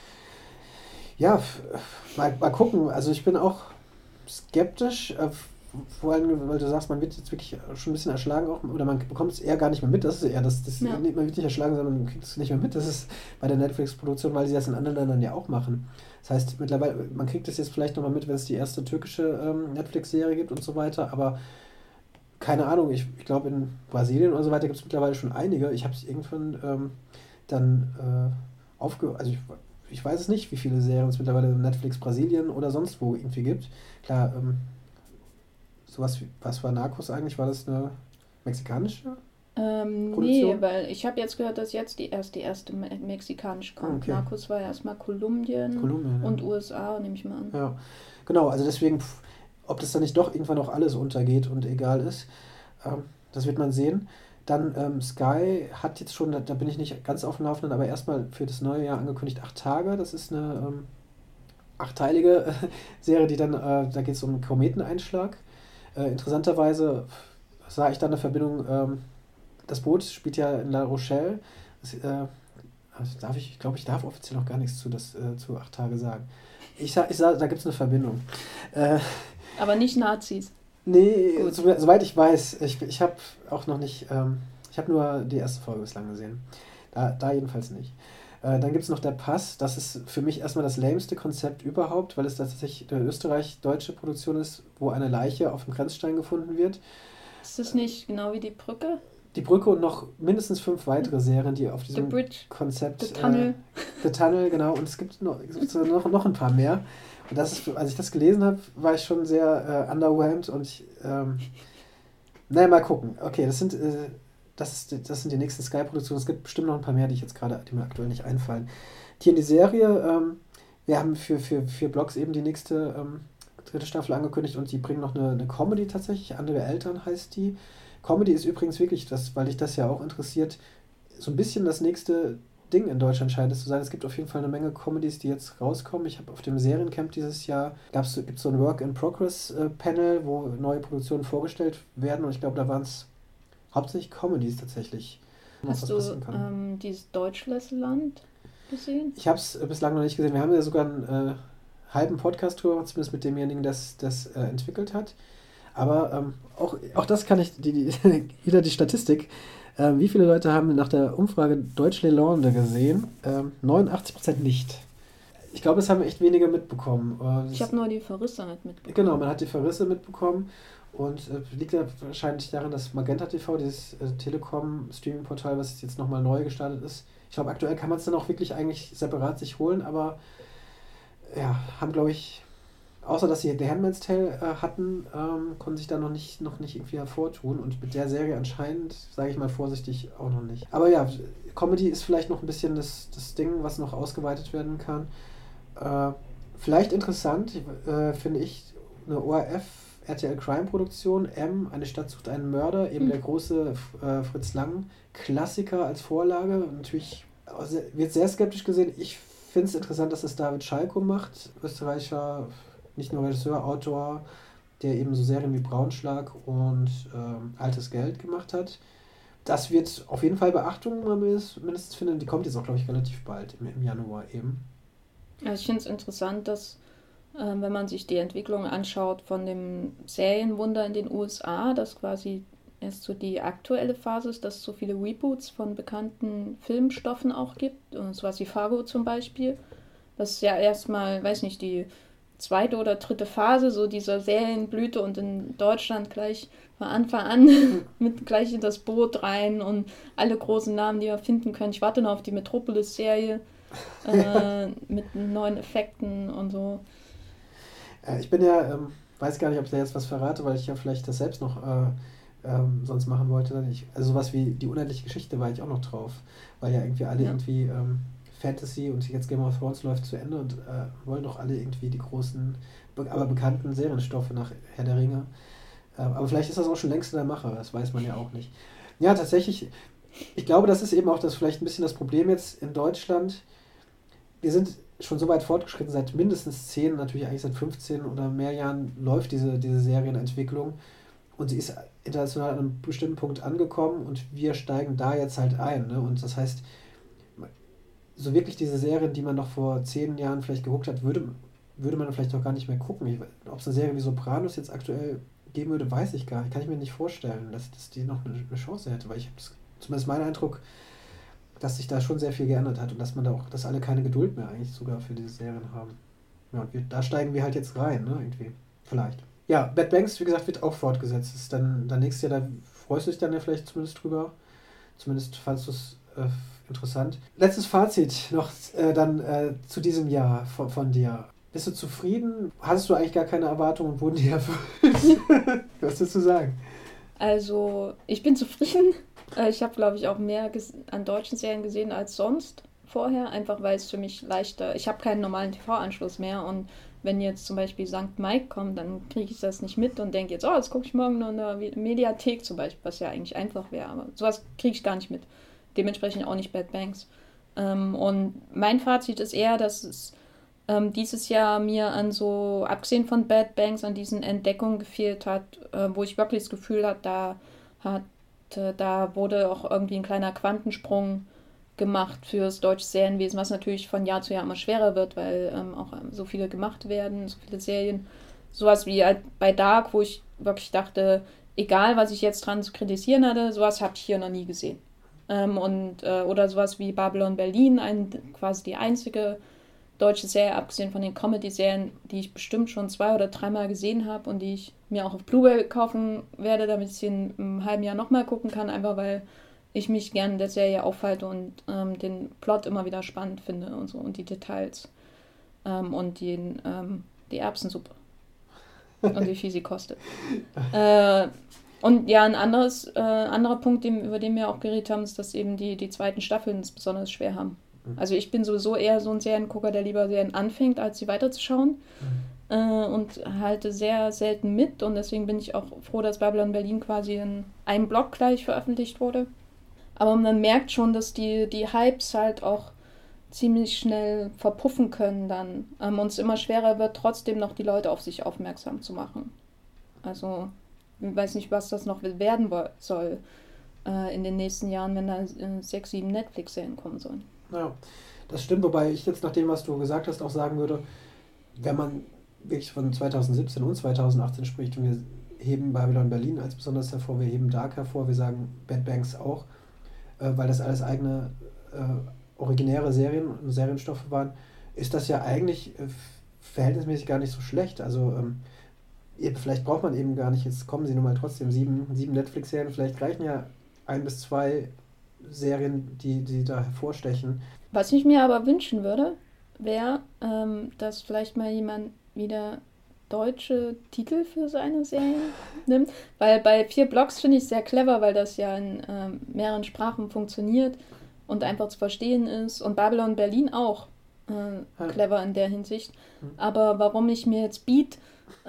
Ja, mal, mal gucken. Also ich bin auch skeptisch, vor allem, weil du sagst, man wird jetzt wirklich schon ein bisschen erschlagen auch, oder man bekommt es eher gar nicht mehr mit, das ist eher das, das Ja. man wird nicht erschlagen, sondern man kriegt es nicht mehr mit, das ist bei der Netflix-Produktion, weil sie das in anderen Ländern ja auch machen. Das heißt, mittlerweile, man kriegt es jetzt vielleicht nochmal mit, wenn es die erste türkische ähm, Netflix-Serie gibt und so weiter, aber keine Ahnung, ich, ich glaube in Brasilien und so weiter gibt es mittlerweile schon einige. Ich habe es irgendwann ähm, dann äh, aufgehört, also ich, ich weiß es nicht, wie viele Serien es mittlerweile in Netflix Brasilien oder sonst wo irgendwie gibt. Klar, ähm, sowas wie, was war Narcos eigentlich? War das eine mexikanische? Ähm, Produktion? nee, weil ich habe jetzt gehört, dass jetzt die erst die erste me mexikanische kommt. Ah, okay. Narcos war ja erstmal Kolumbien, Kolumbien, ja. und U S A, nehme ich mal an. Ja, genau, also deswegen, pf, ob das dann nicht doch irgendwann auch alles untergeht und egal ist, ähm, das wird man sehen. Dann ähm, Sky hat jetzt schon, da, da bin ich nicht ganz auf dem Laufenden, aber erstmal für das neue Jahr angekündigt, acht Tage. Das ist eine ähm, achtteilige äh, Serie, die dann, äh, da geht es um einen Kometeneinschlag. Äh, interessanterweise sah ich da eine Verbindung, ähm, das Boot spielt ja in La Rochelle. Das, äh, also darf ich, ich glaube, ich darf offiziell noch gar nichts zu, das, äh, zu acht Tage sagen. Ich sag, ich sag, da gibt es eine Verbindung. Äh, Aber nicht Nazis. nee, Gut. so, soweit ich weiß, ich, ich habe auch noch nicht, ähm, ich habe nur die erste Folge bislang gesehen. Da, da jedenfalls nicht. Äh, dann gibt es noch der Pass, das ist für mich erstmal das lämste Konzept überhaupt, weil es tatsächlich eine österreich-deutsche Produktion ist, wo eine Leiche auf dem Grenzstein gefunden wird. Ist das nicht genau wie die Brücke? Die Brücke und noch mindestens fünf weitere Serien, die auf The diesem Bridge, Konzept... The Tunnel. Äh, The Tunnel, genau. Und es gibt noch, es gibt so noch, noch ein paar mehr. Und das ist, als ich das gelesen habe, war ich schon sehr äh, underwhelmed und ich... Ähm, naja, mal gucken. Okay, das sind, äh, das ist, das sind die nächsten Sky-Produktionen. Es gibt bestimmt noch ein paar mehr, die ich jetzt gerade, die mir aktuell nicht einfallen. Hier in die Serie, ähm, wir haben für, für, für Blogs eben die nächste ähm, dritte Staffel angekündigt und die bringen noch eine, eine Comedy tatsächlich. Andere Eltern heißt die. Comedy ist übrigens wirklich, das, weil dich das ja auch interessiert, so ein bisschen das nächste Ding in Deutschland scheint es zu sein. Es gibt auf jeden Fall eine Menge Comedies, die jetzt rauskommen. Ich habe auf dem Seriencamp dieses Jahr, gibt es so ein Work-in-Progress-Panel, wo neue Produktionen vorgestellt werden und ich glaube, da waren es hauptsächlich Comedies tatsächlich. Hast was du passieren kann. ähm, dieses Deutschlässeland gesehen? Ich habe es bislang noch nicht gesehen. Wir haben ja sogar einen äh, halben Podcast drüber, zumindest mit demjenigen, der das äh, entwickelt hat. Aber ähm, auch, auch das kann ich, die, die, wieder die Statistik. Ähm, wie viele Leute haben nach der Umfrage Deutschlelande gesehen? Ähm, neunundachtzig Prozent nicht. Ich glaube, es haben echt wenige mitbekommen. Äh, Ich habe nur die Verrisse halt mitbekommen. Genau, man hat die Verrisse mitbekommen. Und äh, liegt ja wahrscheinlich daran, dass Magenta T V, dieses äh, Telekom-Streaming-Portal, was jetzt nochmal neu gestartet ist, ich glaube, aktuell kann man es dann auch wirklich eigentlich separat sich holen, aber ja, haben, glaube ich, außer dass sie The Handmaid's Tale äh, hatten, ähm, konnten sich da noch nicht, noch nicht irgendwie hervortun und mit der Serie anscheinend, sage ich mal vorsichtig, auch noch nicht. Aber ja, Comedy ist vielleicht noch ein bisschen das, das Ding, was noch ausgeweitet werden kann. Äh, vielleicht interessant, äh, finde ich, eine O R F R T L Crime Produktion, M, eine Stadt sucht einen Mörder, eben Mhm. der große äh, Fritz Lang Klassiker als Vorlage. Natürlich wird sehr skeptisch gesehen. Ich finde es interessant, dass es David Schalko macht, Österreicher, nicht nur Regisseur, Autor, der eben so Serien wie Braunschlag und ähm, Altes Geld gemacht hat. Das wird auf jeden Fall Beachtung mal mindestens finden. Die kommt jetzt auch, glaube ich, relativ bald, im, im Januar eben. Also ich finde es interessant, dass äh, wenn man sich die Entwicklung anschaut von dem Serienwunder in den U S A, dass quasi erst so die aktuelle Phase ist, dass es so viele Reboots von bekannten Filmstoffen auch gibt, und sowas wie Fargo zum Beispiel. Das ist ja erstmal, weiß nicht, die zweite oder dritte Phase so dieser Serienblüte und in Deutschland gleich von Anfang an mit gleich in das Boot rein und alle großen Namen, die wir finden können. Ich warte noch auf die Metropolis-Serie äh, mit neuen Effekten und so. Äh, ich bin ja, ähm, weiß gar nicht, ob ich da jetzt was verrate, weil ich ja vielleicht das selbst noch äh, ähm, sonst machen wollte. Ich, also sowas wie die unendliche Geschichte war ich auch noch drauf, weil ja irgendwie alle Ja. irgendwie ähm, Fantasy und jetzt Game of Thrones läuft zu Ende und äh, wollen doch alle irgendwie die großen, be- aber bekannten Serienstoffe nach Herr der Ringe. Ähm, aber vielleicht ist das auch schon längst in der Mache, das weiß man ja auch nicht. Ja, tatsächlich, ich glaube, das ist eben auch das vielleicht ein bisschen das Problem jetzt in Deutschland. Wir sind schon so weit fortgeschritten, seit mindestens zehn, natürlich eigentlich seit fünfzehn oder mehr Jahren läuft diese, diese Serienentwicklung und sie ist international an einem bestimmten Punkt angekommen und wir steigen da jetzt halt ein. Ne? Und das heißt, so wirklich diese Serien, die man noch vor zehn Jahren vielleicht geguckt hat, würde, würde man vielleicht auch gar nicht mehr gucken. Ob es eine Serie wie Sopranos jetzt aktuell geben würde, weiß ich gar nicht. Kann ich mir nicht vorstellen, dass, dass die noch eine, eine Chance hätte, weil ich habe zumindest mein Eindruck, dass sich da schon sehr viel geändert hat und dass man da auch, dass alle keine Geduld mehr eigentlich sogar für diese Serien haben. Ja, und wir, da steigen wir halt jetzt rein, ne, irgendwie. Vielleicht. Ja, Bad Banks, wie gesagt, wird auch fortgesetzt. Das ist dann, dann nächstes Jahr, da freust du dich dann ja vielleicht zumindest drüber. Zumindest fandst du es äh, interessant. Letztes Fazit noch äh, dann äh, zu diesem Jahr von, von dir. Bist du zufrieden? Hattest du eigentlich gar keine Erwartungen und wurden die erfüllt? Was willst du sagen? Also, ich bin zufrieden. Ich habe, glaube ich, auch mehr ges- an deutschen Serien gesehen als sonst vorher, einfach weil es für mich leichter, ich habe keinen normalen T V-Anschluss mehr und wenn jetzt zum Beispiel Sankt Mike kommt, dann kriege ich das nicht mit und denke jetzt, oh, jetzt gucke ich morgen noch in der Mediathek zum Beispiel, was ja eigentlich einfach wäre, aber sowas kriege ich gar nicht mit. Dementsprechend auch nicht Bad Banks. Ähm, und mein Fazit ist eher, dass es ähm, dieses Jahr mir an so, abgesehen von Bad Banks, an diesen Entdeckungen gefehlt hat, äh, wo ich wirklich das Gefühl hatte, da hat Da wurde auch irgendwie ein kleiner Quantensprung gemacht fürs deutsche Serienwesen, was natürlich von Jahr zu Jahr immer schwerer wird, weil ähm, auch ähm, so viele gemacht werden, so viele Serien. Sowas wie halt bei Dark, wo ich wirklich dachte, egal was ich jetzt dran zu kritisieren hatte, sowas habe ich hier noch nie gesehen. Ähm, und, äh, oder sowas wie Babylon Berlin, ein, quasi die einzige deutsche Serie, abgesehen von den Comedy-Serien, die ich bestimmt schon zwei oder dreimal gesehen habe und die ich mir auch auf Blu-ray kaufen werde, damit ich sie in einem halben Jahr nochmal gucken kann, einfach weil ich mich gerne in der Serie aufhalte und ähm, den Plot immer wieder spannend finde und so und die Details ähm, und den, ähm, die Erbsensuppe und wie viel sie kostet. äh, und ja, ein anderes, äh, anderer Punkt, dem, über den wir auch geredet haben, ist, dass eben die, die zweiten Staffeln es besonders schwer haben. Also ich bin sowieso eher so ein Seriengucker, der lieber Serien anfängt, als sie weiterzuschauen. Mhm. Äh, und halte sehr selten mit. Und deswegen bin ich auch froh, dass Babylon Berlin quasi in einem Block gleich veröffentlicht wurde. Aber man merkt schon, dass die, die Hypes halt auch ziemlich schnell verpuffen können dann. Ähm, und es immer schwerer wird, trotzdem noch die Leute auf sich aufmerksam zu machen. Also ich weiß nicht, was das noch werden soll äh, in den nächsten Jahren, wenn da äh, sechs, sieben Netflix-Serien kommen sollen. Ja, das stimmt, wobei ich jetzt nach dem, was du gesagt hast, auch sagen würde, wenn man wirklich von zwanzig siebzehn und zwanzig achtzehn spricht und wir heben Babylon Berlin als besonders hervor, wir heben Dark hervor, wir sagen Bad Banks auch, äh, weil das alles eigene äh, originäre Serien und Serienstoffe waren, ist das ja eigentlich äh, verhältnismäßig gar nicht so schlecht. Also ähm, eben, vielleicht braucht man eben gar nicht, jetzt kommen sie nun mal trotzdem, sieben, sieben Netflix-Serien, vielleicht reichen ja ein bis zwei Serien, die, die da hervorstechen. Was ich mir aber wünschen würde, wäre, ähm, dass vielleicht mal jemand wieder deutsche Titel für seine Serien nimmt. Weil bei vier Blocks finde ich es sehr clever, weil das ja in ähm, mehreren Sprachen funktioniert und einfach zu verstehen ist. Und Babylon Berlin auch äh, ja. clever in der Hinsicht. Mhm. Aber warum ich mir jetzt Beat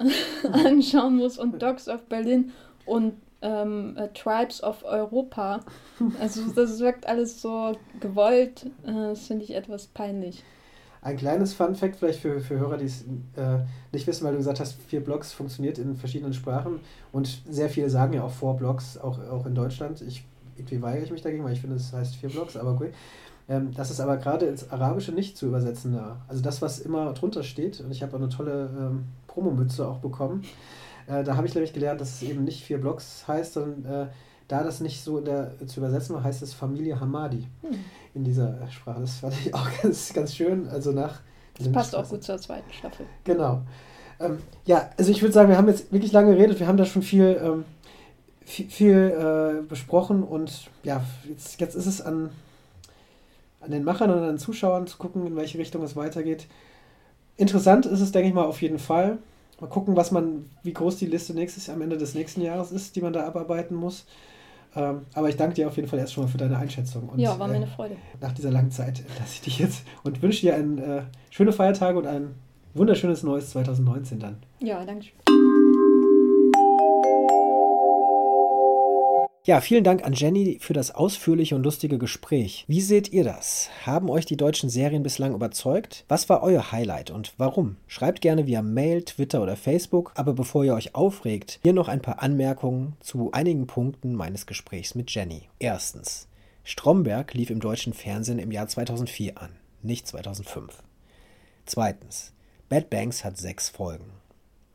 anschauen muss und Dogs of Berlin und Ähm, uh, Tribes of Europa. Also das wirkt alles so gewollt. Äh, das finde ich etwas peinlich. Ein kleines Fun-Fact vielleicht für, für Hörer, die es äh, nicht wissen, weil du gesagt hast, vier Blocks funktioniert in verschiedenen Sprachen und sehr viele sagen ja auch Four Blocks, auch, auch in Deutschland. Ich irgendwie weigere ich mich dagegen, weil ich finde, es heißt vier Blocks, aber gut. Ähm, das ist aber gerade ins Arabische nicht zu übersetzen da. Also das, was immer drunter steht, und ich habe auch eine tolle ähm, Promomütze auch bekommen. Äh, da habe ich nämlich gelernt, dass es eben nicht vier Blocks heißt, sondern äh, da das nicht so in der, zu übersetzen war, heißt es Familie Hamadi hm. in dieser Sprache. Das fand ich auch ganz, ganz schön. Also nach das passt auch gut zur zweiten Staffel. Genau. Ähm, ja, also ich würde sagen, wir haben jetzt wirklich lange geredet. Wir haben da schon viel, ähm, viel, viel äh, besprochen und ja, jetzt, jetzt ist es an, an den Machern und an den Zuschauern zu gucken, in welche Richtung es weitergeht. Interessant ist es, denke ich mal, auf jeden Fall. Mal gucken, was man, wie groß die Liste nächstes, am Ende des nächsten Jahres ist, die man da abarbeiten muss. Ähm, aber ich danke dir auf jeden Fall erst schon mal für deine Einschätzung. Und, ja, war mir äh, eine Freude. Nach dieser langen Zeit lasse ich dich jetzt und wünsche dir ein, äh, schöne Feiertage und ein wunderschönes neues zwanzig neunzehn dann. Ja, danke schön. Ja, vielen Dank an Jenny für das ausführliche und lustige Gespräch. Wie seht ihr das? Haben euch die deutschen Serien bislang überzeugt? Was war euer Highlight und warum? Schreibt gerne via Mail, Twitter oder Facebook. Aber bevor ihr euch aufregt, hier noch ein paar Anmerkungen zu einigen Punkten meines Gesprächs mit Jenny. Erstens. Stromberg lief im deutschen Fernsehen im Jahr zweitausendvier an, nicht zweitausendfünf. Zweitens. Bad Banks hat sechs Folgen.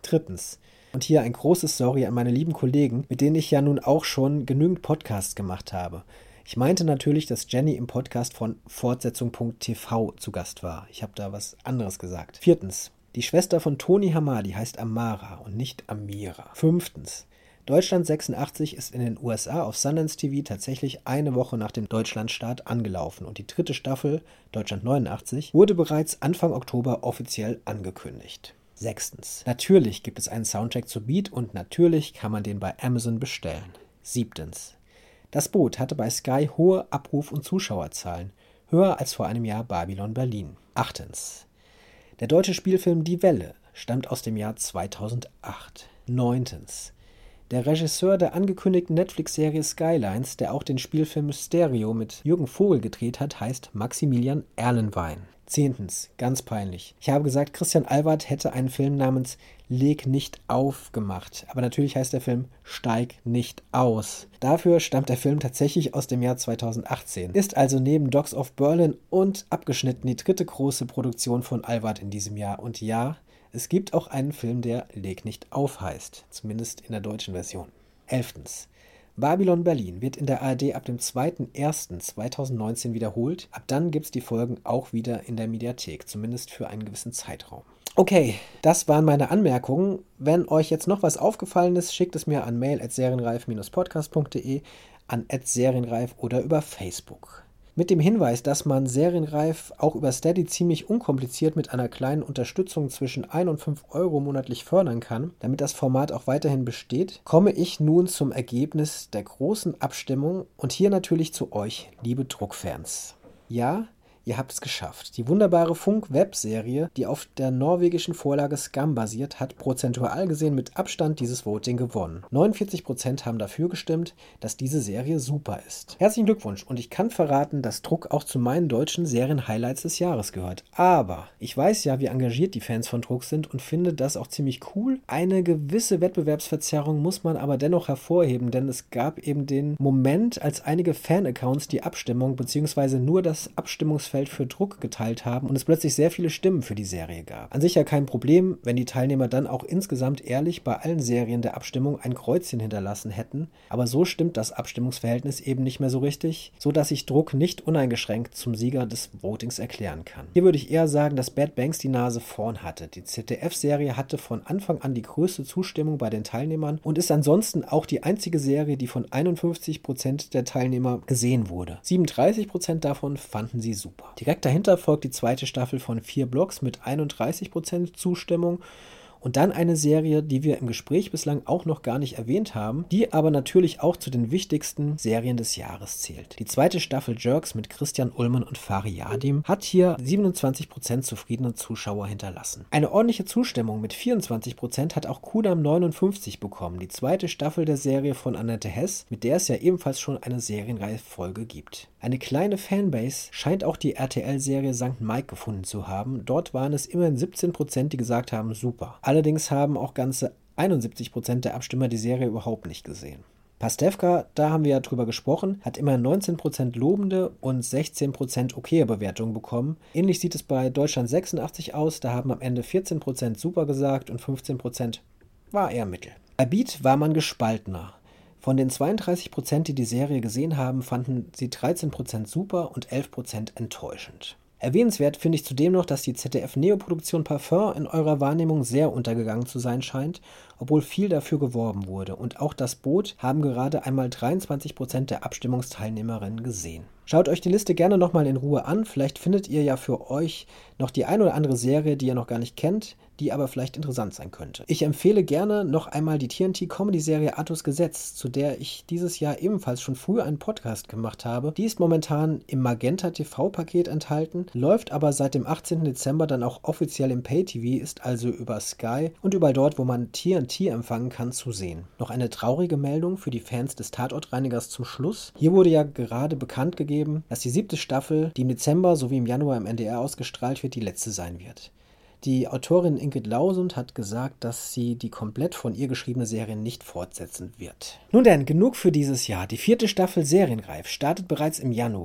Drittens. Und hier ein großes Sorry an meine lieben Kollegen, mit denen ich ja nun auch schon genügend Podcasts gemacht habe. Ich meinte natürlich, dass Jenny im Podcast von Fortsetzung Punkt T V zu Gast war. Ich habe da was anderes gesagt. Viertens. Die Schwester von Tony Hamadi heißt Amara und nicht Amira. Fünftens. Deutschland sechsundachtzig ist in den U S A auf Sundance T V tatsächlich eine Woche nach dem Deutschlandstart angelaufen und die dritte Staffel, Deutschland neunundachtzig, wurde bereits Anfang Oktober offiziell angekündigt. Sechstens. Natürlich gibt es einen Soundtrack zu Beat und natürlich kann man den bei Amazon bestellen. Siebtens. Das Boot hatte bei Sky hohe Abruf- und Zuschauerzahlen, höher als vor einem Jahr Babylon Berlin. Achtens. Der deutsche Spielfilm Die Welle stammt aus dem Jahr zweitausendacht. Neuntens. Der Regisseur der angekündigten Netflix-Serie Skylines, der auch den Spielfilm Stereo mit Jürgen Vogel gedreht hat, heißt Maximilian Erlenwein. Zehntens, ganz peinlich. Ich habe gesagt, Christian Alward hätte einen Film namens Leg nicht auf gemacht. Aber natürlich heißt der Film Steig nicht aus. Dafür stammt der Film tatsächlich aus dem Jahr zweitausendachtzehn. Ist also neben Dogs of Berlin und Abgeschnitten die dritte große Produktion von Alward in diesem Jahr. Und ja, es gibt auch einen Film, der Leg nicht auf heißt. Zumindest in der deutschen Version. Elftens. Babylon Berlin wird in der A R D ab dem zweiten ersten zweitausendneunzehn wiederholt. Ab dann gibt es die Folgen auch wieder in der Mediathek, zumindest für einen gewissen Zeitraum. Okay, das waren meine Anmerkungen. Wenn euch jetzt noch was aufgefallen ist, schickt es mir an mail at serienreif Bindestrich podcast punkt de, an at serienreif oder über Facebook. Mit dem Hinweis, dass man Serienreif auch über Steady ziemlich unkompliziert mit einer kleinen Unterstützung zwischen ein und fünf Euro monatlich fördern kann, damit das Format auch weiterhin besteht, komme ich nun zum Ergebnis der großen Abstimmung und hier natürlich zu euch, liebe Druckfans. Ja, ihr habt es geschafft. Die wunderbare Funk-Webserie, die auf der norwegischen Vorlage Skam basiert, hat prozentual gesehen mit Abstand dieses Voting gewonnen. neunundvierzig Prozent haben dafür gestimmt, dass diese Serie super ist. Herzlichen Glückwunsch und ich kann verraten, dass Druck auch zu meinen deutschen Serien-Highlights des Jahres gehört. Aber ich weiß ja, wie engagiert die Fans von Druck sind und finde das auch ziemlich cool. Eine gewisse Wettbewerbsverzerrung muss man aber dennoch hervorheben, denn es gab eben den Moment, als einige Fan-Accounts die Abstimmung bzw. nur das Abstimmungsfeld für Druck geteilt haben und es plötzlich sehr viele Stimmen für die Serie gab. An sich ja kein Problem, wenn die Teilnehmer dann auch insgesamt ehrlich bei allen Serien der Abstimmung ein Kreuzchen hinterlassen hätten, aber so stimmt das Abstimmungsverhältnis eben nicht mehr so richtig, so dass sich Druck nicht uneingeschränkt zum Sieger des Votings erklären kann. Hier würde ich eher sagen, dass Bad Banks die Nase vorn hatte. Die Z D F-Serie hatte von Anfang an die größte Zustimmung bei den Teilnehmern und ist ansonsten auch die einzige Serie, die von einundfünfzig Prozent der Teilnehmer gesehen wurde. siebenunddreißig Prozent davon fanden sie super. Direkt dahinter folgt die zweite Staffel von vier Blocks mit einunddreißig Prozent Zustimmung und dann eine Serie, die wir im Gespräch bislang auch noch gar nicht erwähnt haben, die aber natürlich auch zu den wichtigsten Serien des Jahres zählt. Die zweite Staffel Jerks mit Christian Ullmann und Fari Yadim hat hier siebenundzwanzig Prozent zufriedene Zuschauer hinterlassen. Eine ordentliche Zustimmung mit vierundzwanzig Prozent hat auch Kudam neunundfünfzig bekommen, die zweite Staffel der Serie von Annette Hess, mit der es ja ebenfalls schon eine Serienreihe-Folge gibt. Eine kleine Fanbase scheint auch die R T L-Serie Sankt Mike gefunden zu haben. Dort waren es immerhin siebzehn Prozent, die gesagt haben, super. Allerdings haben auch ganze einundsiebzig Prozent der Abstimmer die Serie überhaupt nicht gesehen. Pastewka, da haben wir ja drüber gesprochen, hat immerhin neunzehn Prozent lobende und sechzehn Prozent okaye Bewertungen bekommen. Ähnlich sieht es bei Deutschland sechsundachtzig aus, da haben am Ende vierzehn Prozent super gesagt und fünfzehn Prozent war eher mittel. Bei Beat war man gespaltener. Von den zweiunddreißig Prozent, die die Serie gesehen haben, fanden sie dreizehn Prozent super und elf Prozent enttäuschend. Erwähnenswert finde ich zudem noch, dass die Z D F-Neoproduktion Parfum in eurer Wahrnehmung sehr untergegangen zu sein scheint, obwohl viel dafür geworben wurde. Und auch Das Boot haben gerade einmal dreiundzwanzig Prozent der Abstimmungsteilnehmerinnen gesehen. Schaut euch die Liste gerne nochmal in Ruhe an, vielleicht findet ihr ja für euch noch die ein oder andere Serie, die ihr noch gar nicht kennt, die aber vielleicht interessant sein könnte. Ich empfehle gerne noch einmal die T N T-Comedy-Serie Artus Gesetz, zu der ich dieses Jahr ebenfalls schon früher einen Podcast gemacht habe. Die ist momentan im Magenta T V-Paket enthalten, läuft aber seit dem achtzehnten Dezember dann auch offiziell im Pay-T V, ist also über Sky und überall dort, wo man T N T empfangen kann, zu sehen. Noch eine traurige Meldung für die Fans des Tatortreinigers zum Schluss. Hier wurde ja gerade bekannt gegeben, dass die siebte Staffel, die im Dezember sowie im Januar im N D R ausgestrahlt wird, die letzte sein wird. Die Autorin Ingrid Lausund hat gesagt, dass sie die komplett von ihr geschriebene Serie nicht fortsetzen wird. Nun denn, genug für dieses Jahr. Die vierte Staffel Serienreif startet bereits im Januar.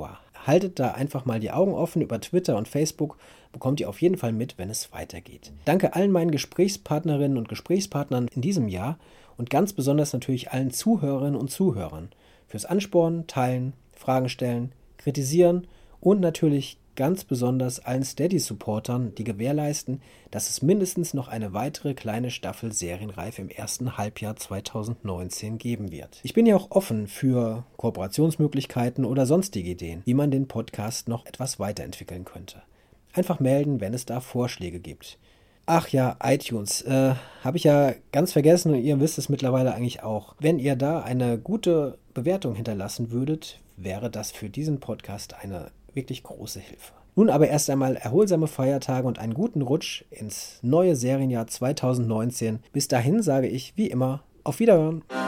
haltet da einfach mal die Augen offen. Über Twitter und Facebook bekommt ihr auf jeden Fall mit, wenn es weitergeht. Danke allen meinen Gesprächspartnerinnen und Gesprächspartnern in diesem Jahr und ganz besonders natürlich allen Zuhörerinnen und Zuhörern fürs Anspornen, Teilen, Fragen stellen, kritisieren und natürlich ganz besonders allen Steady-Supportern, die gewährleisten, dass es mindestens noch eine weitere kleine Staffel Serienreif im ersten Halbjahr zweitausendneunzehn geben wird. Ich bin ja auch offen für Kooperationsmöglichkeiten oder sonstige Ideen, wie man den Podcast noch etwas weiterentwickeln könnte. Einfach melden, wenn es da Vorschläge gibt. Ach ja, iTunes, äh, habe ich ja ganz vergessen und ihr wisst es mittlerweile eigentlich auch. Wenn ihr da eine gute Bewertung hinterlassen würdet, wäre das für diesen Podcast eine wirklich große Hilfe. Nun aber erst einmal erholsame Feiertage und einen guten Rutsch ins neue Serienjahr zweitausendneunzehn. Bis dahin sage ich wie immer auf Wiederhören.